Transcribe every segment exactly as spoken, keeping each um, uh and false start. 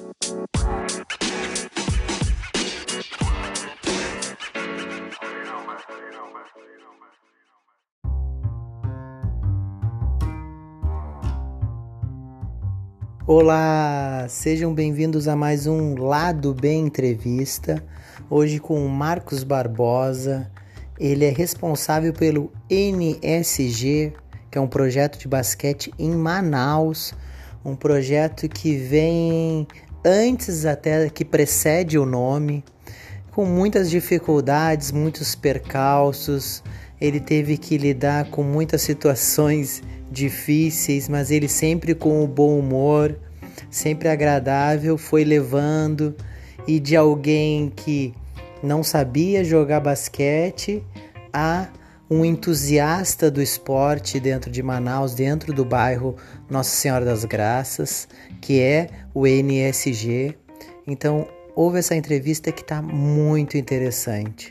Olá, sejam bem-vindos a mais um Lado B Entrevista, hoje com o Marcos Barbosa. Ele é responsável pelo N S G, que é um projeto de basquete em Manaus, um projeto que vem antes até, que precede o nome, com muitas dificuldades, muitos percalços. Ele teve que lidar com muitas situações difíceis, mas ele sempre com o bom humor, sempre agradável, foi levando, e de alguém que não sabia jogar basquete a um entusiasta do esporte dentro de Manaus, dentro do bairro Nossa Senhora das Graças, que é o N S G. Então, ouve essa entrevista que está muito interessante.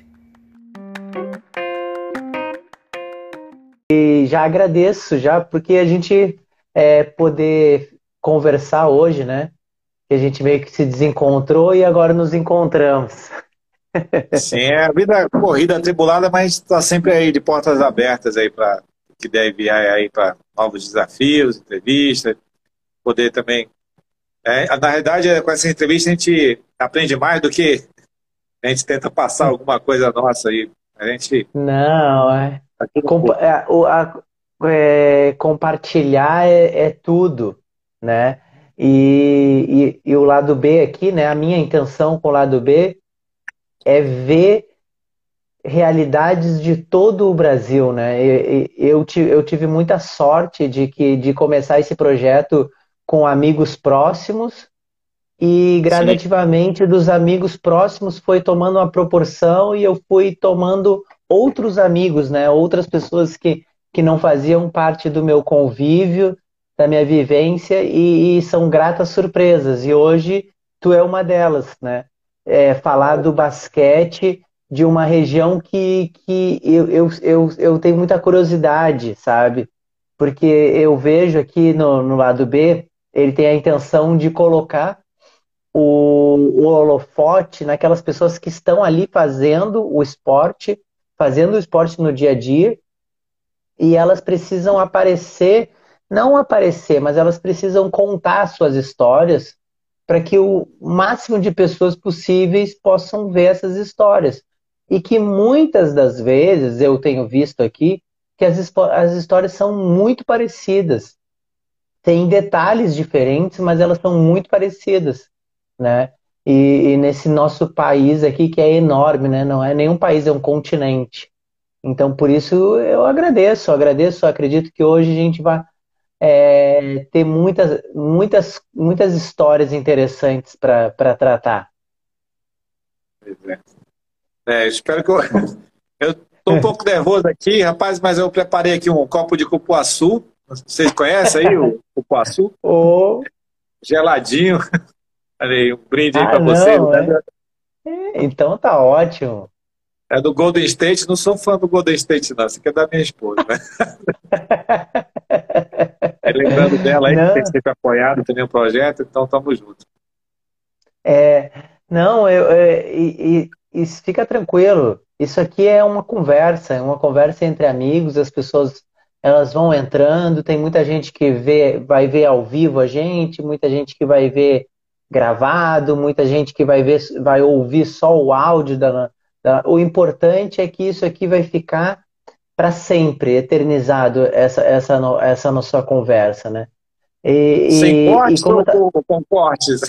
E já agradeço, já, porque a gente é, poder conversar hoje, né? Que a gente meio que se desencontrou e agora nos encontramos. Sim, é a vida corrida, atribulada, mas está sempre aí de portas abertas aí para que deve enviar aí para novos desafios, entrevistas, poder também. É, na realidade, com essa entrevista a gente aprende mais do que a gente tenta passar alguma coisa nossa aí. A gente Não, é, aqui no compa- pouco. é, o- a- é, compartilhar é, é tudo, né? E, e, e o lado B aqui, né? A minha intenção com o lado B é ver realidades de todo o Brasil, né? E- e- Eu, ti- eu tive muita sorte de que de começar esse projeto com amigos próximos e Sim, gradativamente dos amigos próximos foi tomando uma proporção e eu fui tomando outros amigos, né? Outras pessoas que, que não faziam parte do meu convívio, da minha vivência e, e são gratas surpresas. E hoje tu é uma delas, né? É, falar do basquete de uma região que, que eu, eu, eu, eu tenho muita curiosidade, sabe? Porque eu vejo aqui no, no lado B, ele tem a intenção de colocar o, o holofote naquelas pessoas que estão ali fazendo o esporte, fazendo o esporte no dia a dia, e elas precisam aparecer, não aparecer, mas elas precisam contar suas histórias para que o máximo de pessoas possíveis possam ver essas histórias. E que muitas das vezes eu tenho visto aqui que as, as histórias são muito parecidas. Tem detalhes diferentes, mas elas são muito parecidas, né? E, e nesse nosso país aqui, que é enorme, né? Não é nenhum país, é um continente. Então, por isso, eu agradeço, agradeço, acredito que hoje a gente vai é, ter muitas, muitas, muitas histórias interessantes para para tratar. pois é. É, espero que eu. Eu estou um pouco nervoso aqui, rapaz, mas eu preparei aqui um copo de cupuaçu. Vocês conhecem aí o cupuaçu? Oh, Geladinho. Olha aí, um brinde aí ah, para vocês. não, é? É, então tá ótimo. É do Golden State, não sou fã do Golden State, não. Isso aqui é da minha esposa, né? É lembrando dela aí, que tem Não, sempre apoiado também o projeto, então tamo junto. é, não, eu, é, e, e- e fica tranquilo. Isso aqui é uma conversa, é uma conversa entre amigos. As pessoas elas vão entrando. Tem muita gente que vê, vai ver ao vivo a gente, muita gente que vai ver gravado, muita gente que vai ver, vai ouvir só o áudio da, da- O importante é que isso aqui vai ficar para sempre, eternizado essa essa no- essa nossa conversa, né? Sem E, e, e cortes como ou tá... com, com cortes?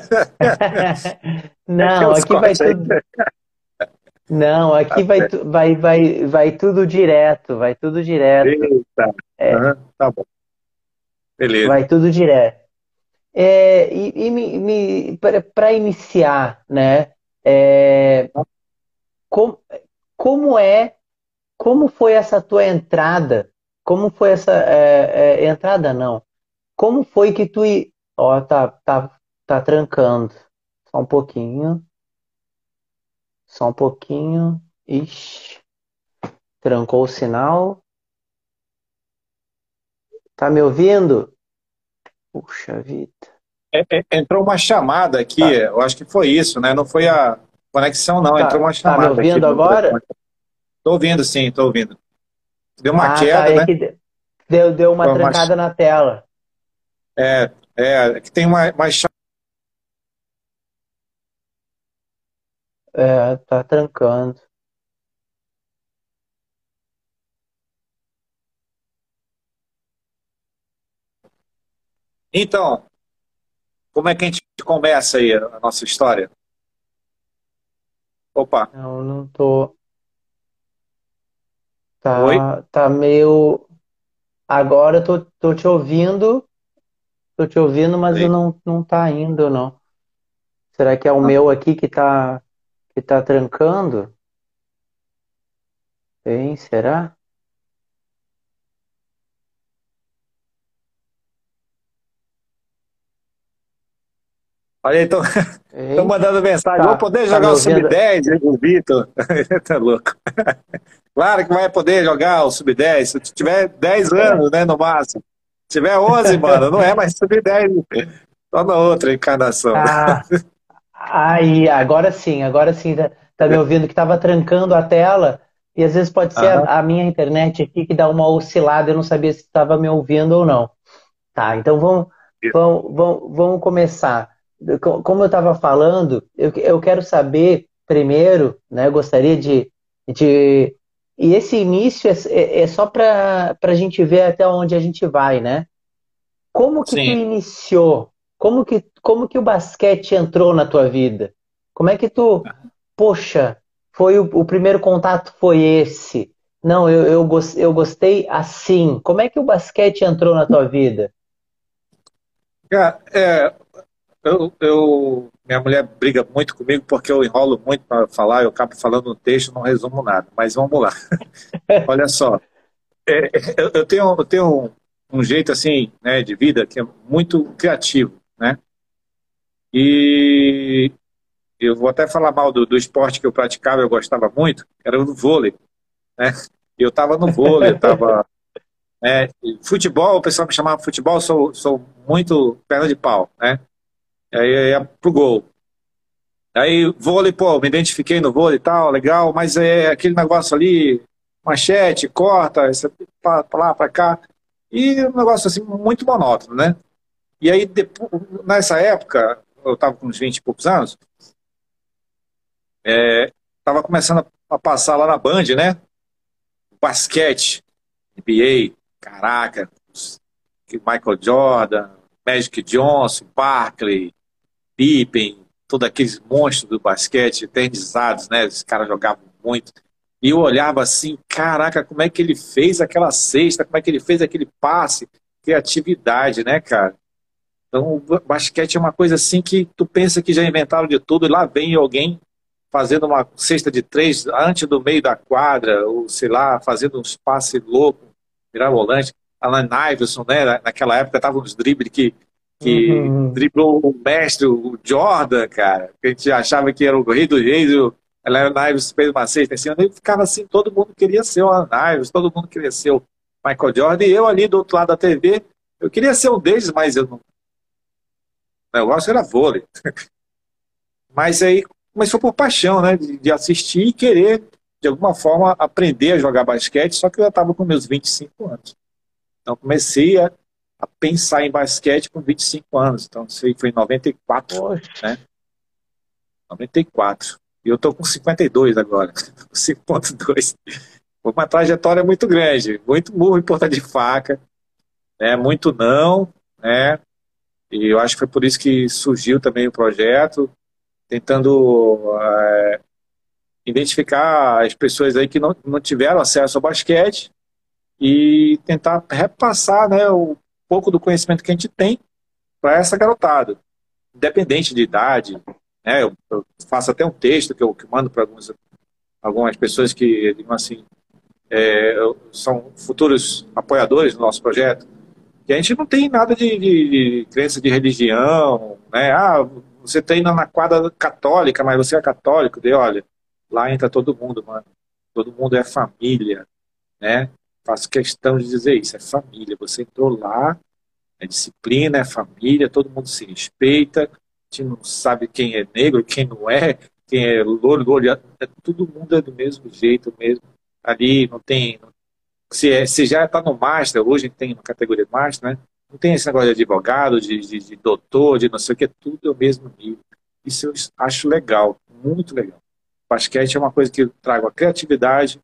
É que Não, os aqui vai cortes aí. tudo. Não, aqui Tá vai, certo. tu- vai, vai, vai tudo direto, vai tudo direto, Eita. Aham, tá bom. Beleza. vai tudo direto. É, e e me, me, para iniciar, né? É, com- como é, como foi essa tua entrada? Como foi essa é, é, entrada, não? Como foi que tu, i- ó, tá, tá, tá trancando? Só um pouquinho, só um pouquinho. Ixi, trancou o sinal. Tá me ouvindo? Puxa vida. É, é, entrou uma chamada aqui, Tá, eu acho que foi isso, né? Não foi a conexão, não. Entrou tá, uma tá me chamada aqui ouvindo no telefone. agora? Tô ouvindo, sim, tô ouvindo. Deu uma Ah, tá. queda, É né? que de- deu, deu uma Foi uma, trancada na tela. é, é, que tem uma, uma cha- É, tá trancando. Então, como é que a gente começa aí a nossa história? Opa, Não, não tô. oi? Tá, tá meio. Agora eu tô, tô te ouvindo, tô te ouvindo, mas eu Oi. não, não tá indo, não. Será que é o Ah, meu aqui que tá, que tá trancando? Hein, será? olha aí, estão Hein? mandando mensagem. Vou Tá, poder tá me jogar o sub ouvindo? dez, o Vitor. Tá louco. Claro que vai poder jogar o sub dez se tiver dez anos, né, no máximo. Se tiver onze, mano, não é mais sub dez. Só na outra encarnação. Ah, aí, agora sim, agora sim, tá, tá me ouvindo que tava trancando a tela e às vezes pode ser Aham. a, a minha internet aqui que dá uma oscilada, eu não sabia se estava me ouvindo ou não. Tá, então vamos, vamos, vamos, vamos começar. Co- Como eu estava falando, eu, eu quero saber primeiro, né? Eu gostaria de, de. E esse início é, é é só para para a gente ver até onde a gente vai, né? Como que tu Sim. iniciou? Como que, como que o basquete entrou na tua vida? Como é que tu, poxa, foi o, o primeiro contato foi esse? Não, eu, eu, gos- eu gostei assim. Como é que o basquete entrou na tua vida? Cara, é, eu, eu- minha mulher briga muito comigo porque eu enrolo muito para falar, eu acabo falando no texto, não resumo nada. Mas vamos lá. Olha só, é, eu, eu tenho, eu tenho um, um jeito assim, né, de vida que é muito criativo, né? E eu vou até falar mal do, do esporte que eu praticava, eu gostava muito, era o vôlei, né? Eu estava no vôlei, eu estava. É, futebol, o pessoal me chamava de futebol, eu sou, sou muito perna de pau, né? Aí eu ia pro gol. Aí vôlei, pô, me identifiquei no vôlei e tal, legal, mas é aquele negócio ali, manchete, corta, essa, pra, pra lá, pra cá, e um negócio assim muito monótono, né? E aí, depois, nessa época, eu estava com uns vinte e poucos anos, estava começando a, a passar lá na Band, né? Basquete, N B A, caraca, Michael Jordan, Magic Johnson, Barkley, Pippen, todos aqueles monstros do basquete, eternizados, né? Os caras jogavam muito. E eu olhava assim, caraca, como é que ele fez aquela cesta, como é que ele fez aquele passe, criatividade, né, cara? Então, o basquete é uma coisa assim que tu pensa que já inventaram de tudo, e lá vem alguém fazendo uma cesta de três antes do meio da quadra, ou sei lá, fazendo uns passes loucos, virar volante. Alan Iverson, né? Naquela época tava uns dribles que, que Uhum. driblou o mestre, o Jordan, cara, que a gente achava que era o rei dos reis, e o Alan Iverson fez uma cesta assim, eu ficava assim, todo mundo queria ser o Alan Iverson, todo mundo queria ser o Michael Jordan, e eu ali do outro lado da T V, eu queria ser um deles, mas eu não, o negócio era vôlei. Mas aí começou por paixão, né? De, de assistir e querer, de alguma forma, aprender a jogar basquete, só que eu já estava com meus vinte e cinco anos. Então comecei a, a pensar em basquete com vinte e cinco anos. Então isso aí foi em noventa e quatro, Poxa, né? noventa e quatro. E eu tô com cinquenta e dois agora, cinco ponto dois. Foi uma trajetória muito grande, muito burro em ponta de faca, né? Muito não, né? E eu acho que foi por isso que surgiu também o projeto, tentando uh, identificar as pessoas aí que não, não tiveram acesso ao basquete e tentar repassar, né, o pouco do conhecimento que a gente tem para essa garotada, independente de idade. Né, eu, eu faço até um texto que eu que mando para algumas, algumas pessoas que, digam assim, é, são futuros apoiadores do nosso projeto, que a gente não tem nada de, de, de crença de religião, né? Ah, você treina na quadra católica, mas você é católico, de olha, lá entra todo mundo, mano. Todo mundo é família, né? Faço questão de dizer isso, é família. Você entrou lá, É disciplina, é família, todo mundo se respeita, a gente não sabe quem é negro, quem não é, quem é louro, olhando, todo mundo é do mesmo jeito mesmo. Ali não tem. Se, é, se já está no Master, hoje tem uma categoria Master, né? Não tem esse negócio de advogado, de, de, de doutor, de não sei o que, tudo é o mesmo nível. Isso eu acho legal, muito legal. Basquete é uma coisa que eu trago a criatividade,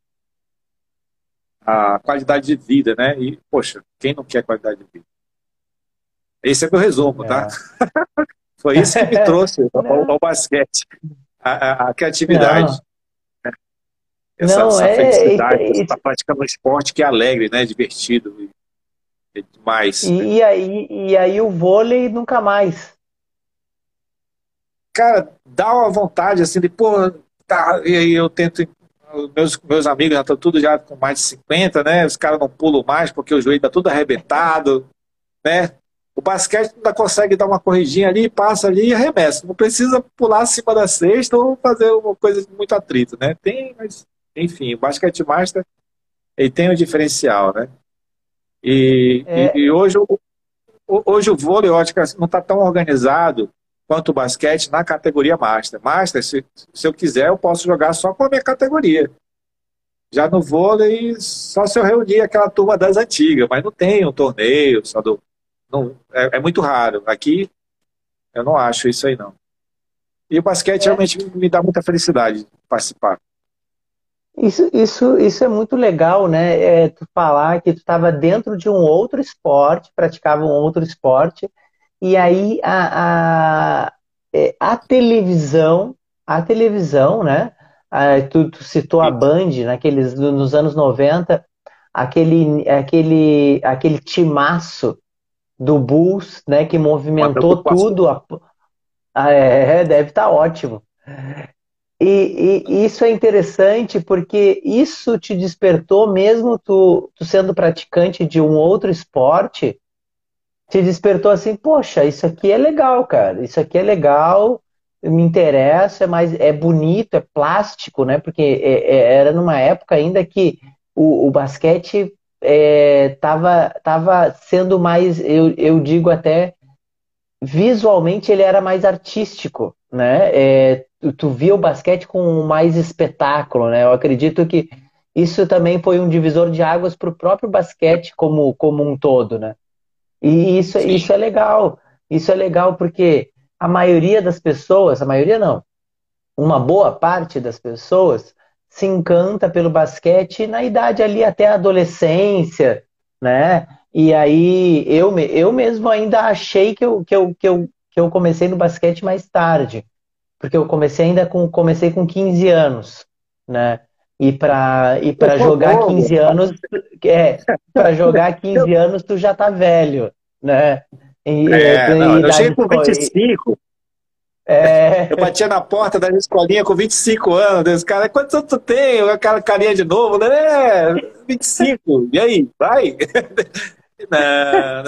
a qualidade de vida, né? E, poxa, quem não quer qualidade de vida? Esse é meu resumo, tá? É. Foi isso que me trouxe ao, Não, ao basquete. A, a, a criatividade, não, essa, não, essa é, isso, felicidade, você isso, está praticando um esporte que é alegre, né? Divertido e, e demais. e, e aí, e aí o vôlei nunca mais. Cara, dá uma vontade assim de, pô, tá, e aí eu tento. Meus, meus amigos já estão tudo já com mais de cinquenta, né? Os caras não pulam mais porque o joelho está tudo arrebentado, né? O basquete ainda consegue dar uma corridinha ali, passa ali e arremessa. Não precisa pular acima da cesta ou fazer uma coisa muito atrito, né? Tem, mas, enfim, o basquete master ele tem um diferencial, né? E, e, É, e hoje, o- o- hoje o vôlei, eu acho que não está tão organizado quanto o basquete na categoria master. Master, se, se eu quiser, eu posso jogar só com a minha categoria. Já no vôlei, só se eu reunir aquela turma das antigas, mas não tem um torneio, só do, não, é, é muito raro. Aqui, eu não acho isso aí, não. E o basquete é, realmente me dá muita felicidade de participar. isso, isso, isso é muito legal, né? É, tu falar que tu estava dentro de um outro esporte, praticava um outro esporte, e aí a, a, é, a televisão, a televisão, né? Ah, tu, tu citou a Isso. Band naqueles, nos anos noventa, aquele, aquele, aquele timaço do Bulls, né? Que Uma movimentou preocupação. tudo. A- ah, é, deve estar ótimo. E, e isso é interessante porque isso te despertou, mesmo tu, tu sendo praticante de um outro esporte, te despertou assim, poxa, isso aqui é legal, cara, isso aqui é legal, me interessa, mas é bonito, é plástico, né? Porque é- é- era numa época ainda que o, o basquete estava tava, tava sendo mais, eu, eu digo até visualmente ele era mais artístico, né? É, tu, tu via o basquete com mais espetáculo, né? Eu acredito que isso também foi um divisor de águas para o próprio basquete como, como um todo, né? E isso, isso Sim. é legal. Isso é legal porque a maioria das pessoas, a maioria não, uma boa parte das pessoas se encanta pelo basquete na idade ali até a adolescência, né? E aí eu, me- eu mesmo ainda achei que eu, que eu, que eu, que eu comecei no basquete mais tarde, porque eu comecei ainda com comecei com quinze anos, né? E para e para Começou jogar novo. quinze anos, é, para jogar quinze anos tu já tá velho, né? Em, É, não, em eu cheguei idade com escolar. vinte e cinco, eu É, batia na porta da escolinha com vinte e cinco anos, esse cara, quantos anos tu tem? Aquela carinha de novo, né? É, vinte e cinco, e aí, vai? Não,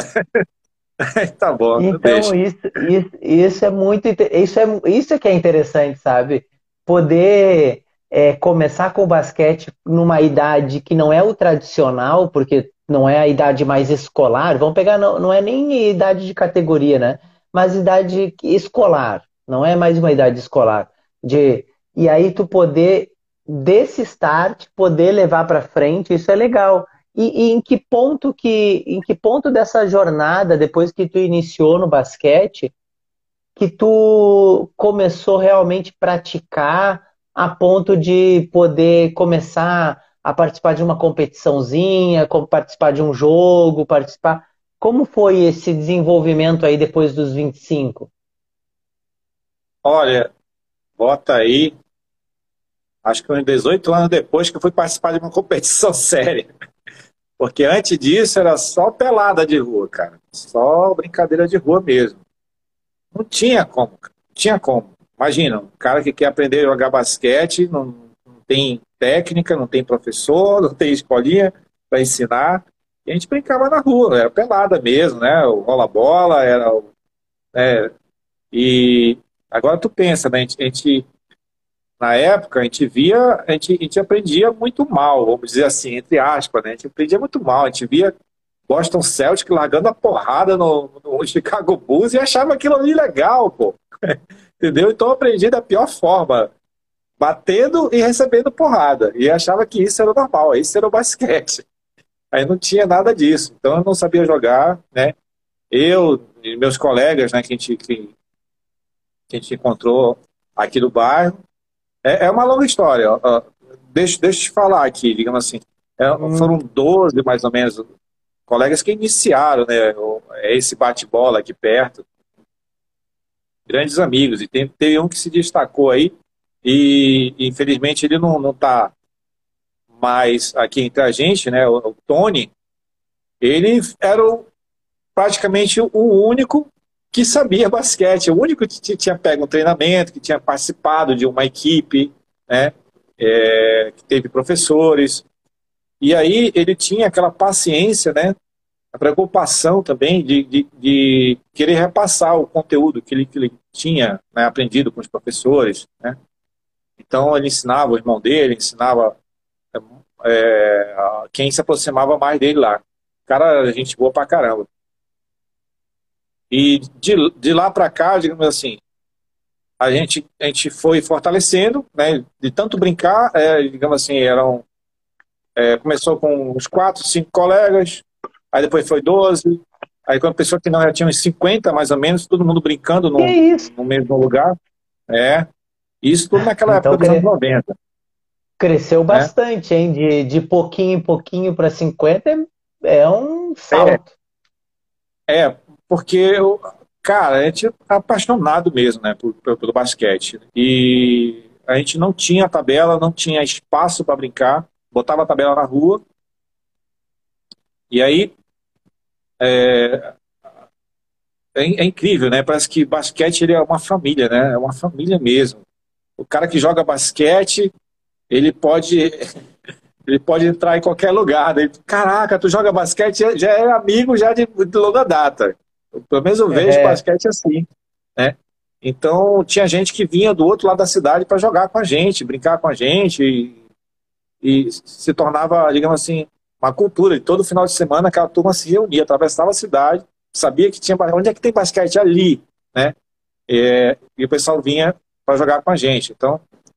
tá bom, então, deixa. isso, isso, isso é muito, inte- isso é, isso é que é interessante, sabe? Poder é, começar com o basquete numa idade que não é o tradicional, porque não é a idade mais escolar, vamos pegar, não, não é nem idade de categoria, né? Mas idade escolar, não é mais uma idade escolar. De, e aí tu poder, desse start, poder levar para frente, isso é legal. E, e em que ponto que, em que ponto dessa jornada, depois que tu iniciou no basquete, que tu começou realmente a praticar a ponto de poder começar a participar de uma competiçãozinha, como participar de um jogo, participar. Como foi esse desenvolvimento aí depois dos vinte e cinco? Olha, bota aí, acho que uns dezoito anos depois que eu fui participar de uma competição séria. Porque antes disso era só pelada de rua, cara. Só brincadeira de rua mesmo. Não tinha como, cara. Não tinha como. Imagina, um cara que quer aprender a jogar basquete, não, não tem técnica, não tem professor, não tem escolinha para ensinar. E a gente brincava na rua, era pelada mesmo, né? O rola-bola, era. o- né? E agora tu pensa, né? A gente, a gente na época, a gente via, a gente, a gente aprendia muito mal, vamos dizer assim, entre aspas, né? A gente aprendia muito mal, a gente via Boston Celtics largando a porrada no, no Chicago Bulls e achava aquilo ali legal, pô. Entendeu? Então eu aprendi da pior forma, batendo e recebendo porrada. E achava que isso era normal, isso era o basquete. Aí não tinha nada disso. Então eu não sabia jogar, né? Eu e meus colegas, né, que a gente, que, que a gente encontrou aqui do bairro. É, é uma longa história. Ó. Deixa, deixa eu te falar aqui, digamos assim. É, Hum. Foram doze, mais ou menos, colegas que iniciaram, né, esse bate-bola aqui perto. Grandes amigos. E tem, teve um que se destacou aí. E, infelizmente, ele não está mais aqui entre a gente, né? O, o Tony. Ele era o, praticamente o único que sabia basquete, o único que tinha pego um treinamento, que tinha participado de uma equipe, né? É, que teve professores. E aí ele tinha aquela paciência, né? A preocupação também de, de, de querer repassar o conteúdo que ele, que ele tinha, né, aprendido com os professores, né? Então ele ensinava o irmão dele, ensinava é, quem se aproximava mais dele lá. Cara, gente boa pra caramba. E de, de lá pra cá, digamos assim, a gente, a gente foi fortalecendo, né? De tanto brincar, é, digamos assim, eram, é, começou com uns quatro, cinco colegas, aí depois foi doze, aí quando a pessoa que não já tinha uns cinquenta, mais ou menos, todo mundo brincando no, Que isso? no mesmo lugar. É, isso tudo naquela Então época dos anos cre- noventa, cresceu né? bastante, hein? De, de pouquinho em pouquinho para cinquenta é, é um É, salto. é, porque, eu, cara, a gente é apaixonado mesmo, né, por, pelo, pelo basquete. E a gente não tinha tabela, não tinha espaço para brincar, botava a tabela na rua, e aí é, é, é incrível, né? Parece que basquete ele é uma família, né? É uma família mesmo. O cara que joga basquete, ele pode, ele pode entrar em qualquer lugar. Né? Caraca, tu joga basquete, já já é amigo já de, de longa data. Pelo menos eu vejo É, basquete assim, né? Então tinha gente que vinha do outro lado da cidade para jogar com a gente, brincar com a gente e, e se tornava, digamos assim, uma cultura. E todo final de semana aquela turma se reunia, atravessava a cidade, sabia que tinha onde é que tem basquete ali, né? É, e o pessoal vinha para jogar com a gente. Então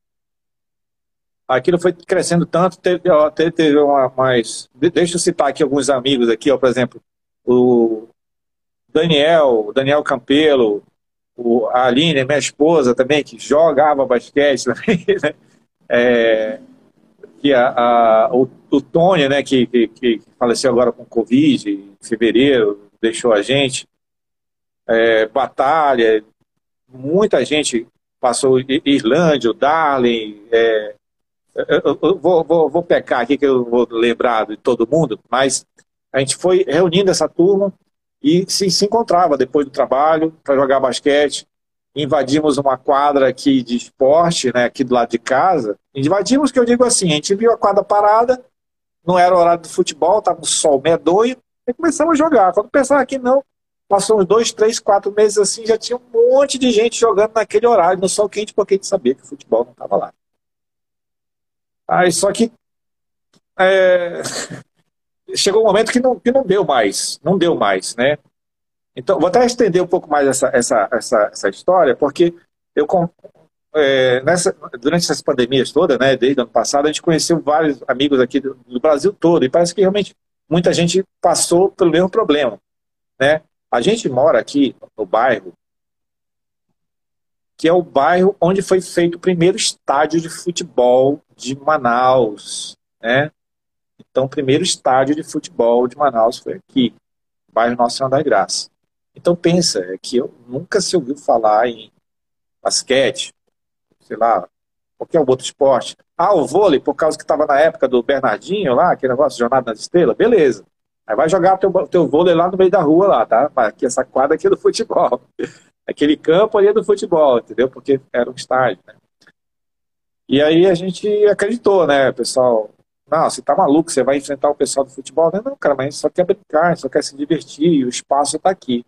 aquilo foi crescendo tanto, teve, ó, teve, teve uma mais. Deixa eu citar aqui alguns amigos aqui, ó, por exemplo, o Daniel, o Daniel Campelo, o, a Aline, minha esposa também, que jogava basquete também, né? É, que a, a, o, o Tony, né, que, que, que faleceu agora com Covid, em fevereiro, deixou a gente, é, Batalha, muita gente passou, Irlândia, o Darling, é, eu, eu vou, vou, vou pecar aqui que eu vou lembrar de todo mundo, mas a gente foi reunindo essa turma e se, se encontrava depois do trabalho para jogar basquete. Invadimos uma quadra aqui de esporte, né, aqui do lado de casa. Invadimos, que eu digo assim, a gente viu a quadra parada, não era horário do futebol, estava um sol medonho, e começamos a jogar. Quando pensava que não, passou uns dois, três, quatro meses assim, já tinha um monte de gente jogando naquele horário, no sol quente, porque a gente sabia que o futebol não estava lá. Aí, só que é, chegou um momento que não, que não deu mais, não deu mais, né? Então, vou até estender um pouco mais essa, essa, essa, essa história, porque eu, é, nessa, durante essas pandemias todas, né, desde o ano passado, a gente conheceu vários amigos aqui do, do Brasil todo, e parece que realmente muita gente passou pelo mesmo problema, né? A gente mora aqui no bairro, que é o bairro onde foi feito o primeiro estádio de futebol de Manaus, né? Então, o primeiro estádio de futebol de Manaus foi aqui, bairro Nossa Senhora da Graça. Então, pensa, é que eu nunca se ouviu falar em basquete, sei lá, qualquer outro esporte. Ah, o vôlei, por causa que estava na época do Bernardinho lá, aquele negócio de Jornada nas Estrelas, beleza. Aí vai jogar teu, teu vôlei lá no meio da rua lá, tá? Aqui, essa quadra aqui é do futebol. Aquele campo ali é do futebol, entendeu? Porque era um estádio, né? E aí a gente acreditou, né, pessoal? Não, você tá maluco, você vai enfrentar o pessoal do futebol? Não, não, cara, mas a gente só quer brincar, a gente só quer se divertir, e o espaço tá aqui.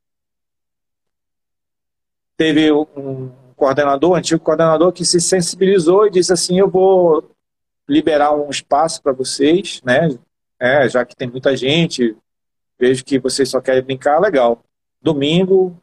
Teve um coordenador, um antigo coordenador, que se sensibilizou e disse assim, eu vou liberar um espaço para vocês, né, é, já que tem muita gente, vejo que vocês só querem brincar, legal. Domingo,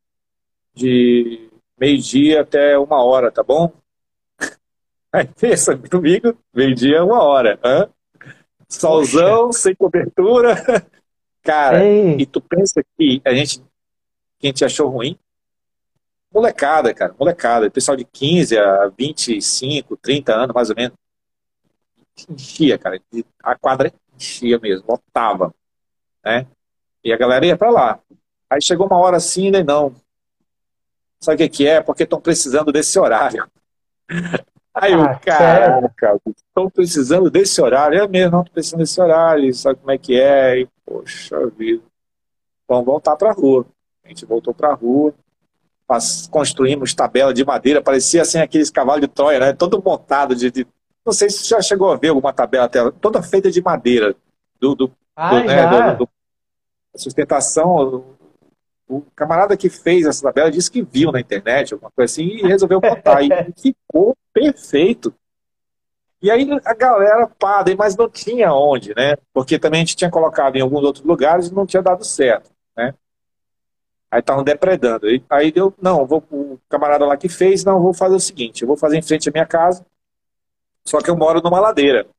de meio-dia até uma hora, tá bom? Aí pensa, domingo, meio-dia, uma hora. Hã? Poxa, Solzão, sem cobertura. Cara, ei, e tu pensa que a gente, que a gente achou ruim? Molecada, cara, molecada. Pessoal de quinze a vinte e cinco, trinta anos, mais ou menos. Enchia, cara. A quadra enchia mesmo, lotava, né? E a galera ia pra lá. Aí chegou uma hora assim, né? Não. Sabe o que que é? Porque estão precisando desse horário. Aí o ah, sério? caraca, estão precisando desse horário. Eu mesmo não estou precisando desse horário, sabe como é que é? E, poxa vida. Vamos voltar para a rua. A gente voltou para a rua, nós construímos tabela de madeira, parecia assim aqueles cavalos de Troia, né? Todo montado de, de- Não sei se você já chegou a ver alguma tabela até, toda feita de madeira, do, do, do, Ah, né, do, do- já. do- sustentação. O camarada que fez essa tabela disse que viu na internet, alguma coisa assim, e resolveu montar. E ficou perfeito. E aí a galera, pá, daí, mas não tinha onde, né? Porque também a gente tinha colocado em alguns outros lugares e não tinha dado certo, né? Aí estavam depredando. Aí, aí deu, não, vou, o camarada lá que fez, não, vou fazer o seguinte, eu vou fazer em frente à minha casa, só que eu moro numa ladeira.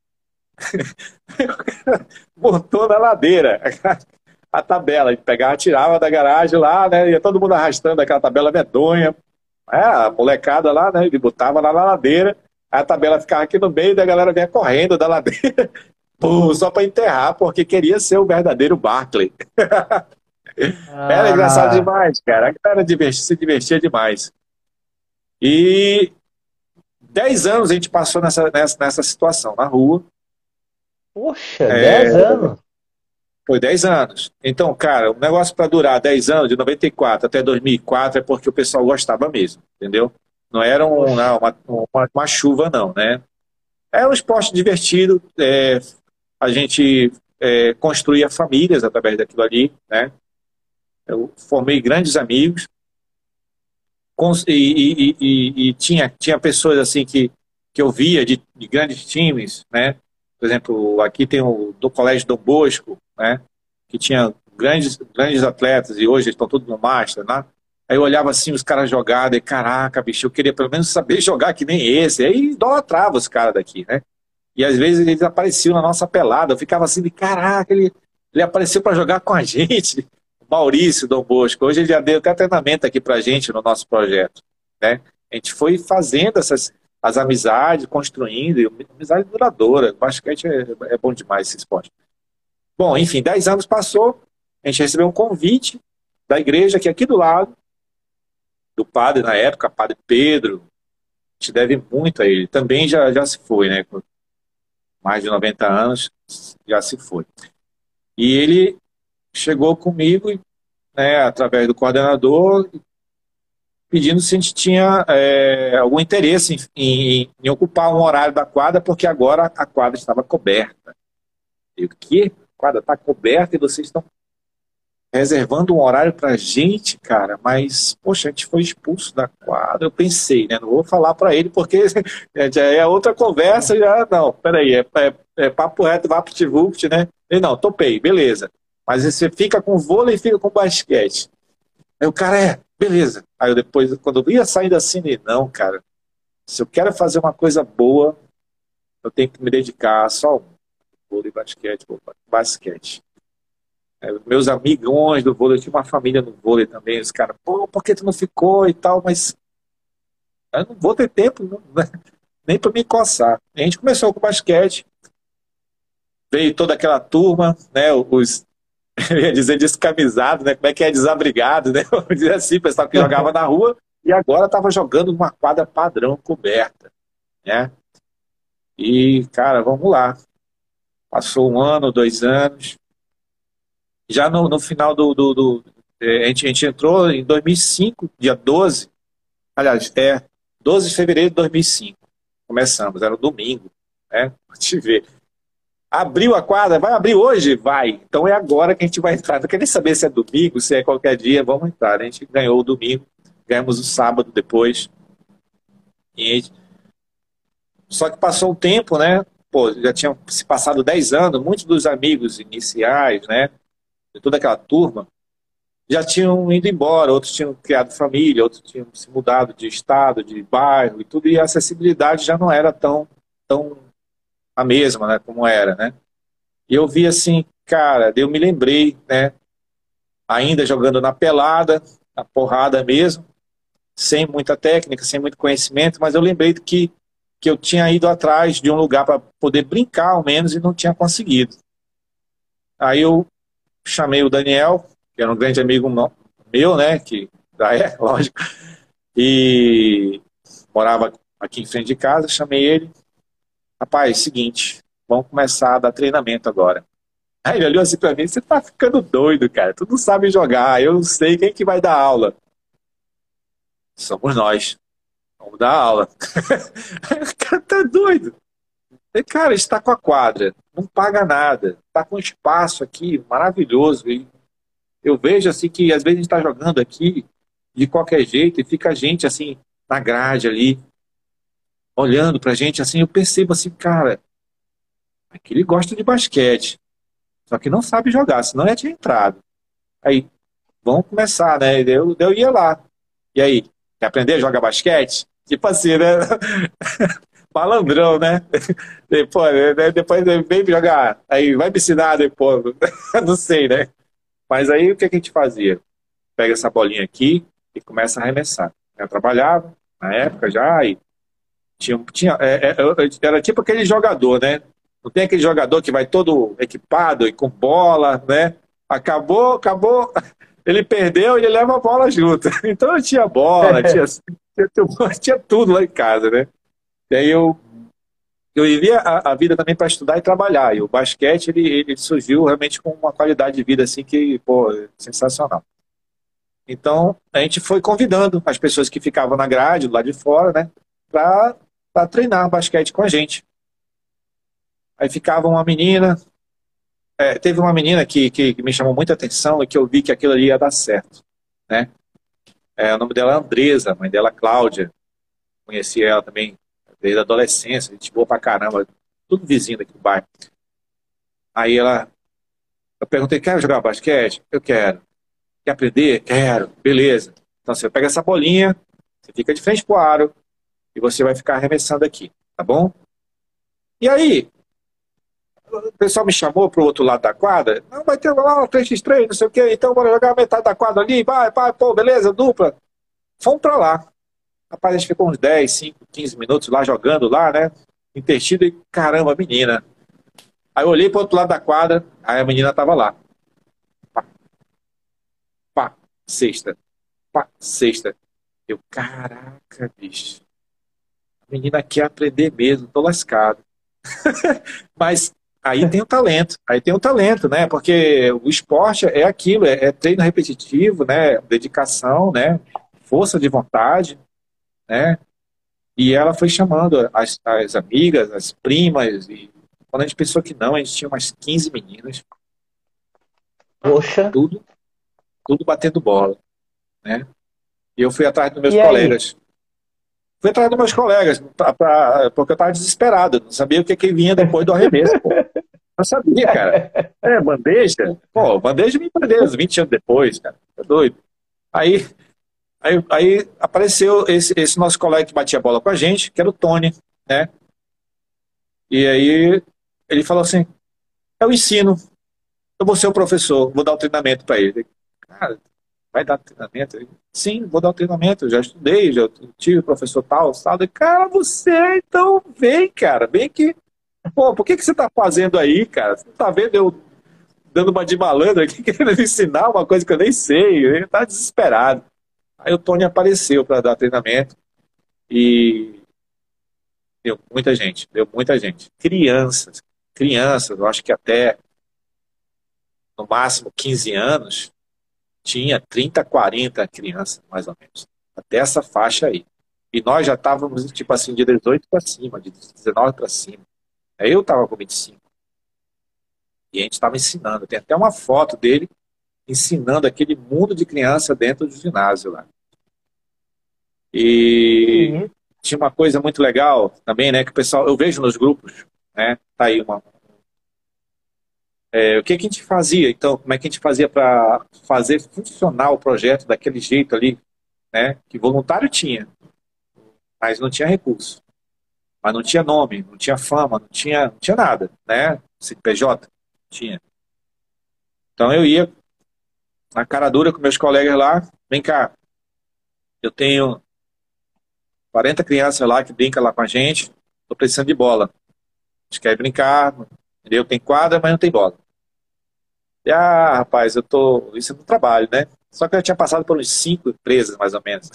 Botou na ladeira a tabela, e pegava, tirava da garagem lá, né? Ia todo mundo arrastando aquela tabela medonha. É, a molecada lá, né? Ele botava lá na ladeira, a tabela ficava aqui no meio, da galera vinha correndo da ladeira, pô, só para enterrar, porque queria ser o verdadeiro Barkley. Era engraçado Ah, demais, cara. A galera divertia, se divertia demais. E dez anos a gente passou nessa, nessa, nessa situação na rua. poxa, dez É, anos. foi dez anos. Então, cara, um negócio para durar dez anos, de noventa e quatro até dois mil e quatro, é porque o pessoal gostava mesmo, entendeu? Não era um, Poxa, não, uma, uma, uma chuva, não, né? Era um esporte divertido, é, a gente é, construía famílias através daquilo ali, né? Eu formei grandes amigos, cons- e, e- e- e tinha, tinha pessoas assim que, que eu via de, de grandes times, né? Por exemplo, aqui tem o do Colégio Dom Bosco, né? Que tinha grandes, grandes atletas e hoje eles estão todos no Master, né? Aí eu olhava assim os caras jogados e caraca, bicho, eu queria pelo menos saber jogar que nem esse. Aí idolatrava os caras daqui, né? E às vezes eles apareciam na nossa pelada, eu ficava assim de caraca, ele, ele apareceu para jogar com a gente. Maurício Dom Bosco, hoje ele já deu até treinamento aqui pra gente no nosso projeto, né? A gente foi fazendo essas as amizades, construindo, e amizade duradoura. Basquete é, é bom demais esse esporte. Bom, enfim, dez anos passou, a gente recebeu um convite da igreja que é aqui do lado, do padre na época, padre Pedro, a gente deve muito a ele. Também já, já se foi, né? Com mais de noventa anos, já se foi. E ele chegou comigo, né, através do coordenador, pedindo se a gente tinha é, algum interesse em, em, em ocupar um horário da quadra, porque agora a quadra estava coberta. E o quê? A quadra está coberta e vocês estão reservando um horário para a gente, cara, mas, poxa, a gente foi expulso da quadra. Eu pensei, né? Não vou falar para ele, porque já é outra conversa, já, não, peraí, é, é, é papo reto, vapt-vupt, né? Ele, não, topei, beleza. Mas você fica com vôlei e fica com basquete. Aí o cara, é, beleza. Aí eu depois, quando eu ia saindo assim, ele, não, cara, se eu quero fazer uma coisa boa, eu tenho que me dedicar só a um. Vôlei, basquete, vôlei, basquete. É, meus amigões do vôlei, eu tinha uma família no vôlei também, os caras, pô, por que tu não ficou e tal, mas eu não vou ter tempo, não, nem para me coçar. E a gente começou com basquete, veio toda aquela turma, né, os, eu ia dizer descamisado, né, como é que é desabrigado, né, vamos dizer assim, pessoal que jogava na rua, e agora estava jogando numa quadra padrão, coberta, né, e, cara, vamos lá. Passou um ano, dois anos, já no, no final do, do, do eh, a, gente, a gente entrou em dois mil e cinco, dia doze, aliás, é doze de fevereiro de dois mil e cinco, começamos, era um domingo, né, pra te ver. Abriu a quadra, vai abrir hoje? Vai. Então é agora que a gente vai entrar. Não quer nem saber se é domingo, se é qualquer dia, vamos entrar. A gente ganhou o domingo, ganhamos o sábado depois. E a gente... Só que passou um tempo, né? Pô, já tinham se passado dez anos, muitos dos amigos iniciais, né? de toda aquela turma, já tinham ido embora, outros tinham criado família, outros tinham se mudado de estado, de bairro e tudo, e a acessibilidade já não era tão, tão a mesma, né, como era, né? E eu vi assim, cara, eu me lembrei, né, ainda jogando na pelada, na porrada mesmo, sem muita técnica, sem muito conhecimento, mas eu lembrei que, que eu tinha ido atrás de um lugar para poder brincar ao menos e não tinha conseguido. Aí eu chamei o Daniel, que era um grande amigo meu, né, que já é, lógico, e morava aqui em frente de casa, chamei ele, rapaz, seguinte, vamos começar a dar treinamento agora. Aí ele olhou assim pra mim, você tá ficando doido, cara, tu não sabe jogar, eu não sei quem que vai dar aula. Somos nós, vamos dar aula. O cara tá doido. E, cara, está com a quadra, não paga nada, está com um espaço aqui maravilhoso. E eu vejo assim que às vezes a gente está jogando aqui de qualquer jeito e fica a gente assim na grade ali, olhando pra gente assim, eu percebo assim, cara, aqui ele gosta de basquete, só que não sabe jogar, senão ele tinha entrado. Aí, vamos começar, né? Eu, eu ia lá. E aí, quer aprender a jogar basquete? Tipo assim, né? Malandrão, né? Depois, né? Depois vem jogar, aí vai me ensinar depois. Não sei, né? Mas aí o que a gente fazia? Pega essa bolinha aqui e começa a arremessar. Eu trabalhava na época já e tinha, tinha, é, é, era tipo aquele jogador, né? Não tem aquele jogador que vai todo equipado e com bola, né? Acabou, acabou, ele perdeu e ele leva a bola junto. Então eu tinha bola, tinha, tinha, tinha tudo lá em casa, né? E aí eu, eu vivia a, a vida também para estudar e trabalhar. E o basquete, ele, ele surgiu realmente com uma qualidade de vida assim que, pô, sensacional. Então, a gente foi convidando as pessoas que ficavam na grade, do lado de fora, né, para treinar basquete com a gente. Aí ficava uma menina, é, teve uma menina que, que, que me chamou muita atenção e que eu vi que aquilo ali ia dar certo, né? É, o nome dela é Andresa, a mãe dela é Cláudia. Conheci ela também desde a adolescência, gente boa pra caramba, tudo vizinho aqui do bairro. Aí ela, eu perguntei, quer jogar basquete? Eu quero. Quer aprender? Quero. Beleza. Então você pega essa bolinha, você fica de frente pro aro e você vai ficar arremessando aqui, tá bom? E aí, o pessoal me chamou pro outro lado da quadra, não, vai ter lá três por três, não sei o quê, então bora jogar metade da quadra ali, vai, vai, pô, beleza, dupla. Fomos pra lá. Rapaz, a gente ficou uns dez, cinco, quinze minutos lá jogando lá, né? Intertido e caramba, menina. Aí eu olhei pro outro lado da quadra, aí a menina tava lá. Pá, pá, sexta. Pá, sexta. Eu, caraca, bicho. A menina quer aprender mesmo, tô lascado. Mas aí tem o talento, aí tem o talento, né? Porque o esporte é aquilo, é, é treino repetitivo, né? Dedicação, né? Força de vontade, né? E ela foi chamando as, as amigas, as primas, e quando a gente pensou que não, a gente tinha umas quinze meninas, Poxa. tudo, tudo batendo bola, né? E eu fui atrás dos meus E aí? colegas. Fui atrás dos meus colegas, pra, pra, porque eu estava desesperado, não sabia o que, que vinha depois do arremesso, pô. Não sabia, cara. É, bandeja? Pô, bandeja me prendeu vinte anos depois, cara. É doido. Aí, aí, aí apareceu esse, esse nosso colega que batia bola com a gente, que era o Tony, né? E aí ele falou assim, eu ensino, eu vou ser o professor, vou dar o treinamento para ele. Cara, vai dar treinamento? Ele, sim, vou dar o treinamento, eu já estudei, já tive o professor tal, tal. Eu, cara, você, então vem, cara, vem que... Pô, por que, que você tá fazendo aí, cara? Você não tá vendo eu dando uma de malandro aqui, querendo ensinar uma coisa que eu nem sei, ele tá desesperado. Aí o Tony apareceu para dar treinamento e deu muita gente, deu muita gente. Crianças, crianças, eu acho que até no máximo quinze anos, tinha trinta, quarenta crianças, mais ou menos. Até essa faixa aí. E nós já estávamos, tipo assim, de dezoito para cima, de dezenove para cima. Aí eu estava com vinte e cinco. E a gente estava ensinando. Tem até uma foto dele ensinando aquele mundo de criança dentro do ginásio lá. E Uhum. tinha uma coisa muito legal também, né? Que o pessoal, eu vejo nos grupos, né? Tá aí uma, É, o que, que a gente fazia? Então, como é que a gente fazia para fazer funcionar o projeto daquele jeito ali, né? Que voluntário tinha, mas não tinha recurso, mas não tinha nome, não tinha fama, não tinha, não tinha nada, né? C N P J, tinha. Então eu ia na cara dura com meus colegas lá, vem cá, eu tenho quarenta crianças lá que brincam lá com a gente, tô precisando de bola. A gente quer brincar, entendeu? Tem quadra, mas não tem bola. E, ah, rapaz, eu tô. Isso é no trabalho, né? Só que eu tinha passado por uns cinco empresas, mais ou menos.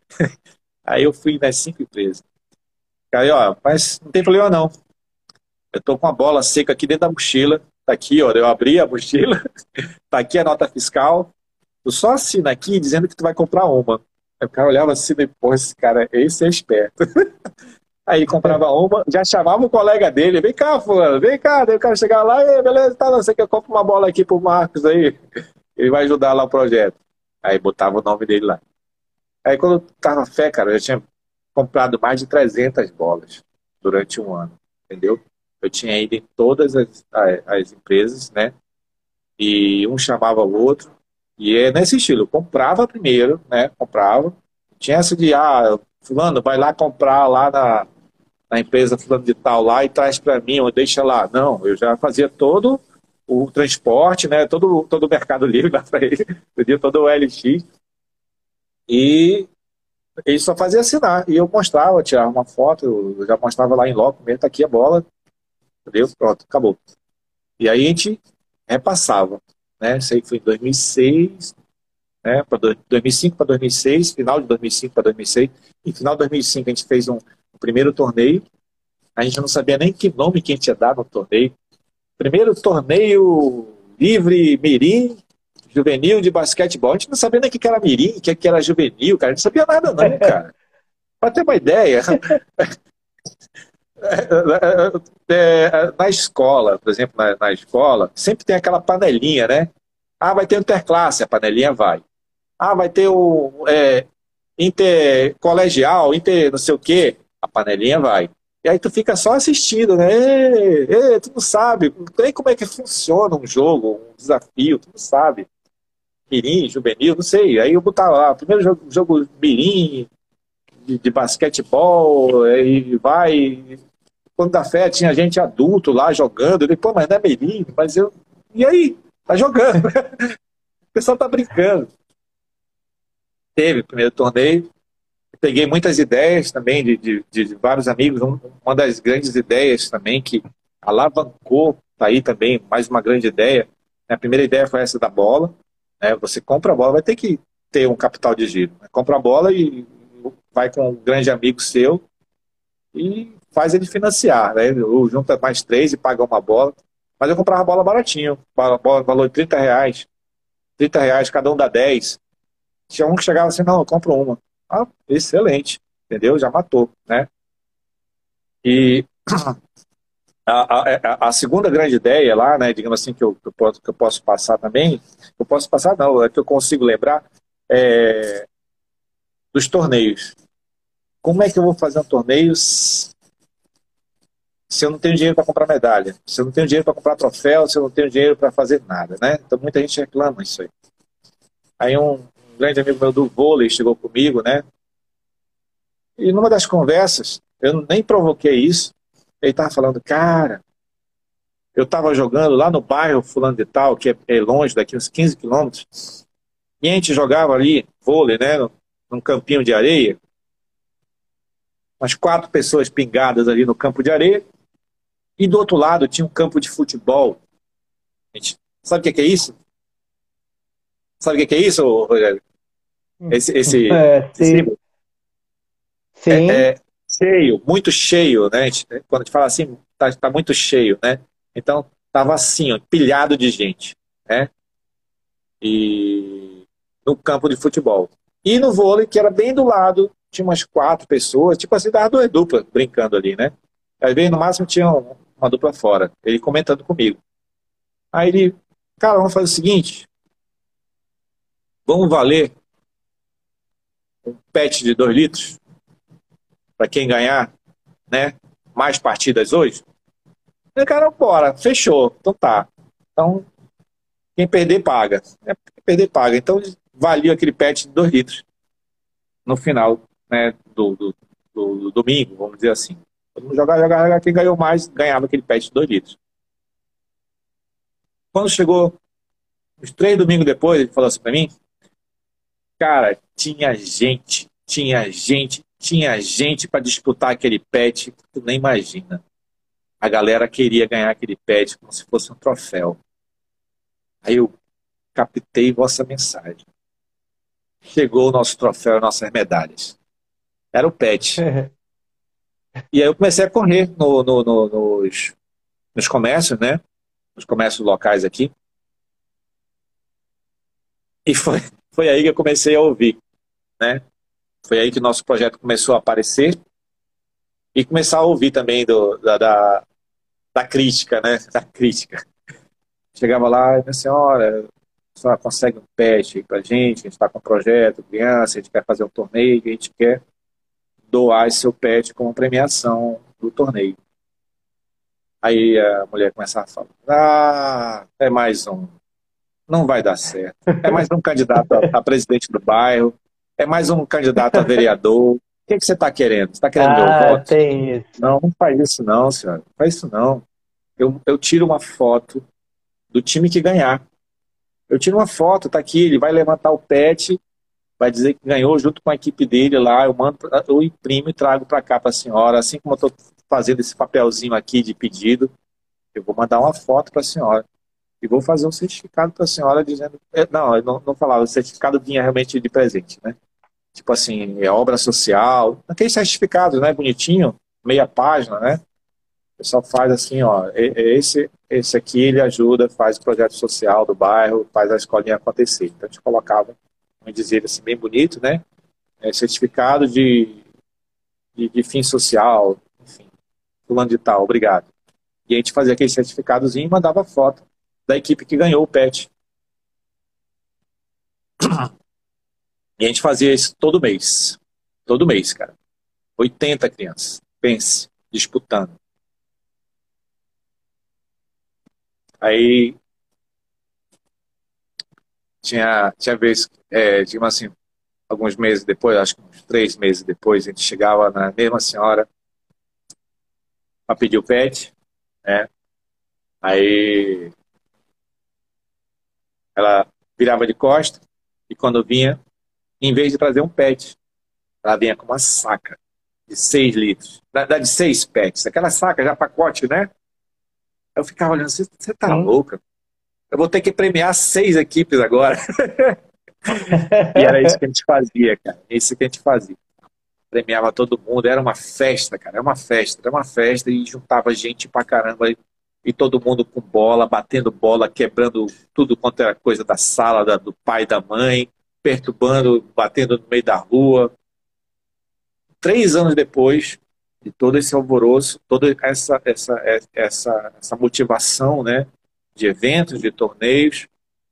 Aí eu fui nas cinco empresas. Aí, ó, mas não tem problema não. Eu tô com a bola seca aqui dentro da mochila. Tá aqui, ó. Eu abri a mochila. Tá aqui a nota fiscal. Tu só assina aqui dizendo que tu vai comprar uma. Aí o cara olhava assim, depois, esse cara, esse é esperto. Aí ele comprava uma, já chamava o colega dele, vem cá, fulano, vem cá. Daí o cara chegava lá, e beleza, tá, não sei que eu compro uma bola aqui pro Marcos aí. Ele vai ajudar lá o projeto. Aí botava o nome dele lá. Aí quando eu tava fé, cara, eu já tinha comprado mais de trezentas bolas durante um ano, entendeu? Eu tinha ido em todas as, as, as empresas, né? E um chamava o outro. E é nesse estilo, eu comprava primeiro, né? Comprava. Tinha essa de, ah, fulano, vai lá comprar lá na, na empresa fulano de tal lá e traz para mim, ou deixa lá. Não, eu já fazia todo o transporte, né? Todo, todo o Mercado Livre lá para ele, pedia todo o L X. E ele só fazia assinar. E eu mostrava, tirava uma foto, eu já mostrava lá em loco mesmo, tá aqui a bola, entendeu? Pronto, acabou. E aí a gente repassava, né? Isso aí foi em dois mil e seis, né? Para dois mil e cinco para dois mil e seis, final de dois mil e cinco para dois mil e seis. E final de dois mil e cinco a gente fez um, um primeiro torneio. A gente não sabia nem que nome que a gente ia dar no torneio. Primeiro torneio livre mirim juvenil de basquetebol. A gente não sabia nem o que era mirim, o que era juvenil, cara. A gente não sabia nada não, cara. Para ter uma ideia, é, na escola, por exemplo, na, na escola, sempre tem aquela panelinha, né? Ah, vai ter interclasse, a panelinha vai. Ah, vai ter o é, intercolegial, inter não sei o quê, a panelinha vai. E aí tu fica só assistindo, né? Ei, ei, tu não sabe nem como é que funciona um jogo, um desafio, tu não sabe. Mirim, juvenil, não sei. Aí eu botava lá, primeiro jogo, jogo mirim, de, de basquetebol, e vai. Quando da fé tinha gente adulto lá jogando, eu falei, pô, mas não é mirim, mas eu. E aí? Tá jogando. O pessoal tá brincando. Teve o primeiro torneio. Peguei muitas ideias também de, de, de vários amigos. Um, uma das grandes ideias também que alavancou, tá aí também, mais uma grande ideia. A primeira ideia foi essa da bola. Né? Você compra a bola, vai ter que ter um capital de giro. Né? Compra a bola e vai com um grande amigo seu e faz ele financiar. Né? Ou junta mais três e paga uma bola. Mas eu comprava a bola baratinho. Bola, bola, valor de trinta reais. trinta reais, cada um dá dez. Tinha um que chegava assim, não, eu compro uma. Ah, excelente, entendeu? Já matou, né? E a, a, a segunda grande ideia lá, né, digamos assim, que eu, que eu, posso, que eu posso passar também, eu posso passar não, é que eu consigo lembrar, é, dos torneios. Como é que eu vou fazer um torneio se eu não tenho dinheiro para comprar medalha, se eu não tenho dinheiro para comprar troféu, se eu não tenho dinheiro para fazer nada, né? Então muita gente reclama isso aí. Aí um, um grande amigo meu do vôlei chegou comigo, né? E numa das conversas, eu nem provoquei isso, ele estava falando, cara, eu estava jogando lá no bairro fulano de tal, que é longe daqui, uns quinze quilômetros, e a gente jogava ali vôlei, né, num campinho de areia, umas quatro pessoas pingadas ali no campo de areia, e do outro lado tinha um campo de futebol. Gente, sabe o que é isso? Sabe o que é isso, Rogério? Esse, esse, É, esse sim. símbolo? Sim. É, é cheio, muito cheio, né? A gente, quando a gente fala assim, tá, tá muito cheio, né? Então, tava assim, ó, pilhado de gente, né? E no campo de futebol. E no vôlei, que era bem do lado, tinha umas quatro pessoas, tipo assim, dava duas duplas brincando ali, né? Às vezes, no máximo, tinha uma dupla fora. Ele comentando comigo. Aí ele, cara, vamos fazer o seguinte, vamos valer um pet de dois litros para quem ganhar, né? Mais partidas hoje? Eu falei, cara, bora, fechou, então tá. Então, quem perder, paga. É, quem perder, paga. Então, valia aquele pet de dois litros no final, né, do, do, do, do domingo, vamos dizer assim. Todo mundo jogava, jogava, quem ganhou mais, ganhava aquele pet de dois litros. Quando chegou uns três domingos depois, ele falou assim pra mim, cara, tinha gente, tinha gente, tinha gente para disputar aquele pet, que tu nem imagina. A galera queria ganhar aquele pet como se fosse um troféu. Aí eu captei vossa mensagem. Chegou o nosso troféu, nossas medalhas. Era o pet. E aí eu comecei a correr no, no, no, nos, nos comércios, né? Nos comércios locais aqui. E foi, foi aí que eu comecei a ouvir, né? Foi aí que o nosso projeto começou a aparecer e começar a ouvir também do, da, da, da crítica, né? Da crítica. Chegava lá e minha senhora, a senhora consegue um pet aí pra gente, a gente está com um projeto, criança, a gente quer fazer um torneio, a gente quer doar esse seu pet como premiação do torneio. Aí a mulher começava a falar, ah, é mais um, não vai dar certo. É mais um candidato a, a presidente do bairro, é mais um candidato a vereador. O que, que você está querendo? Você está querendo meu Ah, voto? tem isso. Não, não faz isso não, senhora. Não faz isso não. Eu, eu tiro uma foto do time que ganhar. Eu tiro uma foto, tá aqui, ele vai levantar o pet, vai dizer que ganhou junto com a equipe dele lá, eu mando, eu imprimo e trago para cá para a senhora, assim como eu estou fazendo esse papelzinho aqui de pedido, eu vou mandar uma foto para a senhora e vou fazer um certificado para a senhora dizendo, não, eu não, não falava, o certificado vinha realmente de presente, né? Tipo assim, é obra social, aqueles certificados, né, bonitinho, meia página, né? O pessoal faz assim, ó, esse, esse aqui ele ajuda, faz o projeto social do bairro, faz a escolinha acontecer. Então a gente colocava um dizer assim, bem bonito, né? É, certificado de, de, de fim social, enfim, fulano de tal, obrigado. E a gente fazia aquele certificadozinho e mandava foto da equipe que ganhou o pet. E a gente fazia isso todo mês. Todo mês, cara. oitenta crianças, pense, disputando. Aí tinha, tinha vez, é, tipo assim, alguns meses depois, acho que uns três meses depois, a gente chegava na mesma senhora para pedir o pet, né? Aí ela virava de costas e quando vinha, em vez de trazer um pet, ela vinha com uma saca de seis litros, na verdade, de seis pets, aquela saca já pacote, né? Eu ficava olhando, você tá Sim. louca? Eu vou ter que premiar seis equipes agora. E era isso que a gente fazia, cara. Isso que a gente fazia. Premiava todo mundo, era uma festa, cara, era uma festa, era uma festa e juntava gente pra caramba e, e todo mundo com bola, batendo bola, quebrando tudo quanto era coisa da sala, da, do pai e da mãe, perturbando, batendo no meio da rua. Três anos depois de todo esse alvoroço, toda essa, essa, essa, essa motivação, né, de eventos, de torneios,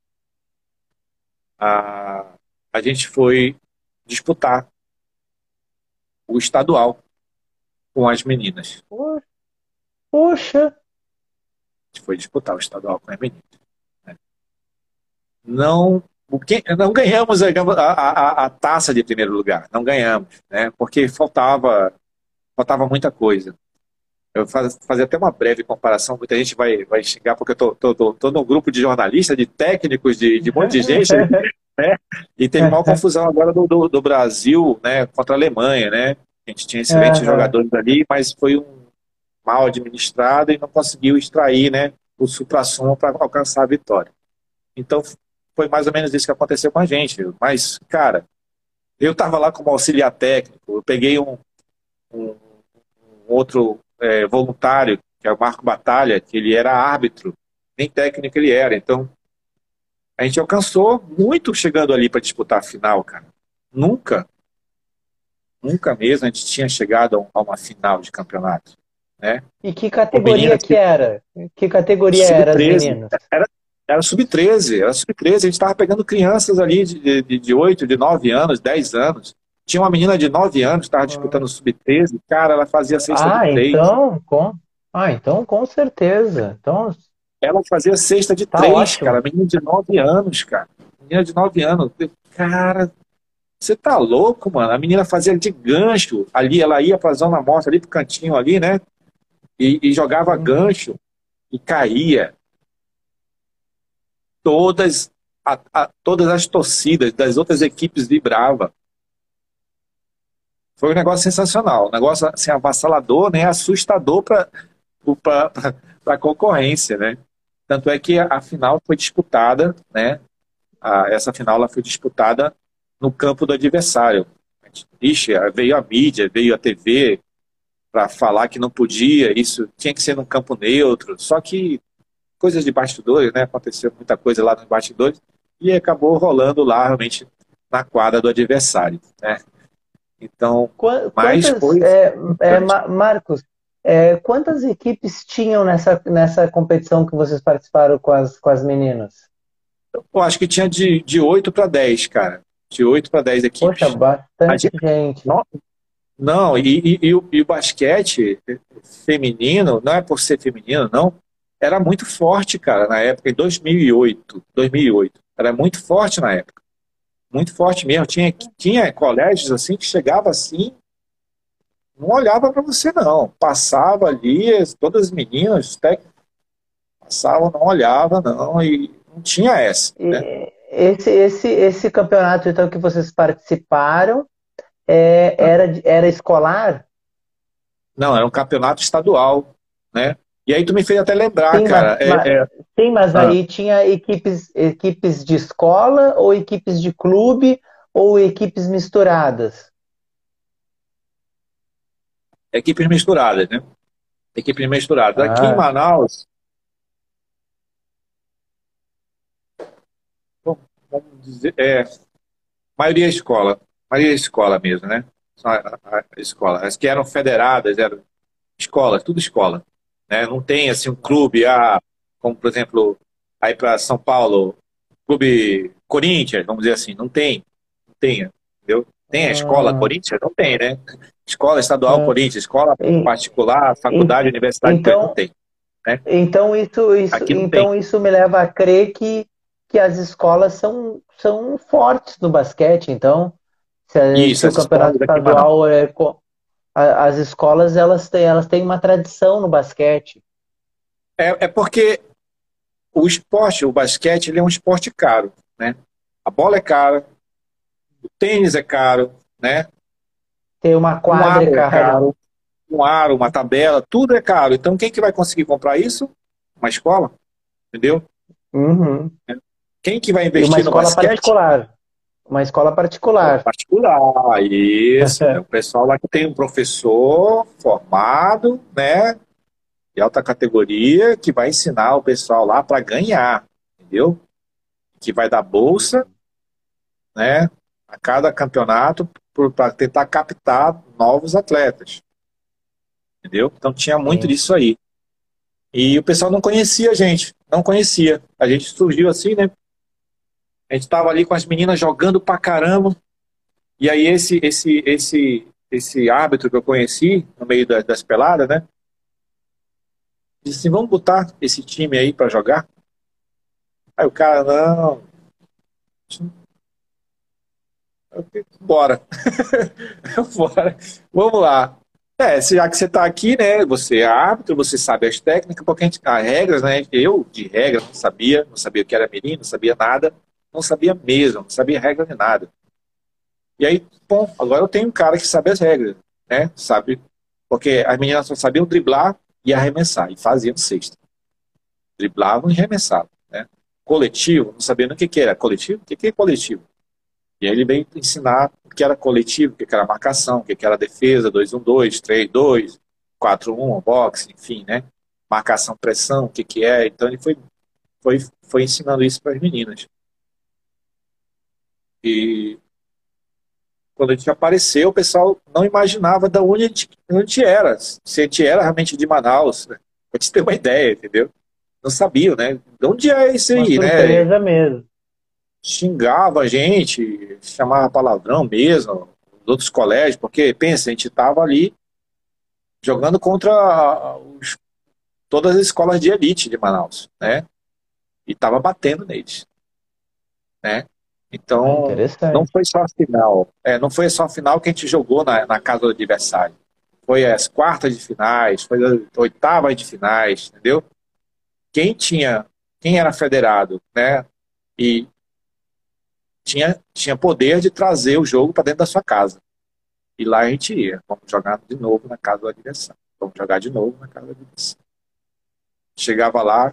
a, a gente foi disputar o estadual com as meninas. Poxa, A gente foi disputar o estadual com as meninas. Né? Não, não ganhamos a, a, a, a taça de primeiro lugar, não ganhamos, né? Porque faltava, faltava muita coisa. Eu faz, fazer até uma breve comparação, muita gente vai, vai xingar, porque eu tô, tô, tô, tô num grupo de jornalistas, de técnicos, de, de um monte de gente, né? E teve uma confusão agora do, do, do Brasil, né, contra a Alemanha, né? A gente tinha excelentes Aham. jogadores ali, mas foi um mal administrado e não conseguiu extrair, né, o suprassumo para alcançar a vitória. Então, foi mais ou menos isso que aconteceu com a gente. Mas, cara, eu estava lá como auxiliar técnico, eu peguei um, um, um outro é, voluntário, que é o Marco Batalha, que ele era árbitro, nem técnico ele era. Então, a gente alcançou muito chegando ali para disputar a final, cara. Nunca, nunca mesmo a gente tinha chegado a uma final de campeonato, né? E que Com categoria meninas que que era? Que categoria sub era as treze, meninas? era, era sub treze, era sub treze, a gente estava pegando crianças ali de, de, de oito, de nove anos, dez anos. Tinha uma menina de nove anos que estava disputando sub treze, cara, ela fazia cesta de Ah, três. então, com, ah, então com certeza. Então, Ela fazia cesta de Tá três, cara. ótimo. Menina de nove anos, cara. Menina de nove anos. Cara, você tá louco, mano? A menina fazia de gancho. Ali, ela ia pra zona morta, ali pro cantinho ali, né? E, e jogava Uhum. gancho e caía. Todas, a, a- todas as torcidas das outras equipes vibravam. Foi um negócio sensacional. Um negócio assim, avassalador, né? Assustador para a concorrência, né? Tanto é que a, a final foi disputada, né? A, essa final ela foi disputada no campo do adversário. Ixi, veio a mídia, veio a T V para falar que não podia, isso tinha que ser num campo neutro. Só que coisas de bastidores, né? Aconteceu muita coisa lá nos bastidores e acabou rolando lá realmente na quadra do adversário, né? Então, Qua- mas Quantas, foi é, é, Ma- Marcos, é, quantas equipes tinham nessa, nessa competição que vocês participaram com as, com as meninas? eu acho que tinha de, de oito para dez, cara. De oito para dez Poxa, equipes. A bastante gente- gente. não, não, e, e- e o, e o basquete feminino, não é por ser feminino, não, era muito forte, cara, na época, em dois mil e oito. dois mil e oito. Era muito forte na época. Muito forte mesmo. Tinha, tinha colégios assim que chegava assim, não olhava para você, não. Passava ali, todas as meninas, os técnicos passavam, não olhava, não, e não tinha essa, né? E esse, esse, esse campeonato, então, que vocês participaram, é, era, de- era escolar? Não, era um campeonato estadual, né? E aí tu me fez até lembrar, Sim, mas, cara. É, mas, é, sim, mas ah, aí tinha equipes, equipes de escola, ou equipes de clube, ou equipes misturadas? equipes misturadas, né? Equipes misturadas. Aqui em Ah, Manaus, vamos vamos dizer, é, maioria é escola, maioria é escola mesmo, né? Só A, a, a escola. As que eram federadas eram escolas, tudo escola, né? Não tem assim um clube, ah, como por exemplo, aí para São Paulo, clube Corinthians, vamos dizer assim, não tem, não tem, entendeu? Tem a escola ah, Corinthians? Não tem, né? Escola estadual ah. Corinthians, escola E- particular, e- faculdade, universidade Corinthians, não então, tem, né? então isso, isso, Aqui não tem. então isso me leva a crer que, que as escolas são, são fortes no basquete. Então, se, a- Isso, se o as campeonato escolas aqui em Manaus. estadual é, co- a- as escolas elas têm, elas têm uma tradição no basquete. É, é porque o esporte, o basquete, ele é um esporte caro, né? A bola é cara, o tênis é caro, né? Ter uma Um quadra é aro é caro. caro, um aro, uma tabela, tudo é caro. Então, quem que vai conseguir comprar isso? Uma escola, entendeu? Uhum. Quem que vai E uma investir no escola basquete? particular. Uma escola É particular. particular, isso. É o pessoal lá que tem um professor formado, né, de alta categoria, que vai ensinar o pessoal lá para ganhar, entendeu? Que vai dar bolsa, né, a cada campeonato para tentar captar novos atletas, entendeu? Então tinha muito Sim. disso aí. E o pessoal não conhecia a gente, não conhecia. A gente surgiu assim, né? A gente estava ali com as meninas jogando pra caramba. E aí esse esse esse esse árbitro que eu conheci no meio das, das peladas, né? Disse assim, vamos botar esse time aí para jogar? Aí o cara, não, bora. Bora. Vamos lá. É, se- já que você está aqui, né? Você é árbitro, você sabe as técnicas, porque a gente, as regras, né? Eu, de regra, não sabia, não sabia o que era menino, não sabia nada, não sabia mesmo, não sabia regra de nada. E aí, bom, agora eu tenho um cara que sabe as regras, né? Sabe, porque as meninas só sabiam driblar e arremessar, e faziam cesta. Driblavam e arremessavam, né? Coletivo, não sabia nem o que que era coletivo, o que que é coletivo? E aí ele veio ensinar o que era coletivo, o que era marcação, o que era defesa, dois um dois, três dois, quatro um, boxe, enfim, né? Marcação, pressão, o que que é. Então ele foi, foi, foi ensinando isso para as meninas. E quando a gente apareceu, o pessoal não imaginava de onde a gente, onde a gente era. Se a gente era realmente de Manaus, né? Pra gente ter uma ideia, entendeu? Não sabiam, né? De onde é isso Uma aí, né? surpresa mesmo. Xingava a gente, chamava palavrão mesmo, os outros colégios, porque, pensa, a gente estava ali jogando contra os todas as escolas de elite de Manaus, né? E estava batendo neles, né? Ah, Então, não interessante. foi só a final, é, não foi só a final que a gente jogou na, na casa do adversário. Foi as quartas de finais, foi as oitavas de finais, entendeu? Quem tinha, quem era federado, né? E tinha, tinha poder de trazer o jogo para dentro da sua casa. E lá a gente ia. Vamos jogar de novo na casa do adversário. Vamos jogar de novo na casa do adversário. Chegava lá,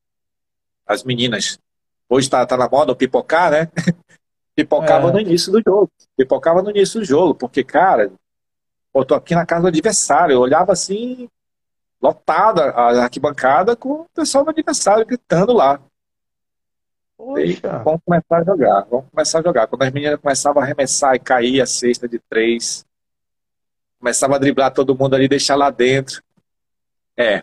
as meninas. Hoje tá, tá na moda o pipocar, né? Pipocava no É. início do jogo. Pipocava no início do jogo, porque, cara, eu tô aqui na casa do adversário. Eu olhava assim, lotada a arquibancada com o pessoal do adversário gritando lá. E Poxa. vamos começar a jogar, vamos começar a jogar. Quando as meninas começavam a arremessar e cair a cesta de três, começava a driblar todo mundo ali, deixar lá dentro. É,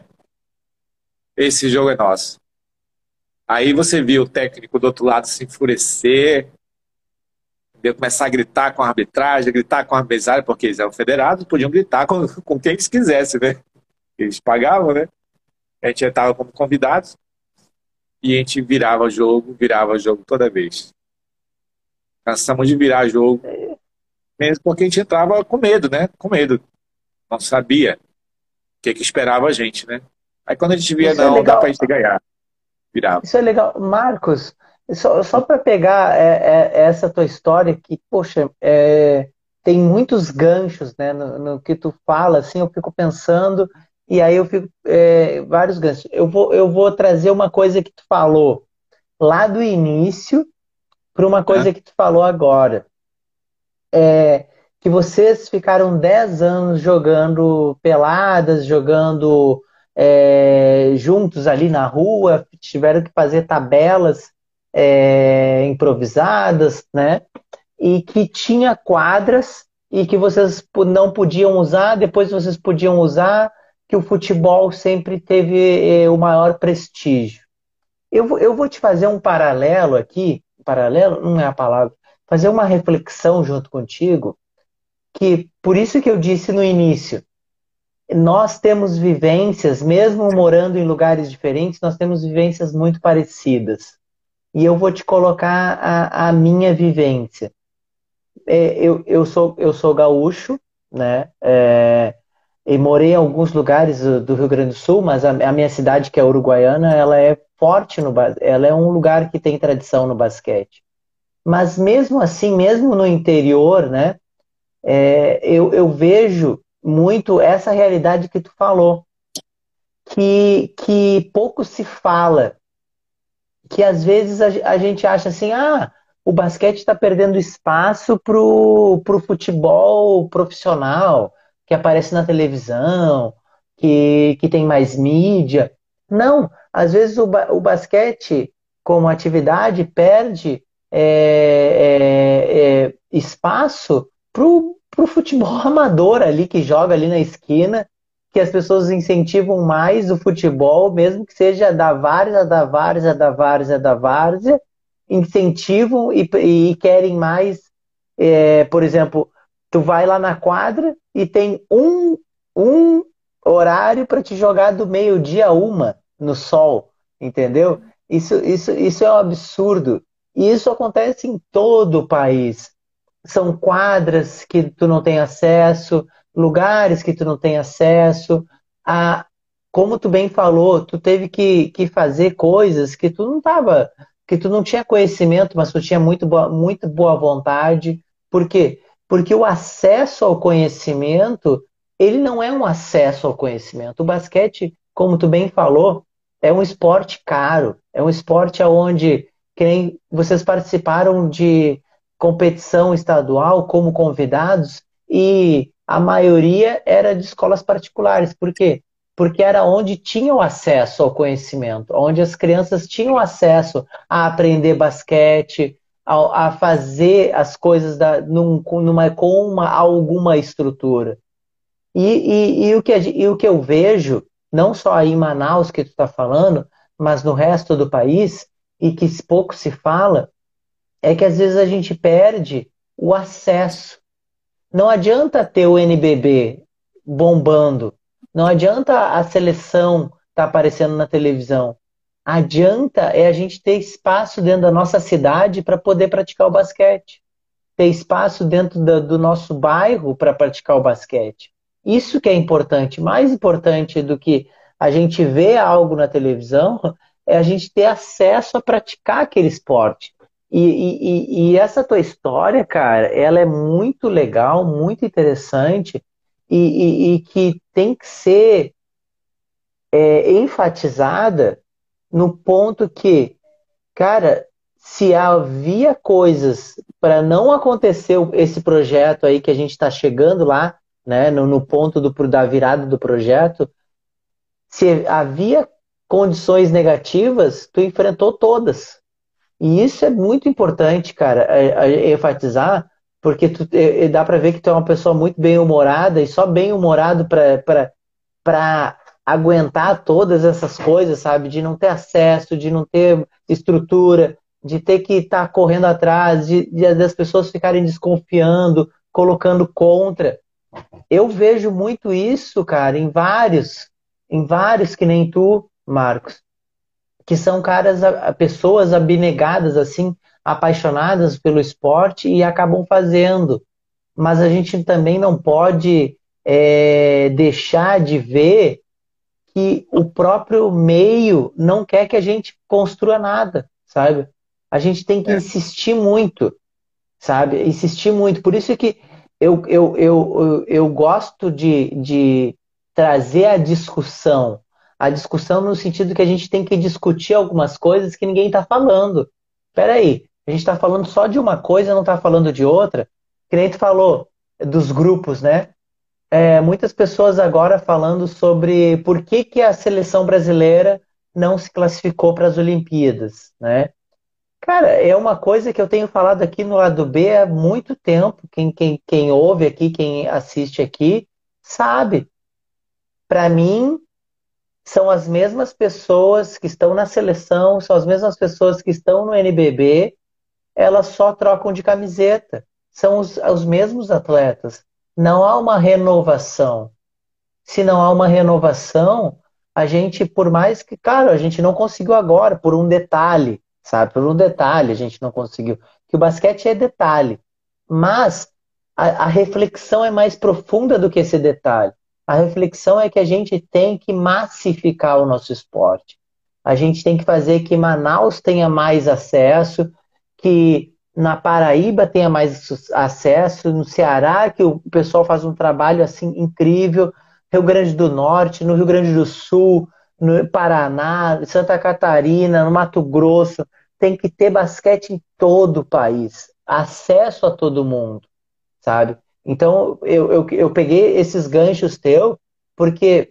esse jogo é nosso. Aí você viu o técnico do outro lado se enfurecer, entendeu? Começar a gritar com a arbitragem, gritar com a arbitragem, porque eles eram federados, podiam gritar com, com quem eles quisessem, né? Eles pagavam, né? A gente estava como convidados e a gente virava jogo, virava jogo toda vez. Cansamos de virar jogo, mesmo porque a gente entrava com medo, né? Com medo. Não sabia o que, que esperava a gente, né? Aí quando a gente via, Isso é não, dá pra legal. gente ganhar, virava. Isso é legal. Marcos, só, só para pegar é, é, essa tua história, que, poxa, é, tem muitos ganchos, né, no, no que tu fala, assim, eu fico pensando, e aí eu fico, é, vários ganchos. Eu vou, eu vou trazer uma coisa que tu falou lá do início para uma Né? coisa que tu falou agora. É, que vocês ficaram dez anos jogando peladas, jogando é, juntos ali na rua, tiveram que fazer tabelas é, improvisadas, né? E que tinha quadras e que vocês po- não podiam usar, depois vocês podiam usar, que o futebol sempre teve é, o maior prestígio. Eu, vou- eu vou te fazer um paralelo aqui, paralelo não é a palavra, fazer uma reflexão junto contigo que por isso que eu disse no início, nós temos vivências, mesmo morando em lugares diferentes, nós temos vivências muito parecidas. E eu vou te colocar a, a minha vivência. É, eu, eu sou, eu sou gaúcho, né? É, e morei em alguns lugares do, do Rio Grande do Sul, mas a, a minha cidade, que é Uruguaiana, ela é forte no, ba- ela é um lugar que tem tradição no basquete. Mas mesmo assim, mesmo no interior, né? É, eu, eu vejo muito essa realidade que tu falou, que, que pouco se fala, que às vezes a, a gente acha assim, ah, o basquete está perdendo espaço pro, pro futebol profissional, que aparece na televisão, que, que tem mais mídia. Não, às vezes o, ba- o basquete, como atividade, perde é, é, é, espaço pro, pro futebol amador ali, que joga ali na esquina, que as pessoas incentivam mais o futebol, mesmo que seja da várzea, da várzea, da várzea, da várzea, incentivam e, e querem mais, é, por exemplo, tu vai lá na quadra e tem um, um horário para te jogar do meio-dia a uma no sol, entendeu? Isso, isso, isso é um absurdo. E isso acontece em todo o país. São quadras que tu não tem acesso, lugares que tu não tem acesso. A, como tu bem falou, tu teve que, que fazer coisas que tu não tava, que tu não tinha conhecimento, mas tu tinha muito boa, muito boa vontade. Por quê? Porque o acesso ao conhecimento, ele não é um acesso ao conhecimento. O basquete, como tu bem falou, é um esporte caro, é um esporte onde que nem vocês participaram de competição estadual como convidados e a maioria era de escolas particulares. Por quê? Porque era onde tinham acesso ao conhecimento, onde as crianças tinham acesso a aprender basquete, a, a fazer as coisas da, num, numa, com uma, alguma estrutura. E, e, e, o que, a e o que eu vejo, não só aí em Manaus que tu está falando, mas no resto do país, e que pouco se fala, é que às vezes a gente perde o acesso. Não adianta ter o N B B bombando, não adianta a seleção tá aparecendo na televisão. Adianta é a gente ter espaço dentro da nossa cidade para poder praticar o basquete. Ter espaço dentro da, do nosso bairro para praticar o basquete. Isso que é importante. Mais importante do que a gente ver algo na televisão é a gente ter acesso a praticar aquele esporte. E, e, e essa tua história, cara, ela é muito legal, muito interessante e, e, e que tem que ser é, enfatizada no ponto que, cara, se havia coisas para não acontecer esse projeto aí que a gente está chegando lá, né, no, no ponto do, da virada do projeto, se havia condições negativas, tu enfrentou todas. E isso é muito importante, cara, a, a, enfatizar, porque tu, é, dá para ver que tu é uma pessoa muito bem-humorada e só bem-humorado para aguentar todas essas coisas, sabe? De não ter acesso, de não ter estrutura, de ter que estar tá correndo atrás, de, de as pessoas ficarem desconfiando, colocando contra. Eu vejo muito isso, cara, em vários, em vários que nem tu, Marcos, que são caras, pessoas abnegadas, assim, apaixonadas pelo esporte e acabam fazendo. Mas a gente também não pode é, deixar de ver que o próprio meio não quer que a gente construa nada, sabe? A gente tem que É. insistir muito, sabe? Insistir muito. Por isso que eu, eu, eu, eu, eu gosto de, de trazer a discussão. A discussão no sentido que a gente tem que discutir algumas coisas que ninguém está falando. Peraí, a gente está falando só de uma coisa, não está falando de outra. Que nem tu falou dos grupos, né? É, muitas pessoas agora falando sobre por que, que a seleção brasileira não se classificou para as Olimpíadas, né? Cara, é uma coisa que eu tenho falado aqui no lado B há muito tempo. Quem, quem, quem ouve aqui, quem assiste aqui, sabe. Para mim, são as mesmas pessoas que estão na seleção, são as mesmas pessoas que estão no N B B, elas só trocam de camiseta. São os, os mesmos atletas. Não há uma renovação. Se não há uma renovação, a gente, por mais que, cara, a gente não conseguiu agora, por um detalhe, sabe? Por um detalhe a gente não conseguiu. Que o basquete é detalhe. Mas a, a reflexão é mais profunda do que esse detalhe. A reflexão é que a gente tem que massificar o nosso esporte. A gente tem que fazer que Manaus tenha mais acesso, que na Paraíba tenha mais acesso, no Ceará, que o pessoal faz um trabalho assim incrível, Rio Grande do Norte, no Rio Grande do Sul, no Paraná, Santa Catarina, no Mato Grosso, tem que ter basquete em todo o país, acesso a todo mundo, sabe? Então, eu, eu, eu peguei esses ganchos teus, porque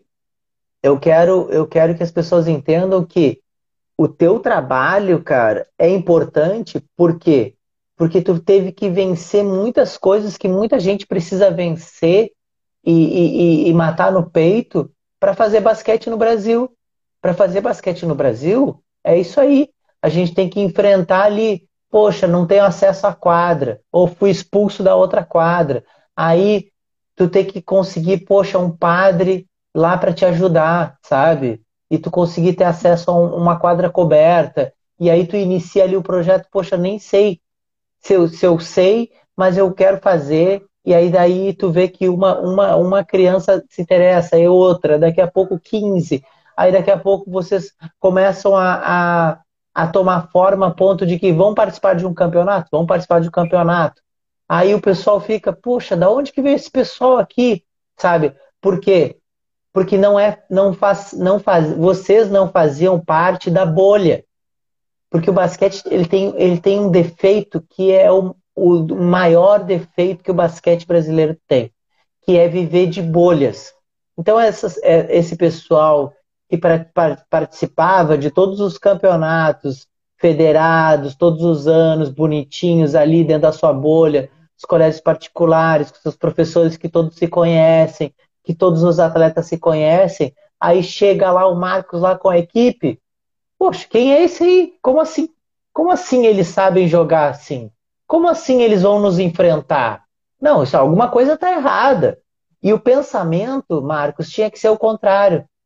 eu quero, eu quero que as pessoas entendam que o teu trabalho, cara, é importante, por quê? Porque tu teve que vencer muitas coisas que muita gente precisa vencer e, e, e matar no peito para fazer basquete no Brasil. Para fazer basquete no Brasil, é isso aí. A gente tem que enfrentar ali, poxa, não tenho acesso à quadra, ou fui expulso da outra quadra. Aí tu tem que conseguir, poxa, um padre lá para te ajudar, sabe? E tu conseguir ter acesso a um, uma quadra coberta. E aí tu inicia ali o projeto, poxa, nem sei se eu, se eu sei, mas eu quero fazer. E aí daí tu vê que uma, uma, uma criança se interessa, e outra, daqui a pouco quinze. Aí daqui a pouco vocês começam a, a, a tomar forma a ponto de que vão participar de um campeonato, vão participar de um campeonato. Aí o pessoal fica, poxa, da onde que veio esse pessoal aqui? Sabe? Por quê? Porque não é, não faz, não faz, vocês não faziam parte da bolha. Porque o basquete ele tem, ele tem um defeito que é o, o maior defeito que o basquete brasileiro tem, que é viver de bolhas. Então essas, esse pessoal que pra, pra, participava de todos os campeonatos federados, todos os anos, bonitinhos ali dentro da sua bolha, os colégios particulares, com seus professores que todos se conhecem, que todos os atletas se conhecem, aí chega lá o Marcos lá com a equipe. Poxa, quem é esse aí? Como assim? Como assim eles sabem jogar assim? Como assim eles vão nos enfrentar? Não, isso, alguma coisa está errada. E o pensamento, Marcos, tinha que ser o contrário.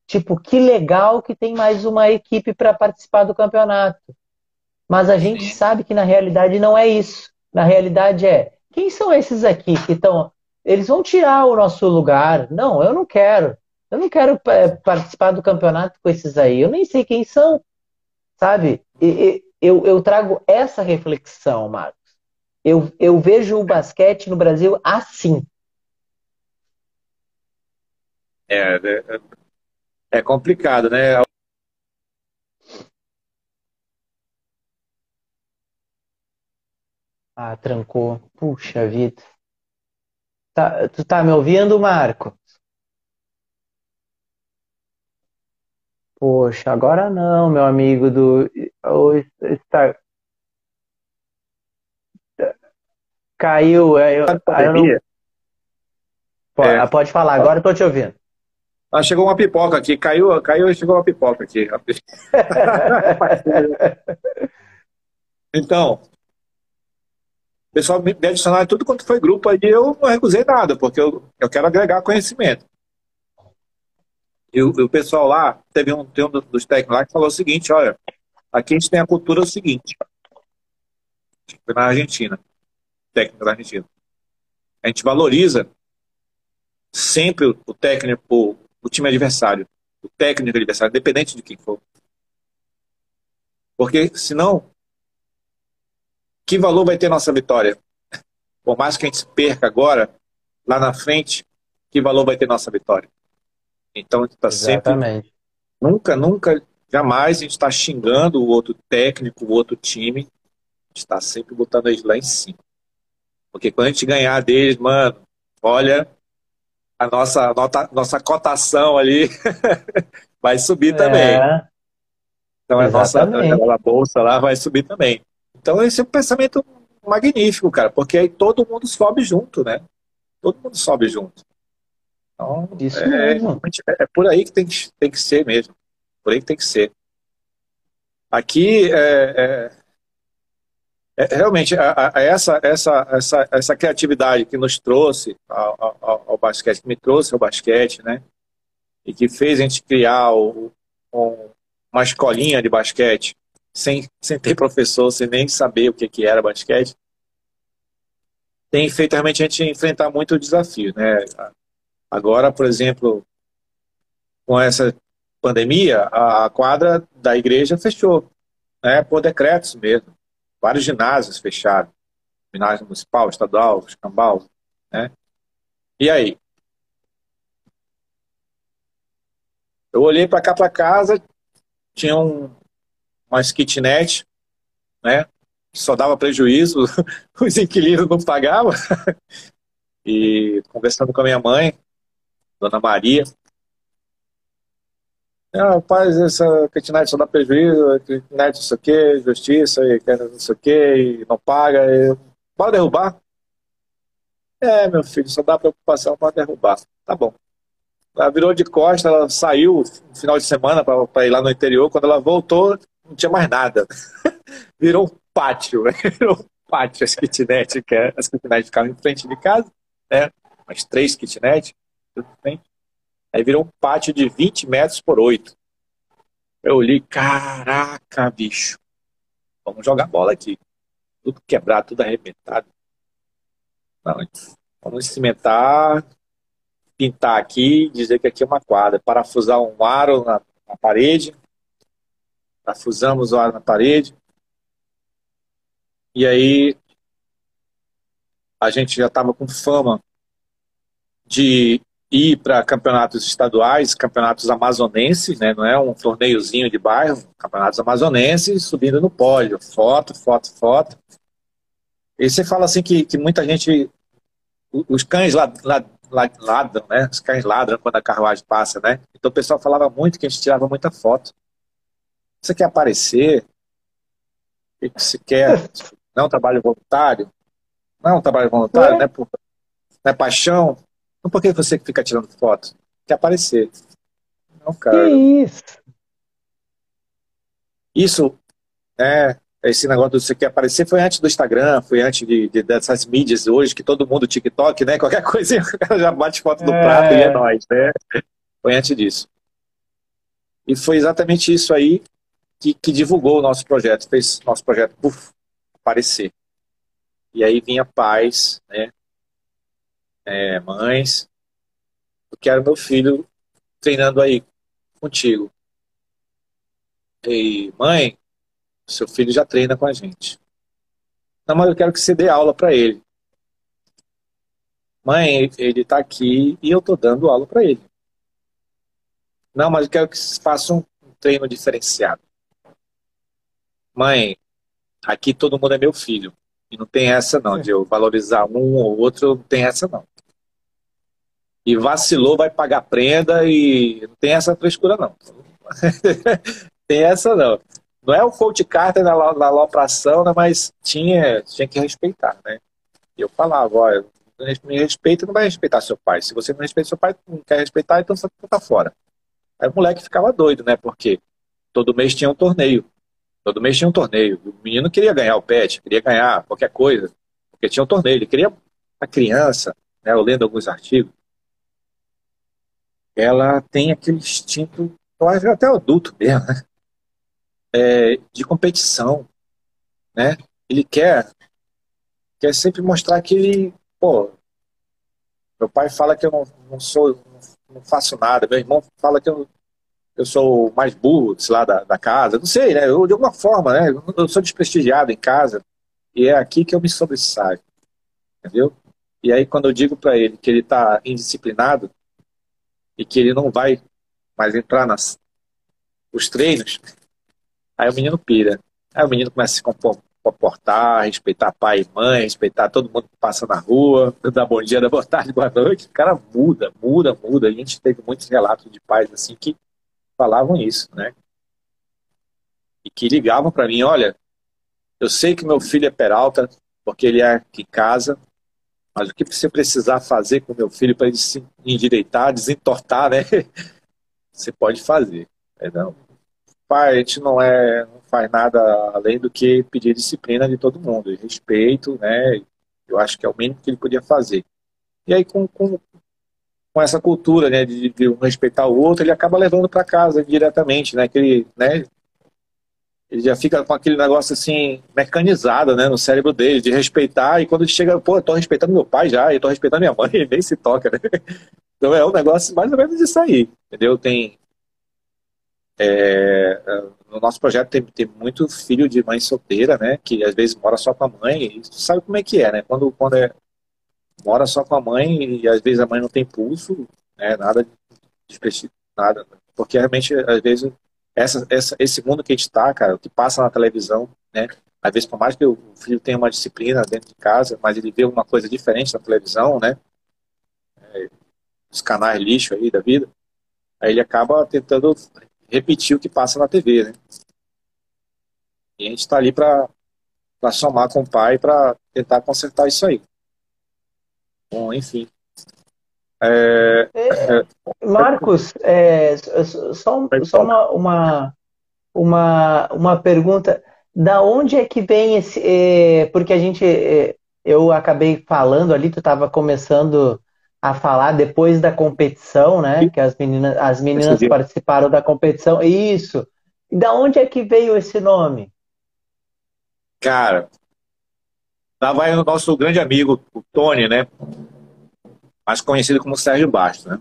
tipo, que legal que tem mais uma equipe para participar do campeonato. Mas a gente Sim. sabe que na realidade não é isso. Na realidade é, quem são esses aqui que estão... Eles vão tirar o nosso lugar. Não, eu não quero. Eu não quero é, participar do campeonato com esses aí. Eu nem sei quem são, sabe? E, e, eu, eu trago essa reflexão, Marcos. Eu, eu vejo o basquete no Brasil assim. É, é, é complicado, né? Ah, trancou. Puxa vida. Tá, tu tá me ouvindo, Marco? Poxa, agora não, meu amigo do. o- Está, caiu. Aí eu, Na aí eu não. pandemia, é, po- Pode falar, agora eu tô te ouvindo. ah, chegou uma pipoca aqui, caiu, caiu e chegou uma pipoca aqui. Então, o pessoal me me adicionar em tudo quanto foi grupo aí, eu não recusei nada, porque eu, eu quero agregar conhecimento. E o, o pessoal lá, teve um, tem um dos técnicos lá que falou o seguinte, olha, aqui a gente tem a cultura seguinte, foi na Argentina, técnico da Argentina. A gente valoriza sempre o, o técnico, o, o time adversário, o técnico adversário, independente de quem for. Porque senão, que valor vai ter nossa vitória? Por mais que a gente perca agora, lá na frente, que valor vai ter nossa vitória? Então a gente está sempre, Exatamente. nunca, nunca, jamais a gente está xingando o outro técnico, o outro time, a gente está sempre botando eles lá em cima. Porque quando a gente ganhar deles, mano, olha, a nossa, nota, nossa cotação ali vai subir também. É, Então a nossa exatamente. a bolsa lá vai subir também. Então esse é um pensamento magnífico, cara, porque aí todo mundo sobe junto, né? Todo mundo sobe junto. Então Isso é, mesmo. é por aí que tem que, tem que ser mesmo. Por aí que tem que ser. Aqui é, é, é realmente a, a, essa, essa, essa, essa criatividade que nos trouxe ao, ao, ao basquete, que me trouxe ao basquete, né? E que fez a gente criar o, um, uma escolinha de basquete sem, sem ter professor, sem nem saber o que, que era basquete, tem feito realmente a gente enfrentar muito desafio, né? Agora, por exemplo, com essa pandemia, a quadra da igreja fechou, né? Por decretos mesmo. Vários ginásios fecharam. Ginásio municipal, estadual, escambau, né? E aí? Eu olhei para cá para casa, tinha um, umas kitnet, né? Que só dava prejuízo, os inquilinos não pagavam. E conversando com a minha mãe, Dona Maria, ah, rapaz, essa kitnet só dá prejuízo, kitnet não sei o quê, justiça, e quer não sei o quê, e não paga, e... Bora derrubar? É, meu filho, só dá preocupação para derrubar. Tá bom. Ela virou de costas, ela saiu no final de semana para ir lá no interior. Quando ela voltou, não tinha mais nada. Virou um pátio, né? Virou um pátio as kitnet, que é, as kitnet ficavam em frente de casa, né? Umas três kitnet, tudo bem. Aí virou um pátio de vinte metros por oito. Eu olhei, caraca, bicho, vamos jogar bola aqui. Tudo quebrado, tudo arrebentado. Não, vamos cimentar, pintar aqui, dizer que aqui é uma quadra, parafusar um aro na, na parede, parafusamos o aro na parede, e aí a gente já estava com fama de ir para campeonatos estaduais, campeonatos amazonenses, né? Não é um torneiozinho de bairro, campeonatos amazonenses, subindo no pódio, foto, foto, foto. E você fala assim que, que muita gente, os cães lad, lad, lad, ladram, né? Os cães ladram quando a carruagem passa, né? Então o pessoal falava muito que a gente tirava muita foto. Você quer aparecer? O que você quer? Não é um trabalho voluntário? Não é um trabalho voluntário, Ué, não é, por, não é paixão? Então por que você fica tirando foto? Quer aparecer? Não, que cara. isso? Isso, né? Esse negócio do você quer aparecer foi antes do Instagram, foi antes de, de- dessas mídias hoje, que todo mundo TikTok, né? Qualquer coisinha, o cara já bate foto do prato e é É, nóis, né? Foi antes disso. E foi exatamente isso aí que, que divulgou o nosso projeto, fez nosso projeto puf, aparecer. E aí vinha pais, né, é, mães, eu quero meu filho treinando aí contigo. E mãe, seu filho já treina com a gente. Não, mas eu quero que você dê aula para ele. Mãe, ele está aqui e eu estou dando aula para ele. Não, mas eu quero que você faça um treino diferenciado. Mãe, aqui todo mundo é meu filho. E não tem essa não, de eu valorizar um ou outro, não tem essa não. E vacilou, vai pagar prenda e não tem essa frescura não. Tem essa não. Não é o Coach Carter na, na alopração, né, mas tinha, tinha que respeitar, né? E eu falava, olha, me respeita, não vai respeitar seu pai. Se você não respeita seu pai, não quer respeitar, então você tá fora. Aí o moleque ficava doido, né? Porque todo mês tinha um torneio. Todo mês tinha um torneio. O menino queria ganhar o pet, queria ganhar qualquer coisa, porque tinha um torneio. Ele queria a criança, né? Eu lendo alguns artigos, ela tem aquele instinto, eu acho até adulto mesmo, né? É, de competição, né? Ele quer, quer sempre mostrar que ele, pô, meu pai fala que eu não, não sou, não faço nada, meu irmão fala que eu, eu sou o mais burro, sei lá, da, da casa, não sei, né? Eu, de alguma forma, né? Eu sou desprestigiado em casa e é aqui que eu me sobressaio, entendeu? E aí quando eu digo para ele que ele está indisciplinado e que ele não vai mais entrar nas os treinos, aí o menino pira. Aí o menino começa a se comportar, respeitar pai e mãe, respeitar todo mundo que passa na rua, dar bom dia, dar boa tarde, boa noite. O cara muda, muda, muda. A gente teve muitos relatos de pais assim que falavam isso, né? E que ligavam para mim, olha, eu sei que meu filho é peralta, porque ele é aqui em casa, mas o que você precisar fazer com meu filho para ele se endireitar, desentortar, né? Você pode fazer. É, não, pai, a gente não é, não faz nada além do que pedir disciplina de todo mundo, e respeito, né? Eu acho que é o mínimo que ele podia fazer. E aí, com, com, com essa cultura, né, de, de um respeitar o outro, ele acaba levando para casa diretamente, né? Que ele, né? Ele já fica com aquele negócio assim, mecanizado, né, no cérebro dele, de respeitar, e quando ele chega, pô, eu tô respeitando meu pai já, eu tô respeitando minha mãe, ele nem se toca, né? Então é um negócio mais ou menos disso aí, entendeu? Tem. É, no nosso projeto tem, tem muito filho de mãe solteira, né? Que às vezes mora só com a mãe. E tu sabe como é que é, né? Quando, quando é, mora só com a mãe e às vezes a mãe não tem pulso, né? Nada de desprestigiar, nada. Porque realmente, às vezes, essa, essa, esse mundo que a gente está, cara, o que passa na televisão, né? Às vezes, por mais que o filho tenha uma disciplina dentro de casa, mas ele vê uma coisa diferente na televisão, né? Os canais lixo aí da vida, aí ele acaba tentando repetir o que passa na T V, né? E a gente está ali para somar com o pai para tentar consertar isso aí. Bom, enfim. É, É, é, Marcos, é, só, só uma, uma, uma, uma pergunta. Da onde é que vem esse. É, porque a gente. É, eu acabei falando ali, tu estava começando a falar depois da competição, né? Que as meninas, as meninas participaram da competição. Isso. E da onde é que veio esse nome? cara, lá vai o nosso grande amigo, o Tony, né? Mais conhecido como Sérgio Bastos, né?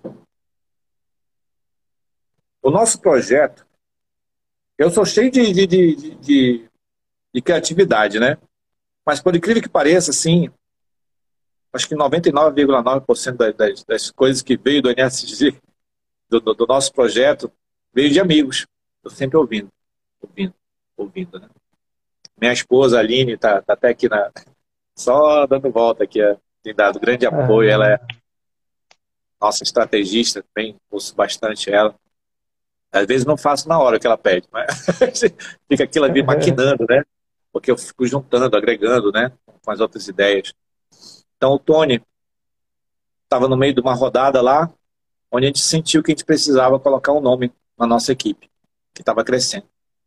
O nosso projeto, eu sou cheio de, de, de, de, de criatividade, né? Mas por incrível que pareça, assim, acho que noventa e nove vírgula nove por cento das, das, das coisas que veio do N S G, do, do, do nosso projeto, veio de amigos. Eu sempre ouvindo, ouvindo, ouvindo, né? Minha esposa, a Aline, está tá até aqui na, só dando volta aqui, tem dado grande apoio. Ela é nossa estrategista, também ouço bastante ela. Às vezes não faço na hora que ela pede, mas fica aquilo ali maquinando, né? Porque eu fico juntando, agregando, né? Com as outras ideias. Então o Tony estava no meio de uma rodada lá, onde a gente sentiu que a gente precisava colocar um nome na nossa equipe, que estava crescendo.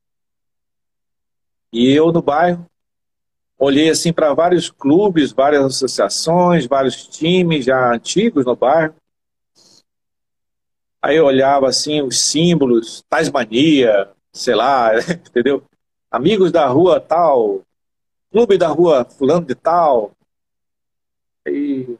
E eu no bairro, olhei assim para vários clubes, várias associações, vários times já antigos no bairro. Aí eu olhava assim os símbolos, Tasmania, sei lá, entendeu? Amigos da rua tal, clube da rua fulano de tal. E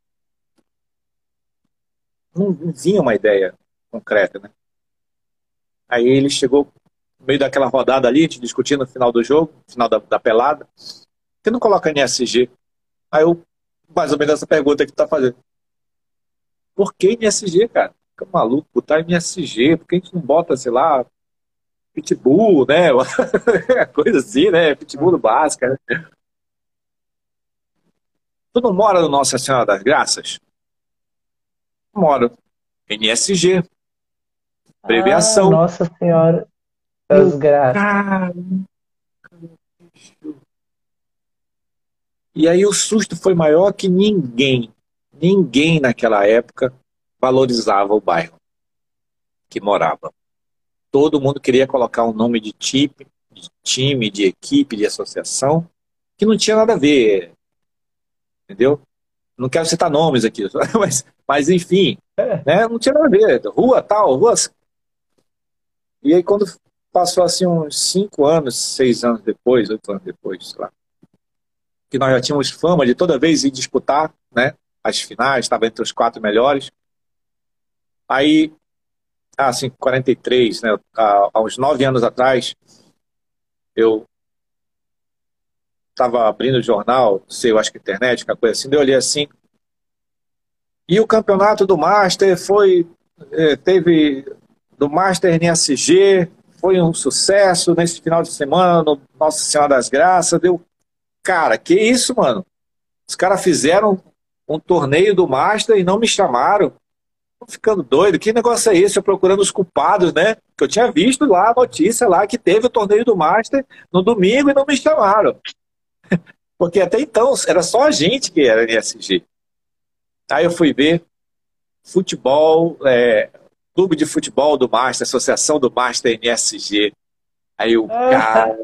não, não vinha uma ideia concreta, né? Aí ele chegou no meio daquela rodada ali, a gente discutindo no final do jogo, no final da, da pelada, que não coloca N S G? Aí eu, mais ou menos essa pergunta que tu tá fazendo. Por que N S G, cara? Fica maluco, botar N S G, por que a gente não bota, sei lá, Pitbull, né? Coisa assim, né? Pitbull do básico, né? Tu não mora no Nossa Senhora das Graças? Moro. N S G, Ah, abreviação. Nossa Senhora Eu, das Graças. cara... E aí o susto foi maior que ninguém, ninguém naquela época valorizava o bairro que morava. Todo mundo queria colocar um nome de time, de time, de equipe, de associação, que não tinha nada a ver, entendeu? Não quero citar nomes aqui, mas, mas enfim, né? Não tinha nada a ver. Rua tal, rua. E aí quando passou assim uns cinco anos, seis anos depois, oito anos depois, sei lá, que nós já tínhamos fama de toda vez ir disputar, né? As finais, estava entre os quatro melhores. Aí, ah, assim, quarenta e três, né? Há, há uns nove anos atrás, eu estava abrindo o jornal, sei, eu acho que internet, uma coisa assim, daí eu olhei assim, e o campeonato do Master foi, eh, teve, do Master N S G, foi um sucesso nesse final de semana, no Nossa Senhora das Graças, deu, cara, que isso, mano? Os caras fizeram um torneio do Master e não me chamaram. Tô ficando doido. Que negócio é esse? Eu procurando os culpados, né? Que eu tinha visto lá a notícia lá que teve o torneio do Master no domingo e não me chamaram. Porque até então era só a gente que era N S G. Aí eu fui ver futebol, é, clube de futebol do Master, Associação do Master N S G. Aí o cara.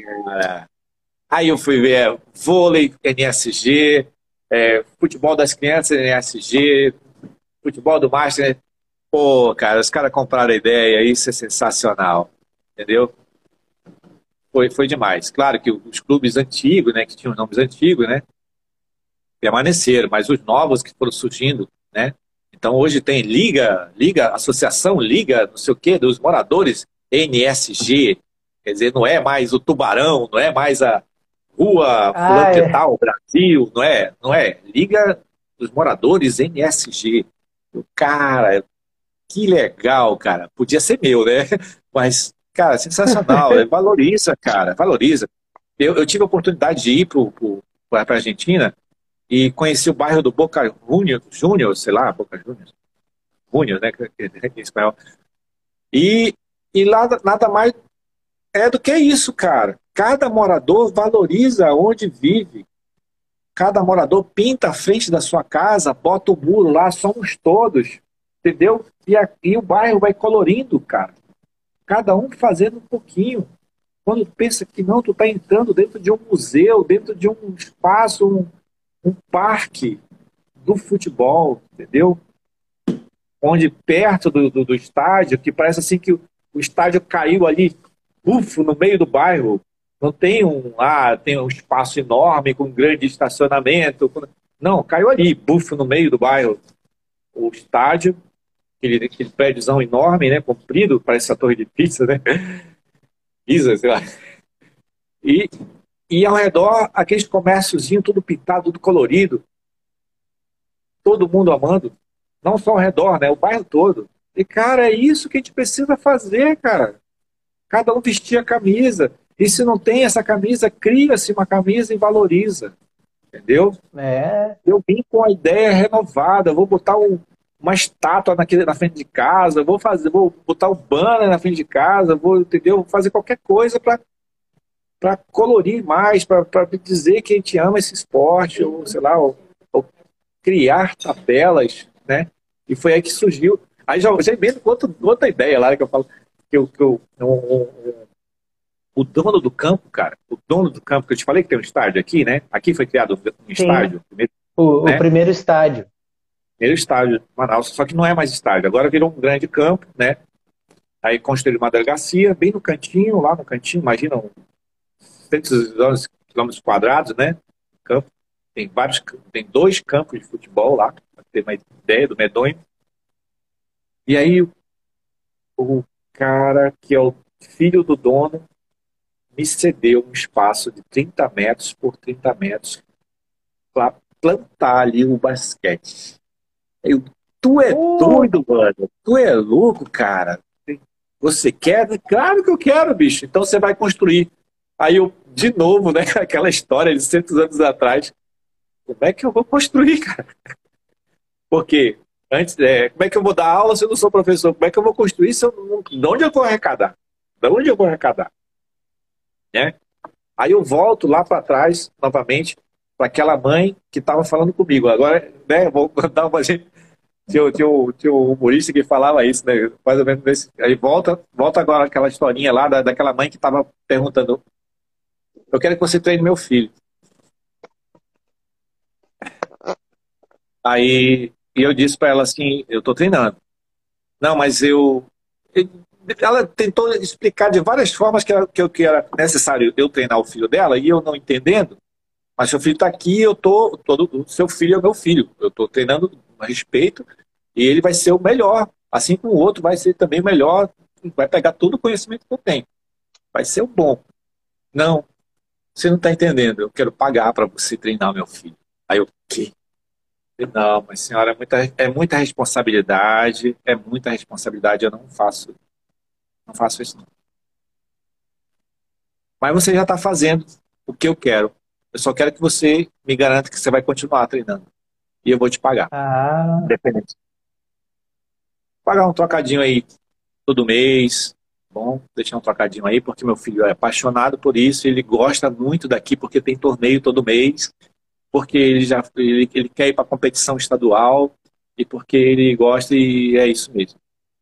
Aí eu fui ver vôlei N S G, é, futebol das crianças N S G, futebol do Master. Pô, cara, os caras compraram a ideia, isso é sensacional, entendeu? Foi, foi demais. Claro que os clubes antigos, né, que tinham nomes antigos, né, permaneceram, mas os novos que foram surgindo, né? Então hoje tem Liga, Liga, Associação Liga, não sei o quê, dos moradores N S G, quer dizer, não é mais o Tubarão, não é mais a Rua Ah, Fulano de é. Tal, Brasil, não é, não é, Liga dos Moradores N S G. Cara, que legal, cara. Podia ser meu, né? Mas, cara, sensacional. Valoriza, cara, valoriza. Eu, eu tive a oportunidade de ir para a Argentina e conheci o bairro do Boca Juniors, Junior, sei lá, Boca Juniors, Juniors, né? Em espanhol. E, e lá nada mais é do que isso, cara. Cada morador valoriza onde vive. Cada morador pinta a frente da sua casa, bota o muro lá, somos todos, entendeu? E, a, e o bairro vai colorindo, cara. Cada um fazendo um pouquinho. Quando tu pensa que não, tu está entrando dentro de um museu, dentro de um espaço, um, um parque do futebol, entendeu? Onde perto do, do, do estádio, que parece assim que o, o estádio caiu ali, bufo, no meio do bairro. Não tem um, ah, tem um espaço enorme com um grande estacionamento. Não, caiu ali, bufo, no meio do bairro. O estádio, aquele, aquele prédiozão enorme, né, comprido, parece a torre de pizza, né? Pizza, sei lá. E, e ao redor, aqueles comérciozinhos, tudo pintado, tudo colorido. Todo mundo amando. Não só ao redor, né? O bairro todo. E, cara, é isso que a gente precisa fazer, cara. Cada um vestir a camisa. E se não tem essa camisa, cria-se uma camisa e valoriza. Entendeu? É. Eu vim com a ideia renovada. Vou botar um, uma estátua naquele, na frente de casa. Vou fazer, vou botar um banner na frente de casa. Vou, entendeu? Vou fazer qualquer coisa para para colorir mais, para dizer que a gente ama esse esporte, ou sei lá, ou, ou criar tabelas, né? E foi aí que surgiu. Aí já, já emendo com outra, outra ideia lá que eu falo, que eu, que eu um, um, um, o dono do campo, cara, o dono do campo, que eu te falei que tem um estádio aqui, né? Aqui foi criado um Sim, estádio, o, o né? primeiro estádio. Primeiro estádio de Manaus, só que não é mais estádio, agora virou um grande campo, né? Aí construíram uma delegacia bem no cantinho, lá no cantinho, imagina, uns cento e onze quilômetros quadrados, né? Campo. Tem vários, tem dois campos de futebol lá, para ter uma ideia do medonho. E aí o cara que é o filho do dono me cedeu um espaço de trinta metros por trinta metros para plantar ali o basquete. Eu, tu é Uh, doido, mano. Tu é louco, cara. Você quer? Claro que eu quero, bicho. Então você vai construir. Aí eu, de novo, né? Aquela história de cem anos atrás. Como é que eu vou construir, cara? Porque antes, é, como é que eu vou dar aula se eu não sou professor? Como é que eu vou construir se eu não. De onde eu vou arrecadar? De onde eu vou arrecadar? Né? Aí eu volto lá para trás, novamente, para aquela mãe que estava falando comigo. Agora, né, vou dar uma gente. Tinha, tinha, um- tinha um humorista que falava isso, né? Mais ou menos desse. Aí volta, volta agora aquela historinha lá da, daquela mãe que estava perguntando: eu quero que você treine meu filho. Aí e eu disse para ela assim: eu estou treinando. Não, mas eu. Ela tentou explicar de várias formas que era, que eu- que era necessário eu treinar o filho dela e eu não entendendo. Mas seu filho está aqui, eu tô, todo, seu filho é o meu filho. Eu estou treinando com respeito e ele vai ser o melhor. Assim como o outro vai ser também o melhor, vai pegar todo o conhecimento que eu tenho. Vai ser o bom. Não, você não está entendendo. Eu quero pagar para você treinar meu filho. Aí eu, quê? Não, mas senhora, é muita, é muita responsabilidade, é muita responsabilidade. Eu não faço, não faço isso não. Mas você já está fazendo o que eu quero. Eu só quero que você me garanta que você vai continuar treinando. E eu vou te pagar. ah, Independente. Pagar um trocadinho aí todo mês. Bom, deixar um trocadinho aí, porque meu filho é apaixonado por isso, ele gosta muito daqui, porque tem torneio todo mês, porque ele já ele, ele quer ir para competição estadual, e porque ele gosta e é isso mesmo.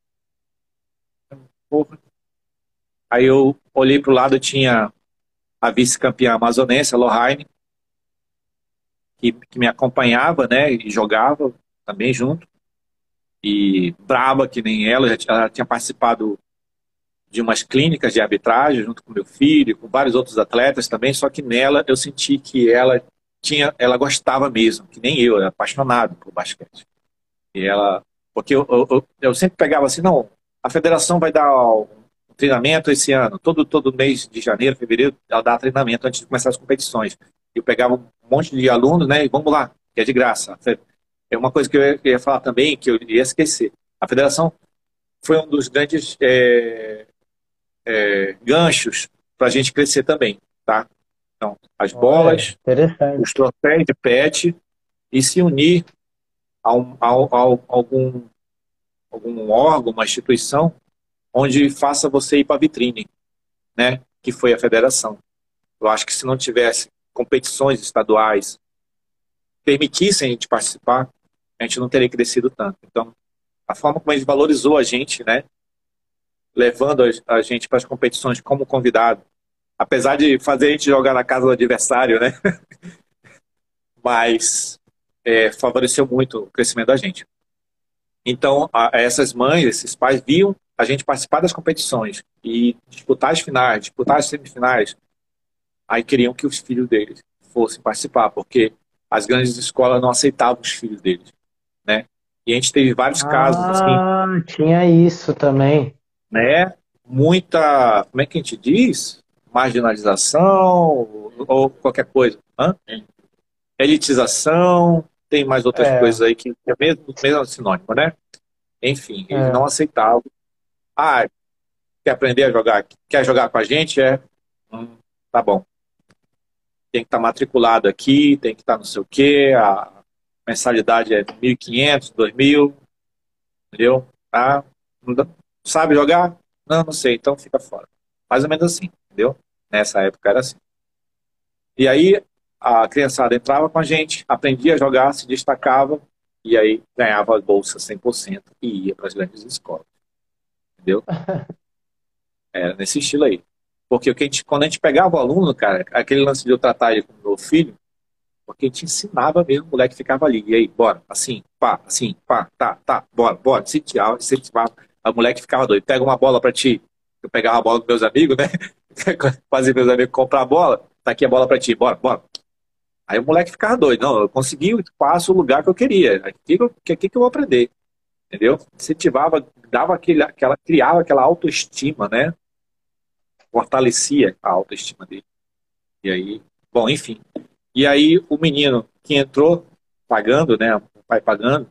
Porra. Aí eu olhei para o lado, tinha a vice-campeã amazonense, a Lohane, que, que me acompanhava, né, e jogava também junto, e braba que nem ela, já tinha, ela tinha participado de umas clínicas de arbitragem junto com meu filho, com vários outros atletas também, só que nela eu senti que ela tinha, ela gostava mesmo, que nem eu, era apaixonado por basquete. E ela, porque eu, eu, eu- eu sempre pegava assim, não, a federação vai dar um treinamento esse ano, todo todo mês de janeiro, fevereiro, ela dá treinamento antes de começar as competições. Eu pegava um monte de alunos, né, e vamos lá, que é de graça. É uma coisa que eu ia eu ia falar também, que eu ia esquecer. A federação foi um dos grandes é, ganchos para a gente crescer também, tá? Então, as olha, bolas, os interessante. troféus de pet e se unir a, um, a, a algum, algum órgão, uma instituição, onde faça você ir para a vitrine, né? Que foi a federação. Eu acho que se não tivesse competições estaduais permitissem a gente participar, a gente não teria crescido tanto. Então, a forma como a gente valorizou a gente, né? Levando a, a gente para as competições como convidado, apesar de fazer a gente jogar na casa do adversário, né? Mas é, favoreceu muito o crescimento da gente. Então, a, essas mães, esses pais viam a gente participar das competições e disputar as finais, disputar as semifinais, aí queriam que os filhos deles fossem participar, porque as grandes escolas não aceitavam os filhos deles, né? E a gente teve vários casos assim, Ah, tinha isso também. né? Muita, como é que a gente diz? Marginalização ou, ou qualquer coisa. Hã? Elitização, tem mais outras É, coisas aí que é mesmo, mesmo sinônimo, né? Enfim, eles não é. aceitavam. Ah, quer aprender a jogar? Quer jogar com a gente? É. Hum, tá bom. Tem que estar matriculado aqui, tem que estar não sei o quê, a mensalidade é mil e quinhentos, dois mil, entendeu? Tá? Não dá- Sabe jogar? Não, não sei, então fica fora. Mais ou menos assim, entendeu? Nessa época era assim. E aí a criançada entrava com a gente, aprendia a jogar, se destacava, e aí ganhava a bolsa cem por cento e ia para as grandes escolas, entendeu? Era nesse estilo aí. Porque o que a gente, quando a gente pegava o aluno, cara, aquele lance de eu tratar ele como meu filho, porque a gente ensinava mesmo, o moleque ficava ali. E aí, bora, assim, pá, assim, pá, tá, tá, bora, bora, incentivava, incentivava. A moleque ficava doida, pega uma bola pra ti. Eu pegava a bola dos meus amigos, né? Fazia meus amigos comprar a bola, tá aqui a bola pra ti, bora, bora. Aí o moleque ficava doido, não, eu consegui o espaço, o lugar que eu queria, aqui que, eu- que, aqui que eu vou aprender, entendeu? Incentivava, dava aquele, aquela, criava aquela autoestima, né? Fortalecia a autoestima dele. E aí, bom, enfim. E aí o menino que entrou pagando, né? O pai pagando,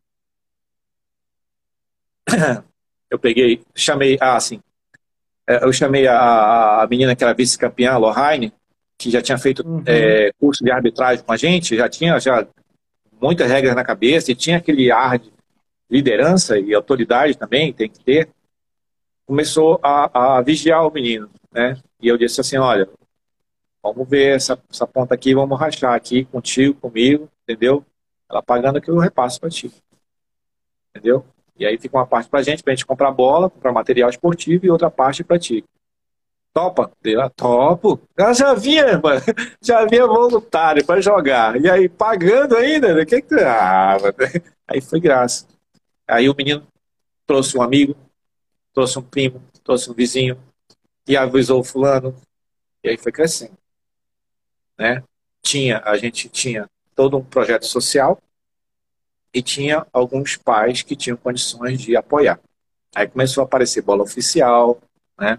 eu peguei, chamei, ah, assim, é, eu chamei a, a menina que era vice-campeã, a Lohane, que já tinha feito Uhum. é, curso de arbitragem com a gente, já tinha já muitas regras na cabeça e tinha aquele ar de liderança e autoridade também, tem que ter. Começou a, a vigiar o menino, né? E eu disse assim, olha, vamos ver essa, essa ponta aqui, vamos rachar aqui contigo, comigo, entendeu? Ela pagando que eu repasso para ti, entendeu? E aí fica uma parte pra gente, pra gente comprar bola, comprar material esportivo e outra parte pra ti. Topa? Dei lá, topo. Ela já vinha, mano, já vinha voluntário pra jogar. E aí, pagando ainda? O que que tu... Ah, mano. Aí foi graça. Aí o menino trouxe um amigo, trouxe um primo, trouxe um vizinho, e avisou o fulano, e aí foi crescendo, né? Tinha, a gente tinha todo um projeto social e tinha alguns pais que tinham condições de apoiar. Aí começou a aparecer bola oficial, né?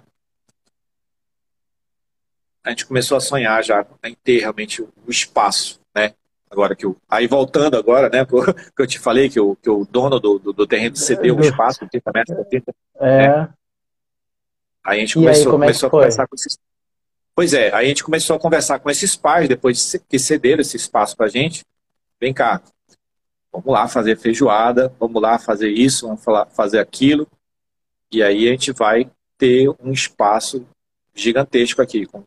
A gente começou a sonhar já em ter realmente o espaço, né? Agora que o... Aí voltando agora, né? Que eu te falei que o, que o dono do, do, do terreno cedeu um Do- espaço de trinta metros por trinta, né? É. Aí a gente E aí, começou, como é que começou a foi? conversar com esses... Pois é, aí a gente começou a conversar com esses pais, depois que cederam esse espaço pra gente. Vem cá, vamos lá fazer feijoada, vamos lá fazer isso, vamos falar, fazer aquilo. E aí a gente vai ter um espaço gigantesco aqui, com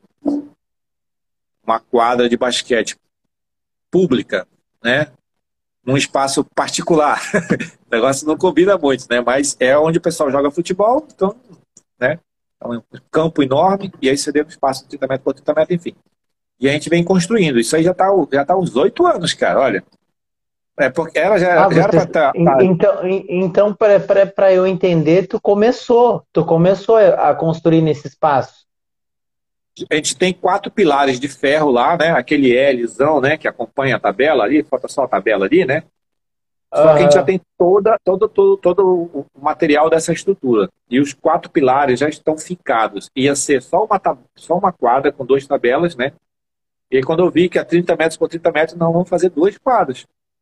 uma quadra de basquete pública, né? Num espaço particular. O negócio não combina muito, né? Mas é onde o pessoal joga futebol, então, né? É um campo enorme, e aí você deu um espaço de trinta metros por trinta metros, enfim. E a gente vem construindo. Isso aí já está já tá uns oito anos, cara, olha. É porque ela já, Ah, já era para vocês. estar. en- Então, en- então para eu entender, tu começou, tu começou a construir nesse espaço. A gente tem quatro pilares de ferro lá, né? Aquele Lzão, né? Que acompanha a tabela ali, falta só a tabela ali, né? Só que a gente já Aham. tem toda, todo, todo, todo o material dessa estrutura. E os quatro pilares já estão fincados. Ia ser só uma, só uma quadra com duas tabelas, né? E aí, quando eu vi que a trinta metros por trinta metros, não, vamos fazer duas quadras.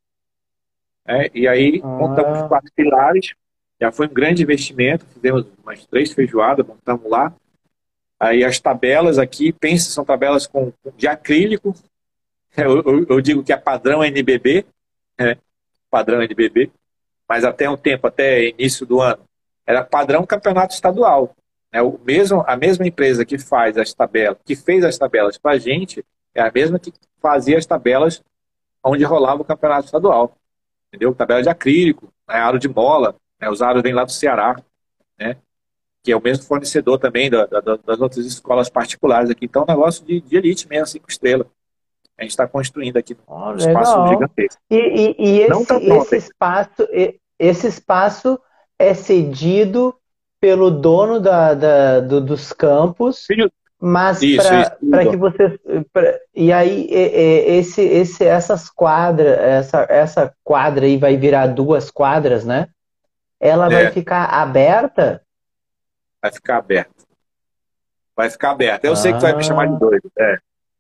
Né? E aí montamos os Ah, quatro pilares. Já foi um grande investimento. Fizemos umas três feijoadas, montamos lá. Aí as tabelas aqui, pensa, são tabelas com, de acrílico. Eu, eu, eu digo que é padrão N B B, né? Padrão N B B. Mas até um tempo, até início do ano, era padrão campeonato estadual. Né? O mesmo, a mesma empresa que faz as tabelas, que fez as tabelas para a gente, é a mesma que fazia as tabelas onde rolava o campeonato estadual. Entendeu? Tabela de acrílico, né? Aro de mola, né? Os aros vêm lá do Ceará, né? Que é o mesmo fornecedor também da, da, das outras escolas particulares aqui. Então, é um negócio de, de elite mesmo, cinco estrelas. A gente está construindo aqui ó, um espaço legal. gigantesco. E, e, e Não esse, está pronto esse ainda. espaço, e- esse espaço é cedido pelo dono da, da- do- dos campos, mas Isso, isso. para para que você pra- e aí e- e- esse, esse essas quadras essa, essa quadra aí vai virar duas quadras, né? Ela vai É, ficar aberta? vai ficar aberto. Vai ficar aberto. Eu sei que tu vai me chamar de Ah, doido. É.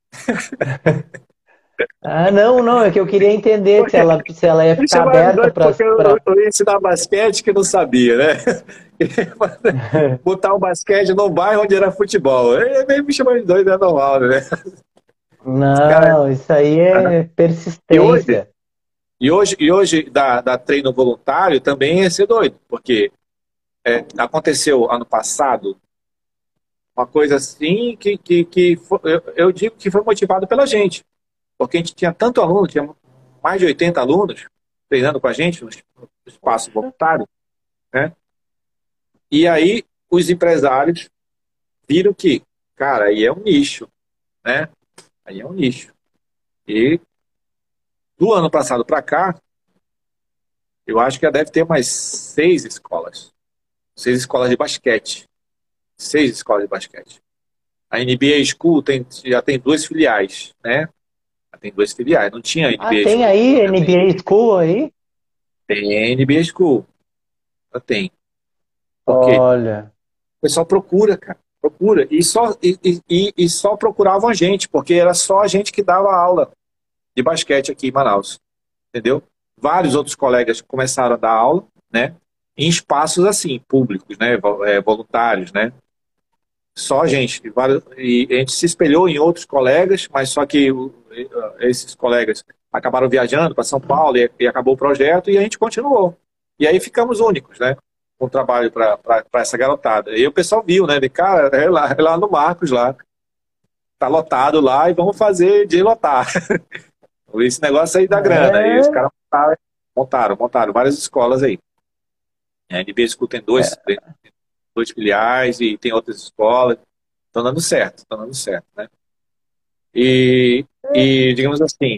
ah, não, não, é que eu queria entender se Porque, ela se ela ia me ficar chamaram de aberta doido para porque eu, para eu ia ensinar basquete que não sabia, né? Botar o basquete num bairro onde era futebol. Ele me chamando de doido é normal, né? Cara, Não, isso aí é e hoje, persistência. e hoje, e hoje da, da treino voluntário também ia ser doido, porque é, aconteceu ano passado uma coisa assim que, que, que foi- eu, eu digo que foi motivado pela gente, porque a gente tinha tanto aluno, tinha mais de oitenta alunos treinando com a gente no espaço voluntário, né? E aí os empresários viram que, cara, aí é um nicho, né? Aí é um nicho. E do ano passado para cá, Eu acho que já deve ter umas seis escolas. Seis escolas de basquete. Seis escolas de basquete. A N B A School tem, já tem duas filiais, né? Já tem duas filiais. Não tinha Ah, N B A tem School. aí Já tem. N B A School aí? Tem N B A School. Já tem. Por quê? Olha. O pessoal procura, cara. Procura. E só, e, e, e só procuravam a gente, porque era só a gente que dava aula de basquete aqui em Manaus. Entendeu? Vários outros colegas começaram a dar aula, né? Em espaços assim, públicos, né? Voluntários, né? Só a gente. E a gente se espelhou em outros colegas, mas só que esses colegas acabaram viajando para São Paulo e, e acabou o projeto e a gente continuou. E aí ficamos únicos, né? Com o trabalho para essa garotada. E o pessoal viu, né? De cara, é lá, é lá no Marcos, lá. Tá lotado lá e vamos fazer de lotar. Esse negócio aí da grana. É, E os caras montaram, montaram, montaram várias escolas aí. A N B A School tem dois, é, dois filiais e tem outras escolas. Estão dando certo, estão dando certo, né? E, e digamos assim,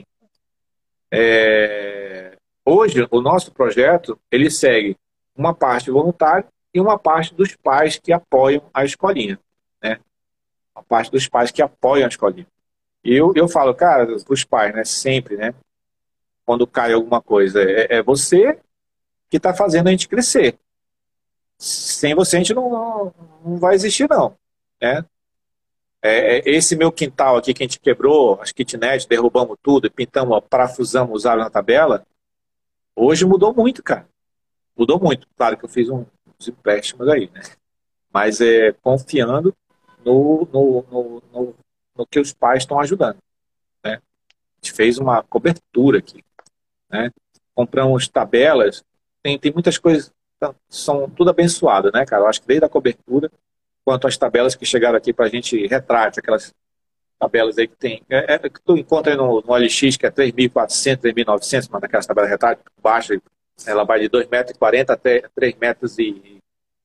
é, hoje o nosso projeto, ele segue uma parte voluntária e uma parte dos pais que apoiam a escolinha, né? Uma parte dos pais que apoiam a escolinha. E eu, eu falo, cara, para os pais, né? Sempre, né? Quando cai alguma coisa, é, é você que está fazendo a gente crescer. Sem você a gente não, não, não vai existir, não, né? É, é, esse meu quintal aqui que a gente quebrou, as kitnet, derrubamos tudo, pintamos, parafusamos, usaram na tabela, hoje mudou muito, cara. Mudou muito. Claro que eu fiz um, uns empréstimos aí, né? Mas é confiando no, no, no, no, no que os pais estão ajudando, né? A gente fez uma cobertura aqui, né? Compramos tabelas, tem, tem muitas coisas, são tudo abençoado, né, cara? Eu acho que desde a cobertura, quanto às tabelas que chegaram aqui para a gente retrátil, aquelas tabelas aí que tem, é, é, que tu encontra aí no, no O L X, que é três mil e quatrocentos, três mil e novecentos, mas naquelas tabelas retrátil, baixa, ela vai de dois metros e quarenta até três metros e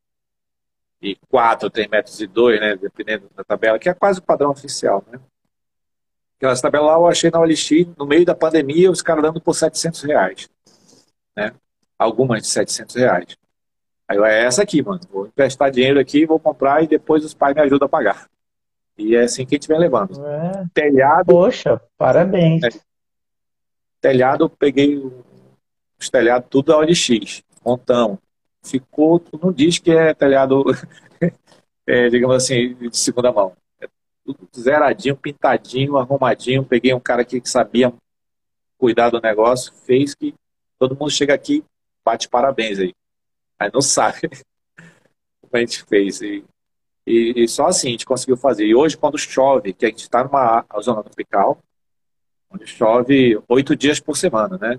quatro, três metros e dois, né, dependendo da tabela, que é quase o padrão oficial, né? Aquelas tabelas lá eu achei na O L X, no meio da pandemia, os caras dando por setecentos reais, né? Algumas de setecentos reais. Aí eu, é essa aqui, mano. Vou emprestar dinheiro aqui, vou comprar e depois os pais me ajudam a pagar. E é assim que a gente vem levando. é. Telhado, Poxa, parabéns. é, telhado, eu peguei os telhados tudo da O L X, montão. Ficou, tu não diz que é telhado, é, digamos assim, de segunda mão. É tudo zeradinho, pintadinho, arrumadinho. Peguei um cara aqui que sabia cuidar do negócio, fez que todo mundo chega aqui, bate parabéns aí. Aí não sabe como a gente fez. E, e, e só assim a gente conseguiu fazer. E hoje, quando chove, que a gente está numa zona tropical, onde chove oito dias por semana, né?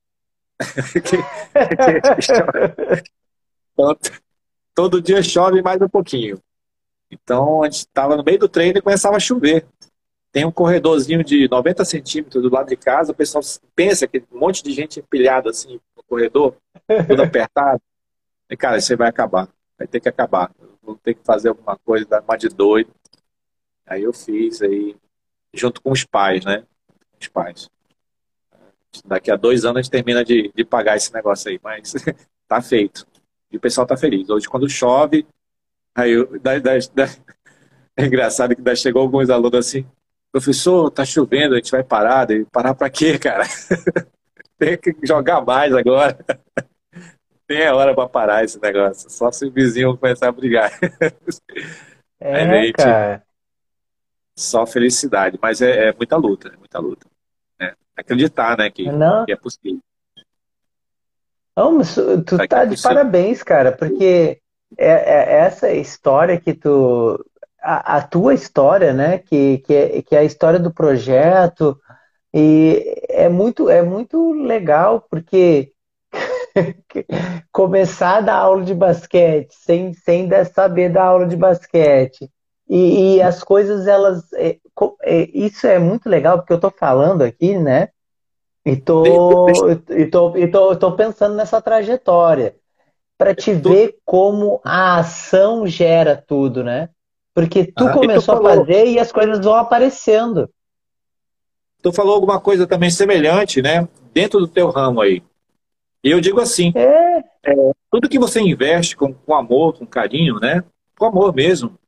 Então, todo dia chove mais um pouquinho. Então, a gente estava no meio do treino e começava a chover. Tem um corredorzinho de noventa centímetros do lado de casa, o pessoal pensa que um monte de gente empilhada assim no corredor, tudo apertado. E, cara, isso aí vai acabar. Vai ter que acabar. Vou ter que fazer alguma coisa, dar uma de doido. Aí eu fiz, aí, junto com os pais, né? Os pais. Daqui a dois anos a gente termina de, de pagar esse negócio aí, mas tá feito. E o pessoal tá feliz. Hoje, quando chove, aí eu, da, da, da, é engraçado que daí chegou alguns alunos assim, professor, tá chovendo, a gente vai parar. Daí, parar pra quê, cara? Tem que jogar mais agora. Tem a hora para parar esse negócio. Só se o vizinho começar a brigar. Aí, É, gente, cara. só felicidade. Mas é, é muita luta, é muita luta. Né? Acreditar, né, que, Não, que é possível. não, mas tu É que é tá de possível. parabéns, cara, porque é, é essa história que tu. A, a tua história, né? Que, que, é, que é a história do projeto. E é muito, é muito legal, porque começar a dar aula de basquete sem, sem dar- saber dar aula de basquete. E, e as coisas, elas. É, co- é, isso é muito legal, porque eu tô falando aqui, né? E De- deixa- tô, e tô, e tô, tô pensando nessa trajetória, para te tu, ver como a ação gera tudo, né? Porque tu aham, e tu começou a falou, fazer e as coisas vão aparecendo. tu falou alguma coisa também semelhante, né? Dentro do teu ramo aí. E eu digo assim, É, tudo que você investe com, com amor, com carinho, né? Com amor mesmo,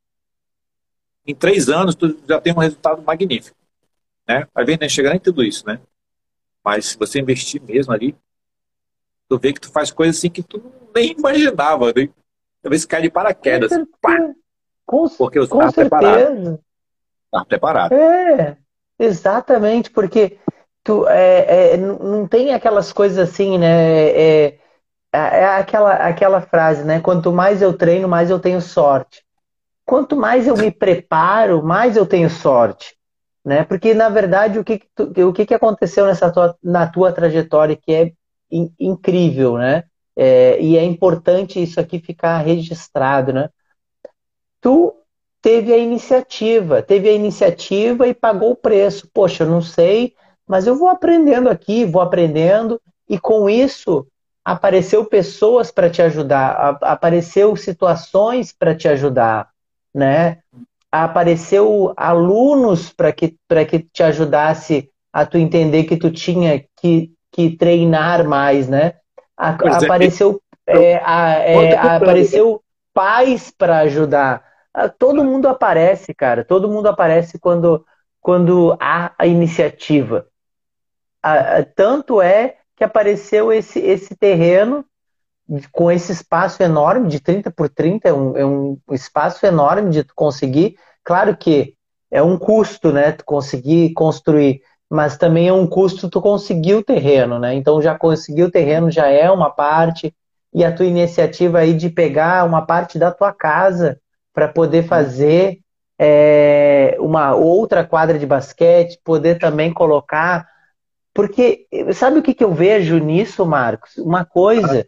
em três anos tu já tem um resultado magnífico, né? Vai ver, nem chegar nem tudo isso, né? Mas se você investir mesmo ali, tu vê que tu faz coisas assim que tu nem imaginava, né? Talvez cai de com paraquedas, assim, pá, certeza, com, porque você com estava preparado, certeza. estava preparado. É, exatamente, porque tu, é, é, n- não tem aquelas coisas assim, né? É, é é aquela, aquela frase, né? Quanto mais eu treino, mais eu tenho sorte. Quanto mais eu me preparo, mais eu tenho sorte, né? Porque na verdade o que que tu- o que que aconteceu nessa tua, na tua trajetória que é in- incrível, né? É, e é importante isso aqui ficar registrado, né? Tu teve a iniciativa, teve a iniciativa e pagou o preço. Poxa, eu não sei, mas eu vou aprendendo aqui, vou aprendendo, e com isso apareceu pessoas para te ajudar, a- apareceu situações para te ajudar, né? Apareceu alunos para que, para que te ajudasse a tu entender que tu tinha que, que treinar mais, né? A- Pois é, Apareceu, eu é, a- vou é, te contando, né? apareceu pais para ajudar. Ah, todo mundo aparece, cara. Todo mundo aparece quando, quando há a iniciativa. Ah, ah, tanto é que apareceu esse, esse terreno com esse espaço enorme de trinta por trinta, é um, é um espaço enorme de tu conseguir. Claro que é um custo, né? Tu conseguir construir, mas também é um custo tu conseguir o terreno, né? Então já conseguir o terreno já é uma parte, e a tua iniciativa aí de pegar uma parte da tua casa para poder fazer é, uma outra quadra de basquete, poder também colocar. Porque sabe o que que eu vejo nisso, Marcos? Uma coisa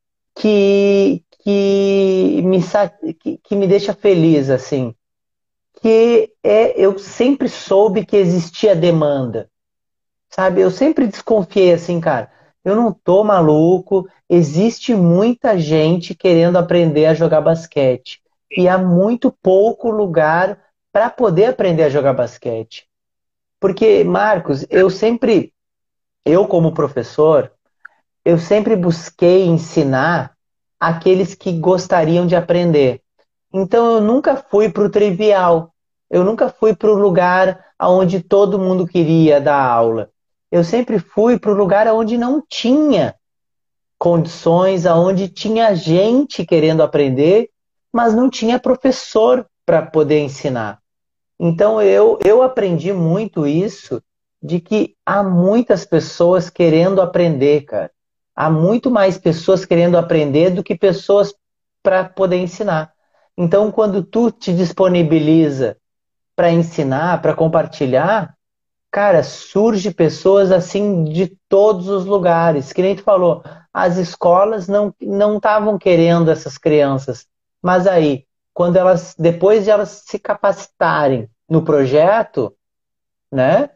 que, que, me, sa- que, que me deixa feliz, assim, que é, eu sempre soube que existia demanda, sabe? Eu sempre desconfiei assim, cara, eu não tô maluco, existe muita gente querendo aprender a jogar basquete e há muito pouco lugar para poder aprender a jogar basquete. Porque, Marcos, eu sempre, eu como professor, eu sempre busquei ensinar aqueles que gostariam de aprender. Então eu nunca fui para o trivial, eu nunca fui para o lugar onde todo mundo queria dar aula. Eu sempre fui para o lugar onde não tinha condições, onde tinha gente querendo aprender, mas não tinha professor para poder ensinar. Então eu, eu aprendi muito isso de que há muitas pessoas querendo aprender, cara. Há muito mais pessoas querendo aprender do que pessoas para poder ensinar. Então, quando tu te disponibiliza para ensinar, para compartilhar, cara, surge pessoas assim de todos os lugares. Que nem tu falou, as escolas não não estavam querendo essas crianças. Mas aí, quando elas, depois de elas se capacitarem no projeto, né?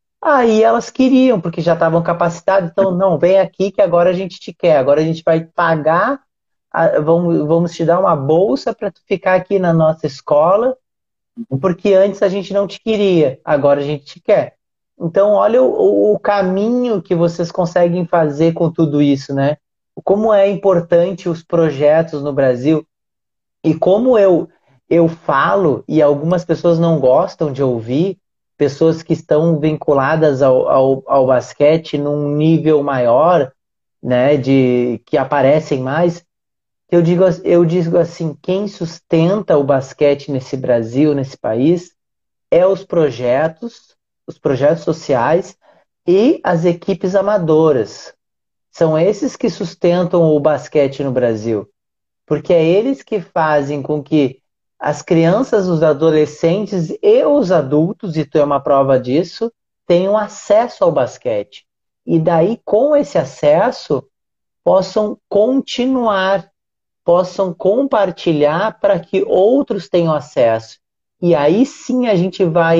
Aí elas queriam, porque já estavam capacitadas, então, não, vem aqui que agora a gente te quer, agora a gente vai pagar, a- vamos, vamos te dar uma bolsa para tu ficar aqui na nossa escola, porque antes a gente não te queria, agora a gente te quer. Então, olha o, o caminho que vocês conseguem fazer com tudo isso, né? Como é importante os projetos no Brasil e como eu, eu falo e algumas pessoas não gostam de ouvir, pessoas que estão vinculadas ao, ao, ao basquete num nível maior, né, de que aparecem mais, eu digo, eu digo assim, quem sustenta o basquete nesse Brasil, nesse país, é os projetos, os projetos sociais e as equipes amadoras. São esses que sustentam o basquete no Brasil, porque é eles que fazem com que as crianças, os adolescentes e os adultos, e tu é uma prova disso, tenham acesso ao basquete. E daí, com esse acesso, possam continuar, possam compartilhar para que outros tenham acesso. E aí sim a gente vai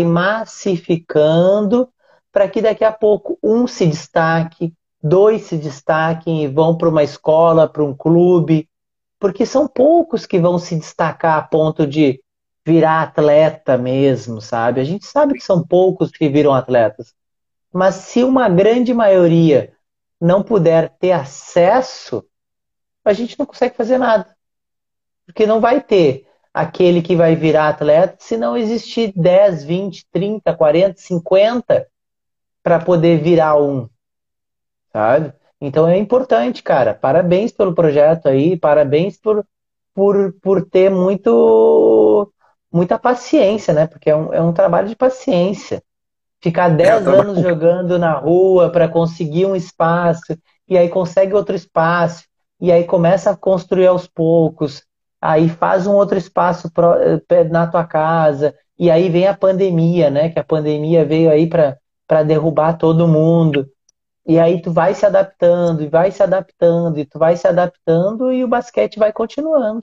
massificando para que daqui a pouco um se destaque, dois se destaquem e vão para uma escola, para um clube, porque são poucos que vão se destacar a ponto de virar atleta mesmo, sabe? A gente sabe que são poucos que viram atletas, mas se uma grande maioria não puder ter acesso, a gente não consegue fazer nada. Porque não vai ter aquele que vai virar atleta se não existir dez, vinte, trinta, quarenta, cinquenta para poder virar um, sabe? Então é importante, cara. Parabéns pelo projeto aí, parabéns por, por, por ter muito, muita paciência, né? Porque é um, é um trabalho de paciência. Ficar É, eu dez trabalho anos com... jogando na rua para conseguir um espaço, e aí consegue outro espaço, e aí começa a construir aos poucos, aí faz um outro espaço pró- eh, na tua casa, e aí vem a pandemia, né? Que a pandemia veio aí para para derrubar todo mundo. E aí tu vai se adaptando, e vai se adaptando, e tu vai se adaptando, e o basquete vai continuando.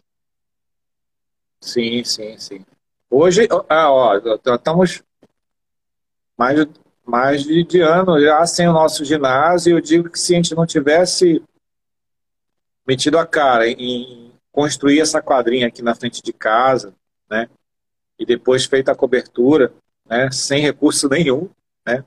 Sim, sim, sim. Hoje, ah, ó, já estamos mais, de- mais de, de ano já sem o nosso ginásio. Eu digo que se a gente não tivesse metido a cara em construir essa quadrinha aqui na frente de casa, né? E depois feita a cobertura, né? Sem recurso nenhum, né?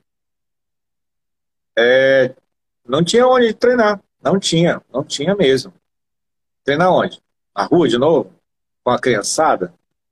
Não tinha onde treinar. Não tinha, não tinha mesmo. Treinar onde? Na rua de novo? Com a criançada?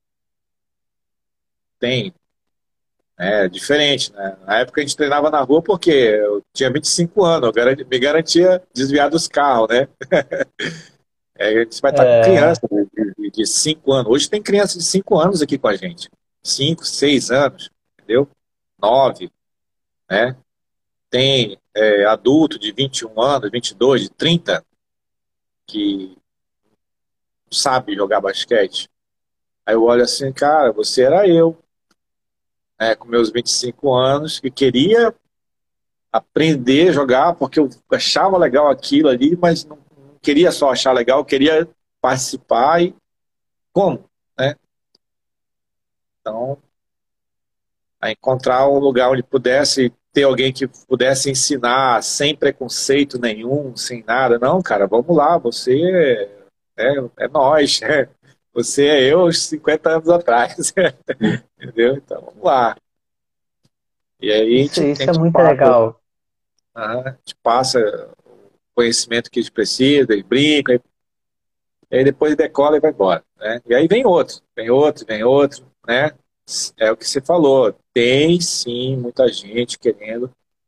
Tem. É diferente, né? Na época a gente treinava na rua porque eu tinha vinte e cinco anos, eu garan- me garantia desviar dos carros, né? É, a gente vai estar com criança É, de, de, de cinco anos. Hoje tem criança de cinco anos aqui com a gente. Cinco, seis anos, entendeu? Nove, né? Tem é, adulto de vinte e um anos, vinte e dois, de trinta, que sabe jogar basquete. Aí eu olho assim, cara, você era eu, né, com meus vinte e cinco anos, que queria aprender a jogar, porque eu achava legal aquilo ali, mas não, não queria só achar legal, eu queria participar e como, né? Então, a encontrar um lugar onde pudesse ter alguém que pudesse ensinar sem preconceito nenhum, sem nada. Não, cara, vamos lá, você é, é nós, é, você é eu aos cinquenta anos atrás, entendeu? Então, vamos lá. E aí a isso, gente, a isso é gente muito passa, legal. a gente passa o conhecimento que eles precisam, eles brincam, e aí depois decola e vai embora, né? E aí vem outro, vem outro, vem outro, né? É o que você falou, tem sim muita gente querendo.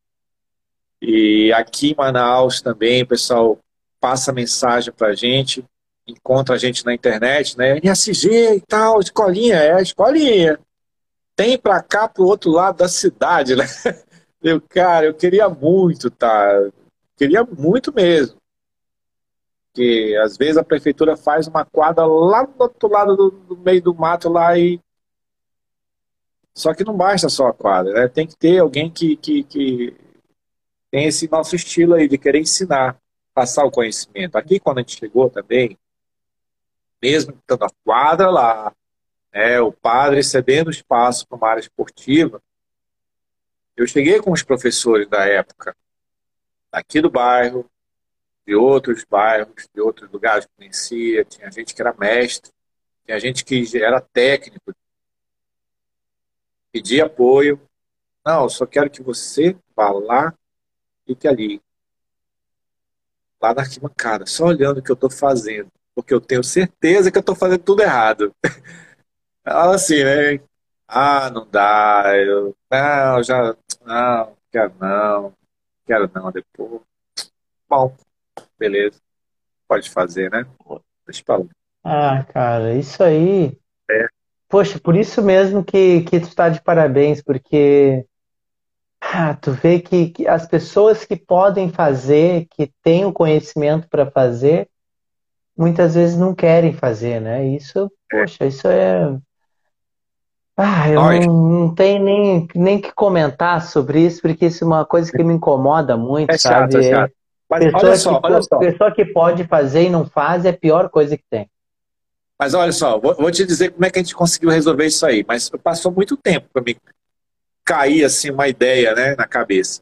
E aqui em Manaus também o pessoal passa mensagem pra gente, encontra a gente na internet, né? N S G e tal, escolinha, é a escolinha. Tem pra cá, pro outro lado da cidade, né? Eu, cara, eu queria muito, tá? Queria muito mesmo. Porque às vezes a prefeitura faz uma quadra lá do outro lado do, do meio do mato lá e. Só que não basta só a quadra, né? Tem que ter alguém que, que, que tem esse nosso estilo aí de querer ensinar, passar o conhecimento. Aqui, quando a gente chegou também, mesmo estando a quadra lá, né, o padre cedendo espaço para uma área esportiva, eu cheguei com os professores da época, aqui do bairro, de outros bairros, de outros lugares que conhecia, tinha gente que era mestre, tinha gente que era técnico, pedia apoio. Não, eu só quero que você vá lá e fique ali, lá na arquibancada, só olhando o que eu estou fazendo, porque eu tenho certeza que eu estou fazendo tudo errado. Ela assim, né? Ah, não dá, eu não, já não, quero não, quero não depois. Bom, beleza, pode fazer, né? Deixa pra lá. Ah, cara, isso aí. É, Poxa, por isso mesmo que, que tu está de parabéns, porque ah, tu vê que, que as pessoas que podem fazer, que têm o conhecimento para fazer, muitas vezes não querem fazer, né? Isso, é. poxa, isso é. Ah, eu Nós, não, não tenho nem, nem que comentar sobre isso, porque isso é uma coisa que me incomoda muito, é chato, sabe? é É chato. Mas olha pessoa que, só, olha po- só, pessoa que pode fazer e não faz é a pior coisa que tem. mas olha só, vou, vou te dizer como é que a gente conseguiu resolver isso aí, mas passou muito tempo para me cair assim uma ideia, né, na cabeça.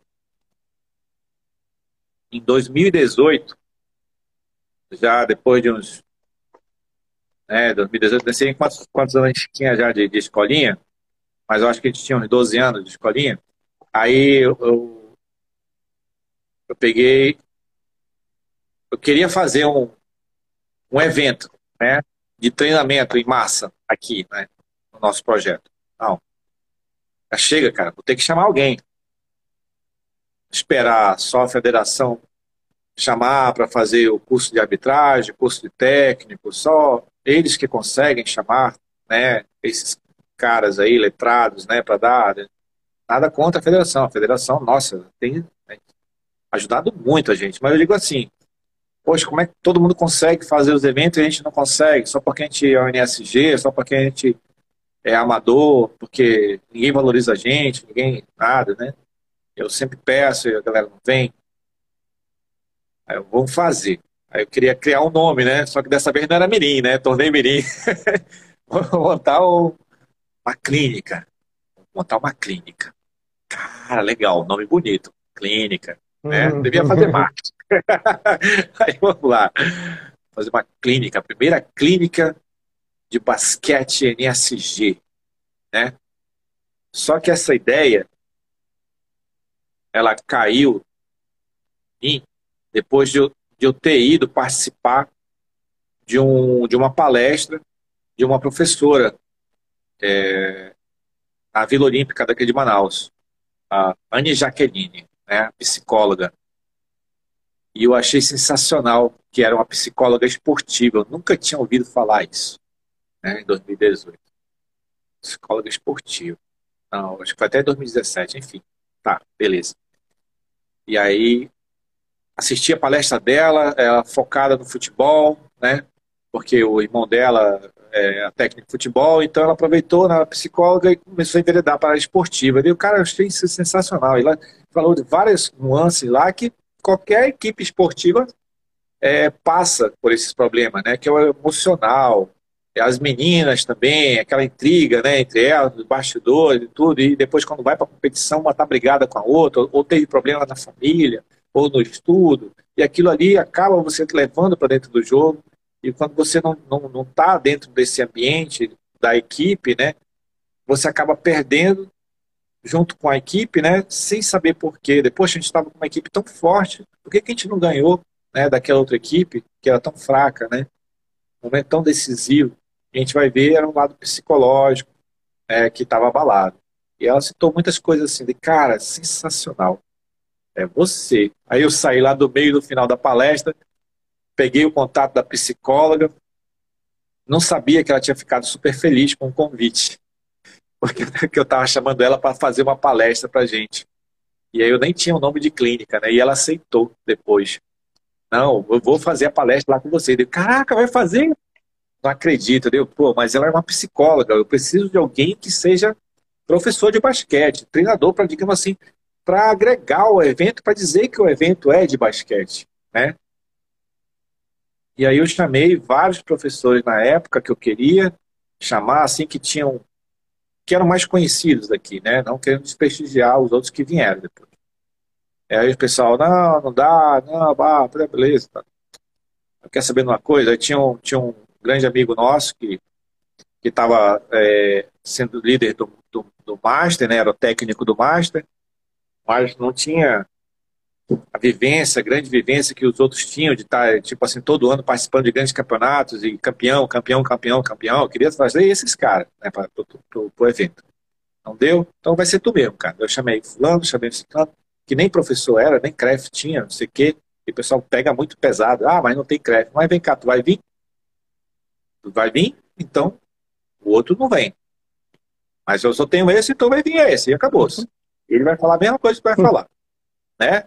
Em dois mil e dezoito, já depois de uns, né, dois mil e dezoito, não sei quantos, quantos anos a gente tinha já de, de escolinha, mas eu acho que a gente tinha uns doze anos de escolinha. Aí eu, eu, eu peguei. eu queria fazer um, um evento, né, de treinamento em massa aqui, né, no nosso projeto. Não, já chega, cara, vou ter que chamar alguém. Esperar só a federação chamar para fazer o curso de arbitragem, curso de técnico, só eles que conseguem chamar, né, esses caras aí, letrados, né, para dar, né? Nada contra a federação. A federação, nossa, tem né, ajudado muito a gente. Mas eu digo assim, poxa, como é que todo mundo consegue fazer os eventos e a gente não consegue? Só porque a gente é o N S G, só porque a gente é amador, porque ninguém valoriza a gente, ninguém, nada, né? Eu sempre peço e a galera não vem. Aí eu vou fazer. Aí eu queria criar um nome, né? Só que dessa vez não era Mirim, né? Tornei Mirim. Vou montar um- uma clínica. Vou montar uma clínica. Cara, legal, nome bonito. Clínica, né? Devia fazer Hum. marketing. Aí vamos lá. Fazer uma clínica. A primeira clínica de basquete N S G, né? Só que essa ideia, ela caiu em mim depois de eu, de eu ter ido participar de, um, de uma palestra de uma professora na Vila Olímpica daqui de Manaus, a Anne Jaqueline, né, psicóloga. E eu achei sensacional que era uma psicóloga esportiva. Eu nunca tinha ouvido falar isso, né, em dois mil e dezoito. Psicóloga esportiva. Não, acho que foi até dois mil e dezessete, enfim. Tá, beleza. E aí assisti a palestra dela, ela focada no futebol, né? Porque o irmão dela é técnico de futebol, então ela aproveitou na psicóloga e começou a enveredar para a esportiva. E o cara, eu achei isso sensacional. E ela falou de várias nuances lá que qualquer equipe esportiva é, passa por esses problemas, né? Que é o emocional. As meninas também, aquela intriga, né, entre elas, os bastidores e tudo, e depois quando vai para a competição, uma tá brigada com a outra, ou, ou teve problema na família, ou no estudo, e aquilo ali acaba você levando para dentro do jogo, e quando você não não não está dentro desse ambiente da equipe, né, você acaba perdendo junto com a equipe, né, sem saber por quê. Depois a gente estava com uma equipe tão forte, por que que a gente não ganhou, né, daquela outra equipe que era tão fraca, né? Um momento tão decisivo, a gente vai ver era um lado psicológico é, que estava abalado. E ela citou muitas coisas assim, de cara, sensacional, é você. Aí eu saí lá do meio do final da palestra, peguei o contato da psicóloga, não sabia que ela tinha ficado super feliz com o convite, porque que eu estava chamando ela para fazer uma palestra para gente. E aí eu nem tinha o nome de clínica, né? E ela aceitou depois. Não, eu vou fazer a palestra lá com você. Eu digo, caraca, vai fazer? Não acredito, deu, pô, mas ela é uma psicóloga, eu preciso de alguém que seja professor de basquete, treinador, para, digamos assim, para agregar o evento, para dizer que o evento é de basquete, né? E aí eu chamei vários professores na época que eu queria chamar, assim, que tinham, que eram mais conhecidos daqui, né? Não querendo desprestigiar os outros que vieram depois. E aí o pessoal, não, não dá, não, bah, beleza, tá. Quer saber de uma coisa? Aí tinha um, tinha um grande amigo nosso que que estava é, sendo líder do, do, do Master, né, era o técnico do Master, mas não tinha a vivência, a grande vivência que os outros tinham de estar, tipo assim, todo ano participando de grandes campeonatos e campeão, campeão, campeão, campeão. Eu queria fazer esses caras, né, para o evento. Não deu? Então vai ser tu mesmo, cara. Eu chamei fulano, chamei fulano, que nem professor era, nem C R E F tinha, não sei o quê, e o pessoal pega muito pesado. Ah, mas não tem C R E F. Mas vem cá, tu vai vir? Tu vai vir? Então o outro não vem. Mas eu só tenho esse, então vai vir esse, e acabou-se. Ele vai falar a mesma coisa que vai falar, né?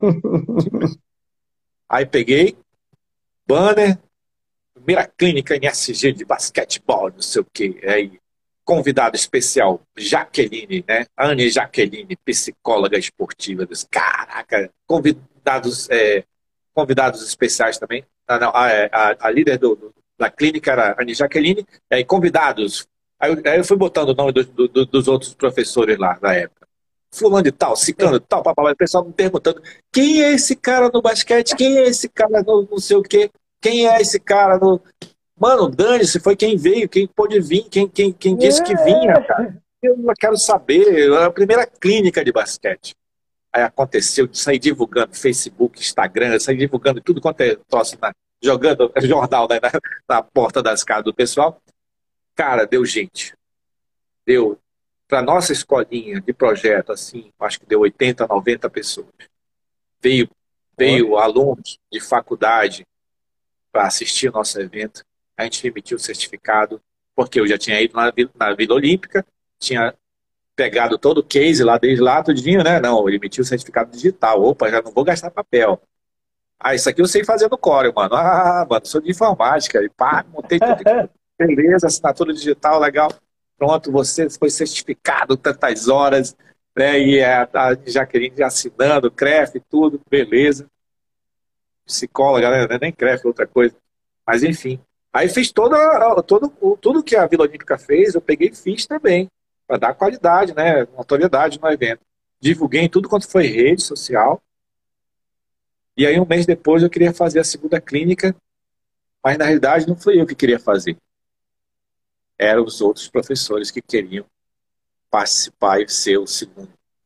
Aí peguei, banner, primeira clínica N S G de basquetebol, não sei o quê. Aí, convidado especial, Jaqueline, né? Anne Jaqueline, psicóloga esportiva. Dos, caraca, convidados, é, convidados especiais também. Ah, não, a, a, a líder do, do, da clínica era Anne Jaqueline, e aí convidados. Aí eu, aí eu fui botando o nome do, do, dos outros professores lá da época. Fulano de tal, ciclano de tal, papai, o pessoal me perguntando quem é esse cara no basquete, quem é esse cara no não sei o quê, quem é esse cara no... Mano, dane-se, foi quem veio, quem pôde vir, quem, quem, quem disse que vinha, cara. Eu não quero saber, é a primeira clínica de basquete. Aí aconteceu de sair divulgando Facebook, Instagram, sair divulgando tudo quanto é troço, na, jogando jornal, né, na, na porta das casas do pessoal. Cara, deu gente. Deu. Para nossa escolinha de projeto, assim, acho que deu oitenta, noventa pessoas. Veio, veio alunos de faculdade para assistir o nosso evento. A gente emitiu o certificado, porque eu já tinha ido na, na Vila Olímpica, tinha pegado todo o case lá desde lá, tudinho, né? Não, ele emitiu o certificado digital. Opa, já não vou gastar papel. Ah, isso aqui eu sei fazer no Corel, mano. Ah, mano, sou de informática. E pá, montei tudo aqui. Beleza, assinatura digital, legal. Pronto, você foi certificado tantas horas, né? E a, a Jaqueline assinando, C R E F, tudo, beleza. Psicóloga, né? Não é nem C R E F, outra coisa. Mas enfim. Aí fiz todo, todo, tudo que a Vila Olímpica fez, eu peguei e fiz também, para dar qualidade, né? Notoriedade no evento. Divulguei em tudo quanto foi rede social. E aí um mês depois eu queria fazer a segunda clínica, mas na realidade não fui eu que queria fazer. Eram os outros professores que queriam participar e ser o segundo.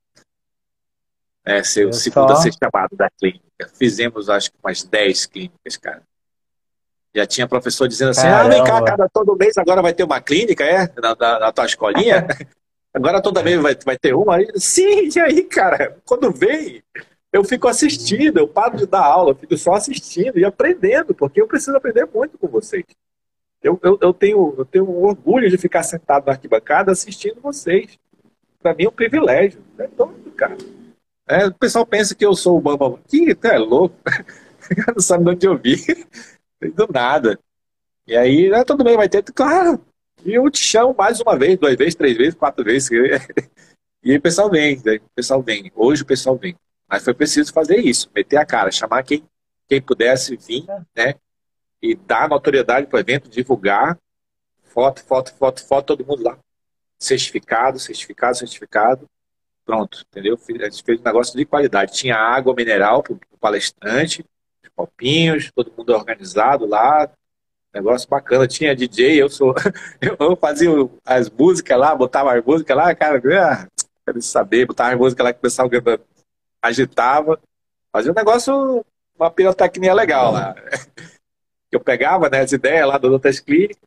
É, ser Eu o segundo a só. ser chamado da clínica. Fizemos, acho que, umas dez clínicas, cara. Já tinha professor dizendo assim, ah, vem cá, Caramba. cada todo mês agora vai ter uma clínica, é? Na, na, na tua escolinha? Agora toda vez vai, vai ter uma? Aí, sim, e aí, cara? Quando vem, eu fico assistindo, eu paro de dar aula, eu fico só assistindo e aprendendo, porque eu preciso aprender muito com vocês. Eu, eu, eu, tenho, eu tenho um orgulho de ficar sentado na arquibancada assistindo vocês. Para mim é um privilégio. É doido, cara. É, o pessoal pensa que eu sou o Bamba. Que tu é louco. Não sabe de onde eu vi. Do nada. E aí, ah, tudo bem, vai ter. Claro. E eu te chamo mais uma vez, duas vezes, três vezes, quatro vezes. E aí o pessoal vem, né? O pessoal vem. Hoje o pessoal vem. Mas foi preciso fazer isso, meter a cara, chamar quem, quem pudesse vir, né? E dar notoriedade para o evento, divulgar. Foto, foto, foto, foto, todo mundo lá. Certificado, certificado, certificado. Pronto, entendeu? A gente fez um negócio de qualidade. Tinha água mineral para o palestrante, os copinhos, todo mundo organizado lá. Negócio bacana. Tinha D J, eu sou. Eu fazia as músicas lá, botava as músicas lá, cara, ah, quero saber, botava as músicas lá que o pessoal agitava. Fazia um negócio, uma pirotecnia legal lá. Eu pegava, né, as ideias lá das outras clínicas.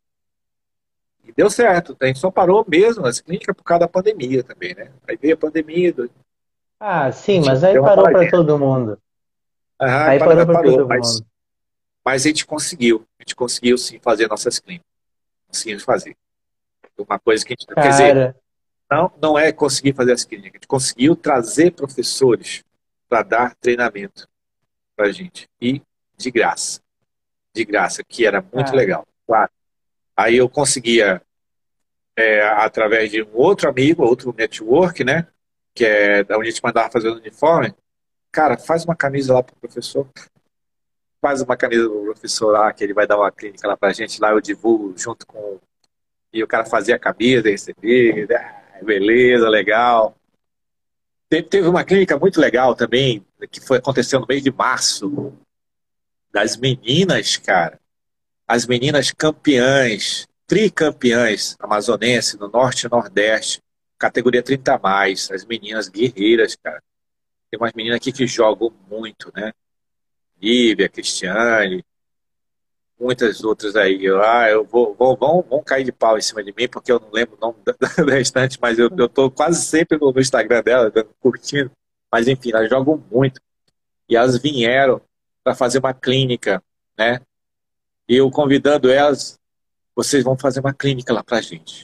E deu certo. A gente só parou mesmo as clínicas por causa da pandemia também, né? Aí veio a pandemia, Ah, a sim, gente mas aí deu uma parou para paradinha. todo mundo. Ah, Aí parou parou, para parou, todo mas, mundo. mas a gente conseguiu. A gente conseguiu sim fazer nossas clínicas. Conseguimos fazer. Uma coisa que a gente, quer dizer, Cara, não, não é conseguir fazer as clínicas, a gente conseguiu trazer professores para dar treinamento para a gente. E de graça. De graça, que era muito cara, legal. Claro. Aí eu conseguia, é, através de um outro amigo, outro network, né? Que é da onde a gente mandava fazer o uniforme. Cara, faz uma camisa lá pro professor. Faz uma camisa pro professor lá, que ele vai dar uma clínica lá pra gente. Lá eu divulgo junto com. E o cara fazia a camisa, recebia. Ah, beleza, legal. Teve, teve uma clínica muito legal também, que foi acontecendo no mês de março, das meninas, cara. As meninas campeãs, tricampeãs amazonense no Norte e Nordeste, categoria trinta a mais, as meninas guerreiras, cara. Tem umas meninas aqui que jogam muito, né? Lívia, Cristiane, muitas outras aí. Eu, ah, eu vou, vou, vão, vão cair de pau em cima de mim, porque eu não lembro o nome da, da restante, mas eu, eu tô quase sempre no, no Instagram dela, curtindo. Mas enfim, elas jogam muito. E elas vieram para fazer uma clínica, né? E eu convidando elas, vocês vão fazer uma clínica lá pra gente.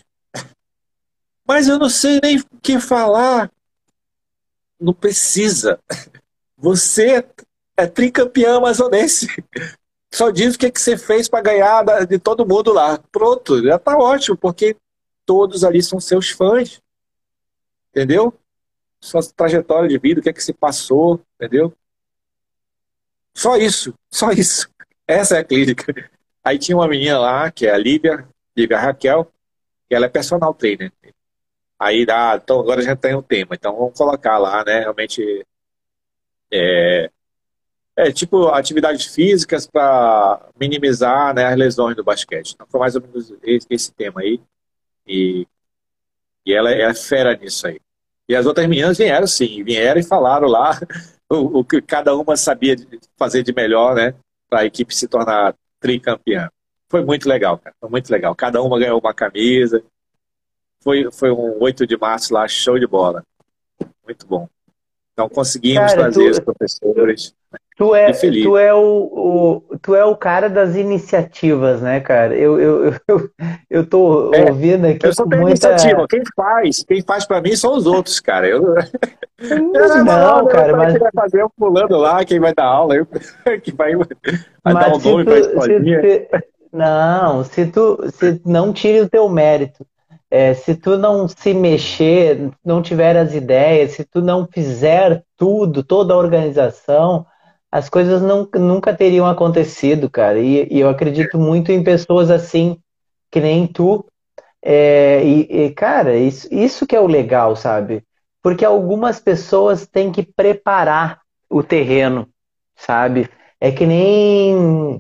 Mas eu não sei nem o que falar. Não precisa. Você é tricampeão amazonense. Só diz o que, que você fez para ganhar da- de todo mundo lá. Pronto, já tá ótimo, porque todos ali são seus fãs. Entendeu? Sua trajetória de vida, o que é que se passou, entendeu? Só isso, só isso. Essa é a clínica. Aí tinha uma menina lá, que é a Lívia, Lívia Raquel, que ela é personal trainer. Aí, ah, então agora já tem um tema, então vamos colocar lá, né? Realmente é tipo atividades físicas para minimizar, né, as lesões do basquete. Então foi mais ou menos esse, esse tema aí. E, e ela é fera nisso aí. E as outras meninas vieram sim, vieram e falaram lá o, o que cada uma sabia fazer de melhor, né? Para a equipe se tornar tricampeã. Foi muito legal, cara. Foi muito legal. Cada uma ganhou uma camisa. Foi, foi um oito de março lá, show de bola. Muito bom. Então conseguimos Cara, trazer tu, os professores tu e é, feliz. tu é o, o, tu é o cara das iniciativas, né, cara? Eu, eu, eu, eu tô É, ouvindo eu aqui só com tenho muita. iniciativa. Quem faz, quem faz para mim são os outros, cara. Eu, eu não vou não, Não, eu cara, falei que mas, vai fazer o fulano lá, quem vai dar aula, eu, que vai, vai dar mas o se nome tu, para a se, escolinha. se- não, se tu, se não tire o teu mérito. É, se tu não se mexer, não tiver as ideias, se tu não fizer tudo, toda a organização, as coisas não, nunca teriam acontecido, cara. E, e eu acredito muito em pessoas assim, que nem tu. É, e, e, cara, isso, isso que é o legal, sabe? Porque algumas pessoas têm que preparar o terreno, sabe? É que nem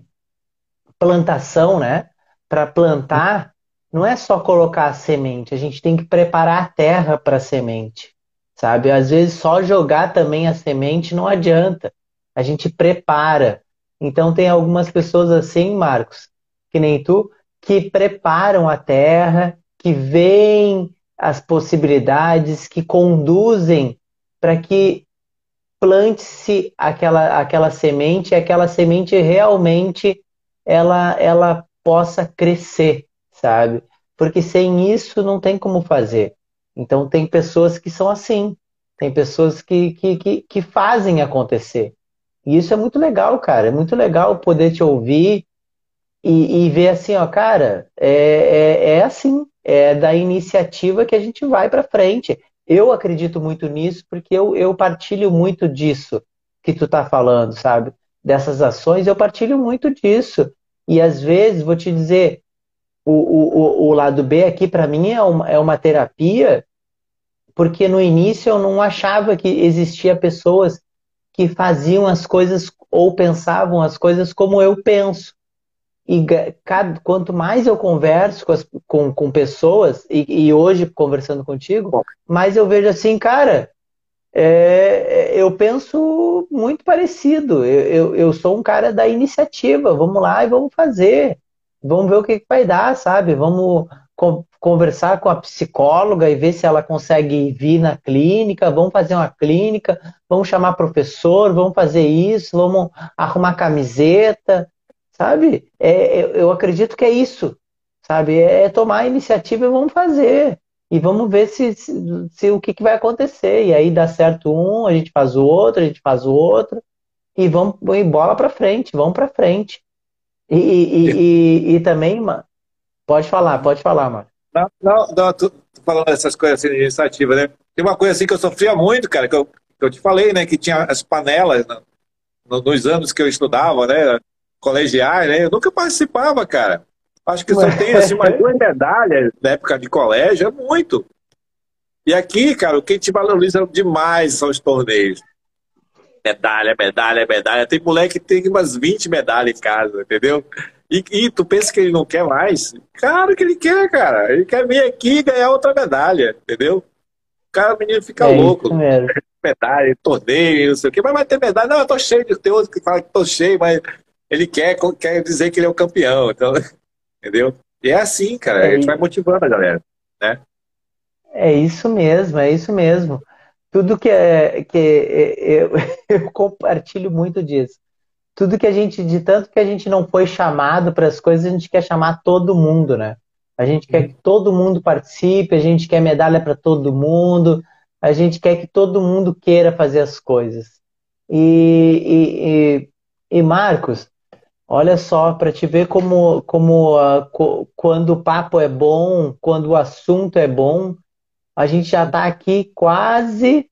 plantação, né? Para plantar, não é só colocar a semente, a gente tem que preparar a terra para a semente, sabe? Às vezes só jogar também a semente não adianta, a gente prepara. Então tem algumas pessoas assim, Marcos, que nem tu, que preparam a terra, que veem as possibilidades, que conduzem para que plante-se aquela, aquela semente e aquela semente realmente ela, ela possa crescer, sabe? Porque sem isso não tem como fazer. Então tem pessoas que são assim, tem pessoas que, que, que, que fazem acontecer. E isso é muito legal, cara. É muito legal poder te ouvir e, e ver assim, ó, cara, é, é, é assim, é da iniciativa que a gente vai para frente. Eu acredito muito nisso porque eu, eu partilho muito disso que tu tá falando, sabe? Dessas ações, eu partilho muito disso. E às vezes, vou te dizer, o, o, o o lado B aqui para mim é uma, é uma terapia, porque no início eu não achava que existia pessoas que faziam as coisas ou pensavam as coisas como eu penso. E cada, quanto mais eu converso com, as, com, com pessoas, e, e hoje conversando contigo, Bom, mais eu vejo assim, cara, é, eu penso muito parecido. Eu, eu, eu sou um cara da iniciativa. Vamos lá e vamos fazer. Vamos ver o que, que vai dar, sabe? Vamos con- conversar com a psicóloga e ver se ela consegue vir na clínica. Vamos fazer uma clínica. Vamos chamar professor. Vamos fazer isso. Vamos arrumar camiseta, sabe? É, eu, eu acredito que é isso, sabe? É tomar a iniciativa e vamos fazer. E vamos ver se, se, se o que, que vai acontecer. E aí dá certo um, a gente faz o outro, a gente faz o outro, e vamos e bola para frente, vamos para frente. E, e, e, e, e também, mano, pode falar, pode falar, mano. não, não, não, tu, tu falando essas coisas assim de iniciativa, né? Tem uma coisa assim que eu sofria muito, cara, que eu, que eu te falei, né? Que tinha as panelas no- no- nos anos que eu estudava, né? Colegiais, né? Eu nunca participava, cara. Acho que eu só tenho assim umas duas medalhas na época de colégio, é muito. E aqui, cara, o que te valoriza demais são os torneios. Medalha, medalha, medalha. Tem moleque que tem umas vinte medalhas em casa, entendeu? E, e tu pensa que ele não quer mais? Claro que ele quer, cara. Ele quer vir aqui e ganhar outra medalha, entendeu? O cara, o menino fica É isso louco. mesmo. Medalha, torneio, não sei o quê. Mas vai ter medalha. Não, eu tô cheio de teus que fala que tô cheio, mas ele quer, quer dizer que ele é o campeão. Então, entendeu? E é assim, cara. A gente vai É, motivando a galera, né? é isso mesmo, é isso mesmo. Tudo que é que é- eu, eu compartilho muito disso. Tudo que a gente, de tanto que a gente não foi chamado para as coisas, a gente quer chamar todo mundo, né? A gente quer que todo mundo participe, a gente quer medalha para todo mundo, a gente quer que todo mundo queira fazer as coisas. E, e, e, e, Marcos, olha só, para te ver como, como ah, co- quando o papo é bom, quando o assunto é bom, a gente já está aqui quase,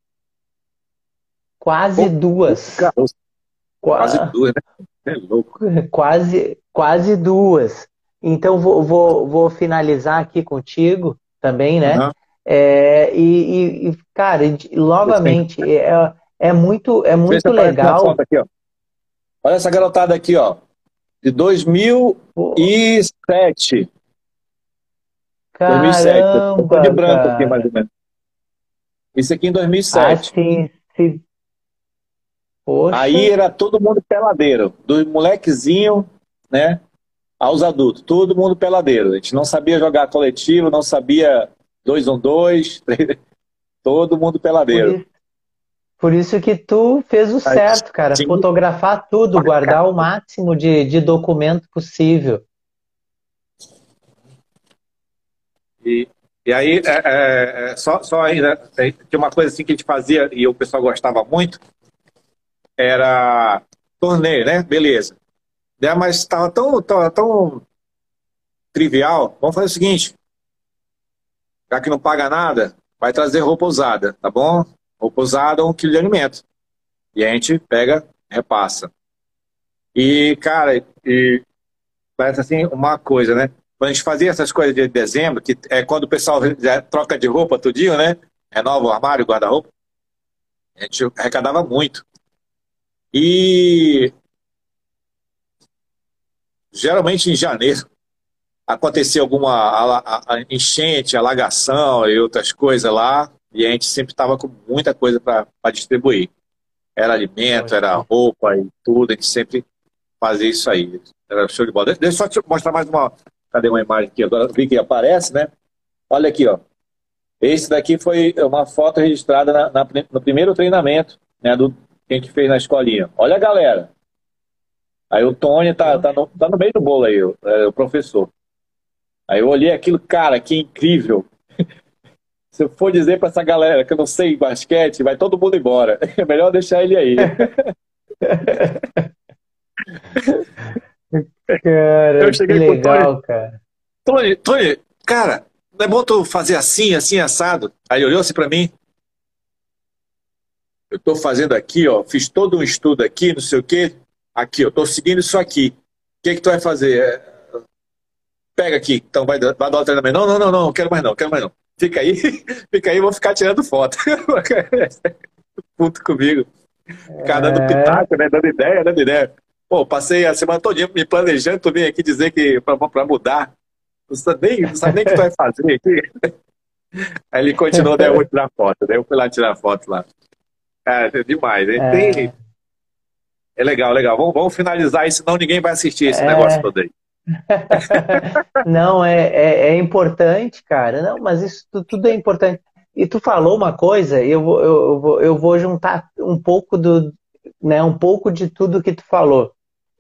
quase Pô, duas. cara, quase Qua- duas, né? É louco. Quase, quase duas. Então vou, vou, vou finalizar aqui contigo também, né? Aham. É, e, e- e, cara, e- novamente é, é muito é Vê se muito aparece uma legal. foto aqui, ó. Olha essa garotada aqui, ó. De dois mil Pô, e sete. dois mil e sete. Eu tô de caramba, branco aqui, mais cara. ou menos. Isso aqui em dois mil e Ah, sete. sim, sim. Poxa, Aí era todo mundo peladeiro, do molequezinho, né, aos adultos, todo mundo peladeiro. A gente não sabia jogar coletivo, não sabia dois um dois, todo mundo por peladeiro. isso, por isso que tu fez o Aí certo, cara. tinha Fotografar tudo, guardar o máximo de, de documento possível. E, e aí, é, é, é, só, só ainda, é, tinha uma coisa assim que a gente fazia e o pessoal gostava muito, era torneio, né? Beleza. Né, mas estava tão, tão, tão trivial. Vamos fazer o seguinte, já que não paga nada, vai trazer roupa usada, tá bom? Roupa usada ou um quilo de alimento. E a gente pega, repassa. E, cara, e parece assim uma coisa, né? Quando a gente fazia essas coisas de dezembro, que é quando o pessoal já troca de roupa tudinho, né? Renova o armário, guarda-roupa, a gente arrecadava muito. E geralmente em janeiro acontecia alguma ala- a- a- enchente, alagação e outras coisas lá, e a gente sempre estava com muita coisa para distribuir. Era alimento, era Poxa. roupa e tudo, a gente sempre fazia isso aí. Era show de bola. Deixa deixa eu só te mostrar mais uma. Cadê uma imagem aqui? Agora eu vi que aparece, né? Olha aqui, ó. Esse daqui foi uma foto registrada na, na- no primeiro treinamento, né, do, que a gente fez na escolinha. Olha a galera. Aí o Tony tá, tá, Poxa. no, tá no meio do bolo aí, o, é, o professor. Aí eu olhei aquilo, cara, que incrível. Se eu for dizer pra essa galera que eu não sei basquete, vai todo mundo embora. É melhor deixar ele aí. Eu Cara, que cheguei pro Tony, legal, cara. Tony, Tony, cara, não é bom tu fazer assim, assim, assado? Aí ele olhou assim pra mim, eu tô fazendo aqui, ó, fiz todo um estudo aqui, não sei o quê. Aqui, eu tô seguindo isso aqui. O que que tu vai fazer? É, pega aqui, então vai, dar- vai dar o treinamento. Não, não, não, não, não quero mais não, quero mais não. Fica aí, fica aí, eu vou ficar tirando foto. Puto comigo. Ficar dando É, pitaco, né? Dando ideia, dando ideia. Pô, passei a semana toda me planejando, tu vem aqui dizer que pra, pra mudar. Não sabe, nem, não sabe nem o que tu vai fazer aqui. Aí ele continuou, daí eu vou tirar foto. Daí eu fui lá tirar foto lá. Cara, é demais. Hein? Tem, é, é legal, legal. Vamos, vamos finalizar isso, senão ninguém vai assistir esse negócio é. todo aí. Não, é, é, é importante, cara. Não, mas isso tu- tudo é importante. E tu falou uma coisa, eu vou, eu, eu vou, eu vou juntar um pouco do, né, um pouco de tudo que tu falou.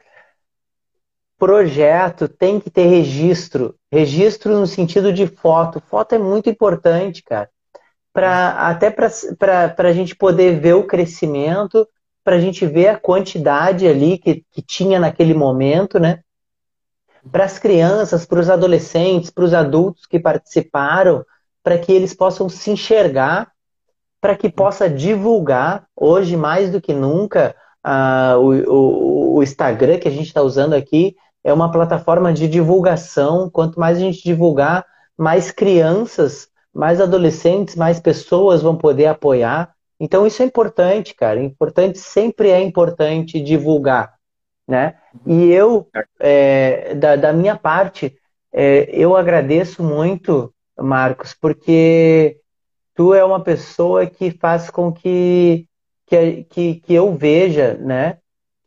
Projeto tem que ter registro. Registro no sentido de foto. Foto é muito importante, cara. Pra, até para a gente poder ver o crescimento, para a gente ver a quantidade ali que, que tinha naquele momento, né? Para as crianças, para os adolescentes, para os adultos que participaram, para que eles possam se enxergar, para que possa divulgar, hoje mais do que nunca, ah, o, o, o Instagram que a gente está usando aqui é uma plataforma de divulgação. Quanto mais a gente divulgar, mais crianças, mais adolescentes, mais pessoas vão poder apoiar. Então isso é importante, cara. Importante, sempre é importante divulgar, né? E eu, é, da, da minha parte, é, eu agradeço muito, Marcos, porque tu é uma pessoa que faz com que, que, que, que eu veja, né,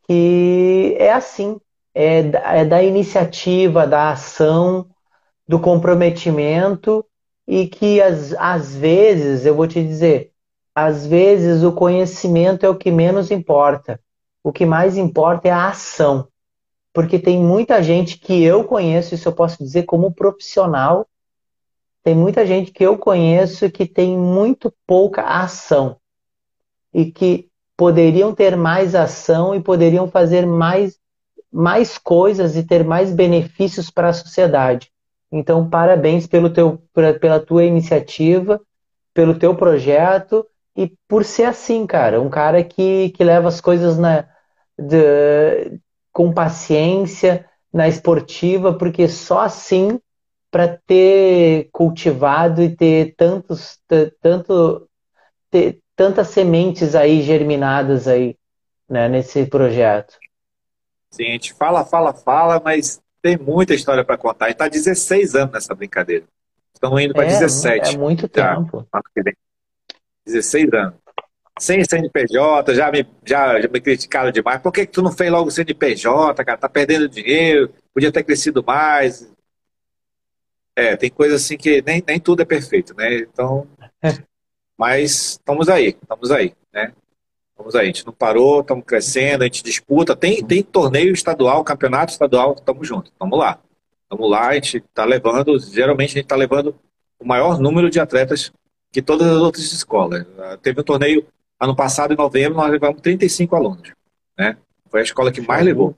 que é assim, é, da- é da iniciativa, da ação, do comprometimento e que às, às vezes, eu vou te dizer, às vezes o conhecimento é o que menos importa. O que mais importa é a ação, porque tem muita gente que eu conheço, isso eu posso dizer como profissional, tem muita gente que eu conheço que tem muito pouca ação e que poderiam ter mais ação e poderiam fazer mais, mais coisas e ter mais benefícios para a sociedade. Então, parabéns pelo teu, pela tua iniciativa, pelo teu projeto e por ser assim, cara, um cara que, que leva as coisas na, de- com paciência, na esportiva, porque só assim para ter cultivado e ter tantos, t- tanto, ter tantas sementes aí germinadas aí, né, nesse projeto. Sim, a gente fala, fala, fala, mas tem muita história para contar. A gente está dezesseis anos nessa brincadeira. Estamos indo para É, é dezessete muito já. tempo. ano que vem. dezesseis anos. Sem C N P J, já me, já, já me criticaram demais. Por que, que tu não fez logo o C N P J, cara? Tá perdendo dinheiro, podia ter crescido mais. É, tem coisa assim que nem, nem tudo é perfeito, né? Então, mas estamos aí, estamos aí, né? Estamos aí, a gente não parou, estamos crescendo, a gente disputa. Tem, tem torneio estadual, campeonato estadual, estamos juntos, estamos lá. Estamos lá, a gente está levando, geralmente a gente está levando o maior número de atletas que todas as outras escolas. Teve um torneio ano passado, em novembro, nós levamos trinta e cinco alunos, né? Foi a escola que mais levou.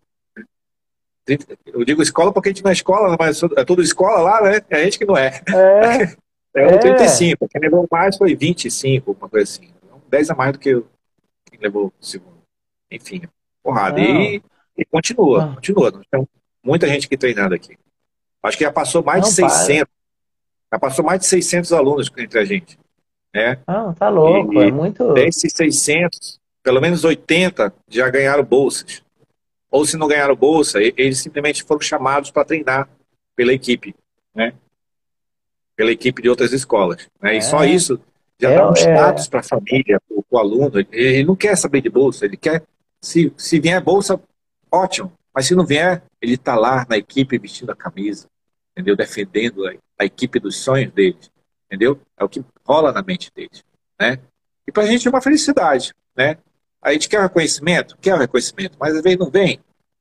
Eu digo escola porque a gente não é escola, mas é tudo escola lá, né? É a gente que não é. É, É o trinta e é. cinco. Quem levou mais foi vinte e cinco, uma coisa assim. dez a mais do que eu, quem levou o segundo. Enfim, porrada. Não, E, e continua, não, continua. Nós temos muita gente aqui treinando aqui. Acho que já passou mais de não para. seiscentos. Já passou mais de seiscentos alunos entre a gente, né? Não, tá louco, é E muito. desses seiscentos, pelo menos oitenta já ganharam bolsas. Ou se não ganharam bolsa, eles simplesmente foram chamados para treinar pela equipe, né? Pela equipe de outras escolas, né? E só É, isso já é, dá um é, status para a família, para o aluno. Ele não quer saber de bolsa, ele quer, se, se vier bolsa, ótimo. Mas se não vier, ele está lá na equipe vestindo a camisa, entendeu? Defendendo a, a equipe dos sonhos deles, entendeu? É o que rola na mente deles, né? E para a gente é uma felicidade, né? A gente quer reconhecimento? Quer o reconhecimento, mas às vezes não vem.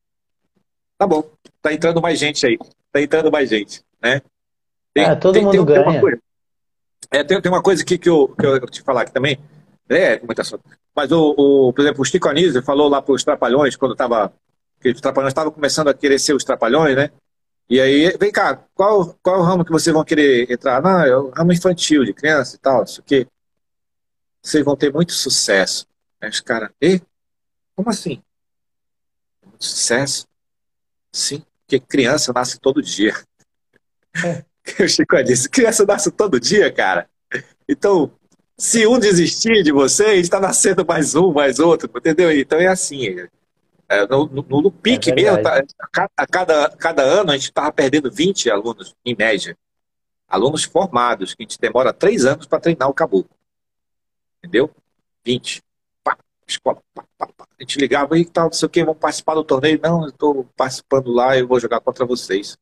Tá bom, tá entrando mais gente aí, tá entrando mais gente, né? é, Tem, todo tem, mundo tem, tem uma ganha. coisa, é, tem, tem uma coisa aqui que eu, que eu te falar aqui também, é muita sorte. Mas o, o, por exemplo, o Chico Anísio falou lá para os Trapalhões, quando tava, que os Trapalhões estavam começando a querer ser os Trapalhões, né? E aí, vem cá, qual, qual é o ramo que vocês vão querer entrar? Não, é o ramo infantil, de criança e tal, isso aqui. Vocês vão ter muito sucesso. Aí os caras, e? Como assim? Muito sucesso? Sim, porque criança nasce todo dia. É, O Chico disse, criança nasce todo dia, cara. Então, se um desistir de você, está nascendo mais um, mais outro, entendeu? Então é assim. É, no, no, no é pique mesmo, verdade. tá, a cada, cada ano a gente estava perdendo vinte alunos, em média. Alunos formados, que a gente demora três anos para treinar o caboclo. Entendeu? vinte. Pá, escola, pá, pá, pá. A gente ligava e tal, não sei o que, vamos participar do torneio. Não, eu estou participando lá, eu vou jogar contra vocês.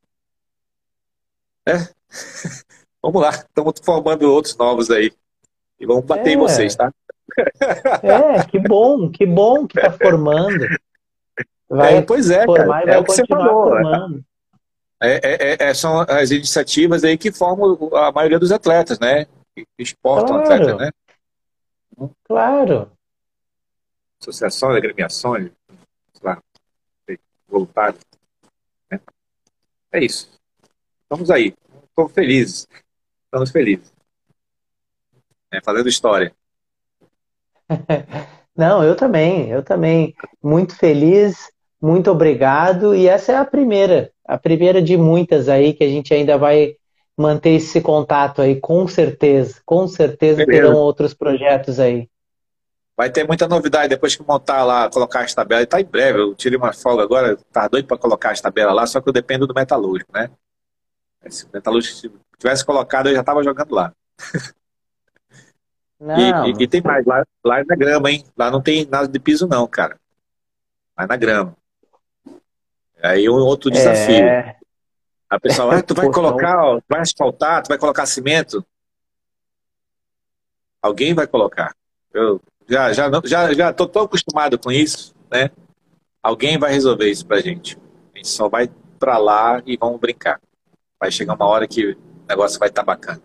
É, vamos lá, estamos formando outros novos aí. E vamos bater em vocês, É, tá? é, que bom, que bom que tá formando. É, Vai pois é, cara. formar e É vai o que você continuar falou. formando. É, é, é, é, são as iniciativas aí que formam a maioria dos atletas, né? Que exportam atletas, Claro, né? claro. Associações, agremiações, sei lá, voluntários, né? É isso. Estamos aí. Estamos felizes. Estamos felizes, né? Fazendo história. Não, eu também, eu também. Muito feliz, muito obrigado. E essa é a primeira, a primeira de muitas aí que a gente ainda vai manter esse contato aí, com certeza. Com certeza terão Beleza. outros projetos aí. Vai ter muita novidade depois que montar lá, colocar as tabelas. Está em breve. Eu tirei uma folga agora, tá doido para colocar as tabelas lá, só que eu dependo do metalúrgico, né? Se o metalúrgico tivesse colocado, eu já estava jogando lá. E, Não, e, e mas tem mais, lá, lá é na grama, hein? Lá não tem nada de piso, não, cara. Lá é na grama. Aí um outro desafio. é. A pessoa, ah, tu vai Poxa, colocar, ó, vai asfaltar, tu vai colocar cimento? Alguém vai colocar. Eu já, já, não- já, já tô tão acostumado com isso, né? Alguém vai resolver isso pra gente. A gente só vai pra lá e vamos brincar. Vai chegar uma hora que o negócio vai estar bacana,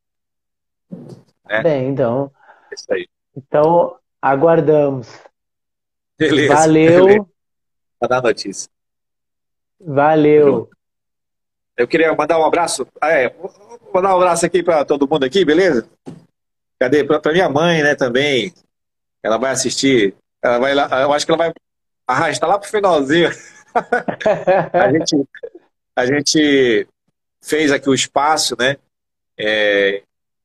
né? bem, então, É isso aí. então aguardamos. Beleza, beleza. Valeu, Pra dar notícia. Tamo junto. valeu. Eu queria mandar um abraço. Ah, é, vou mandar um abraço aqui pra todo mundo aqui, beleza? Cadê? Pra, pra minha mãe, né, também. Ela vai assistir. Ela vai lá, eu acho que ela vai arrastar lá pro finalzinho. A gente, a gente fez aqui o espaço, né? É,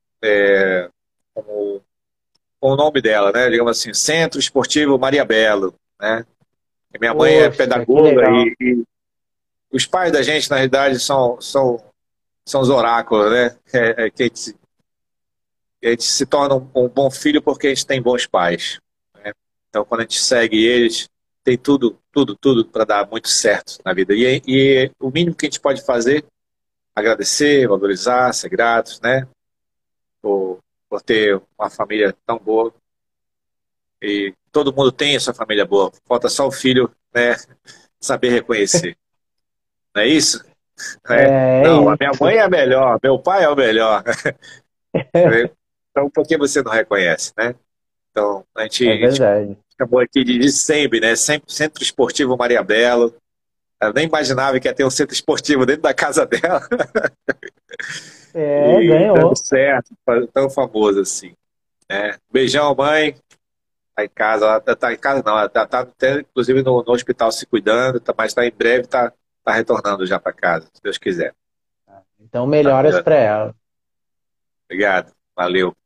com, com o nome dela, né? Digamos assim, Centro Esportivo Maria Belo, né? E minha mãe é Poxa, que pedagoga legal. e, e os pais da gente, na realidade, são, são, são os oráculos, né? É, é, que a gente a gente se torna um, um bom filho porque a gente tem bons pais, né? Então, quando a gente segue eles, tem tudo, tudo, tudo para dar muito certo na vida. E, e o mínimo que a gente pode fazer, agradecer, valorizar, ser gratos, né? Por, por ter uma família tão boa. E todo mundo tem essa família boa. Falta só o filho, né, saber reconhecer. Não é isso? É. É, é Não, a minha isso. mãe é a melhor, meu pai é o melhor. Então, por que você não reconhece, né? Então, a gente, É a gente verdade. chamou aqui de, de SEMB, né? Sempre Centro Esportivo Maria Belo. Ela nem imaginava que ia ter um centro esportivo dentro da casa dela. É, E dando ganhou. certo, tão famoso assim, né? Beijão, mãe. Tá em casa, ela tá, tá em casa não, ela tá, tá até, inclusive no, no hospital se cuidando, tá, mas tá em breve, tá, tá retornando já para casa, se Deus quiser. Então, Tá melhoras melhor. para ela. Obrigado. Valeu.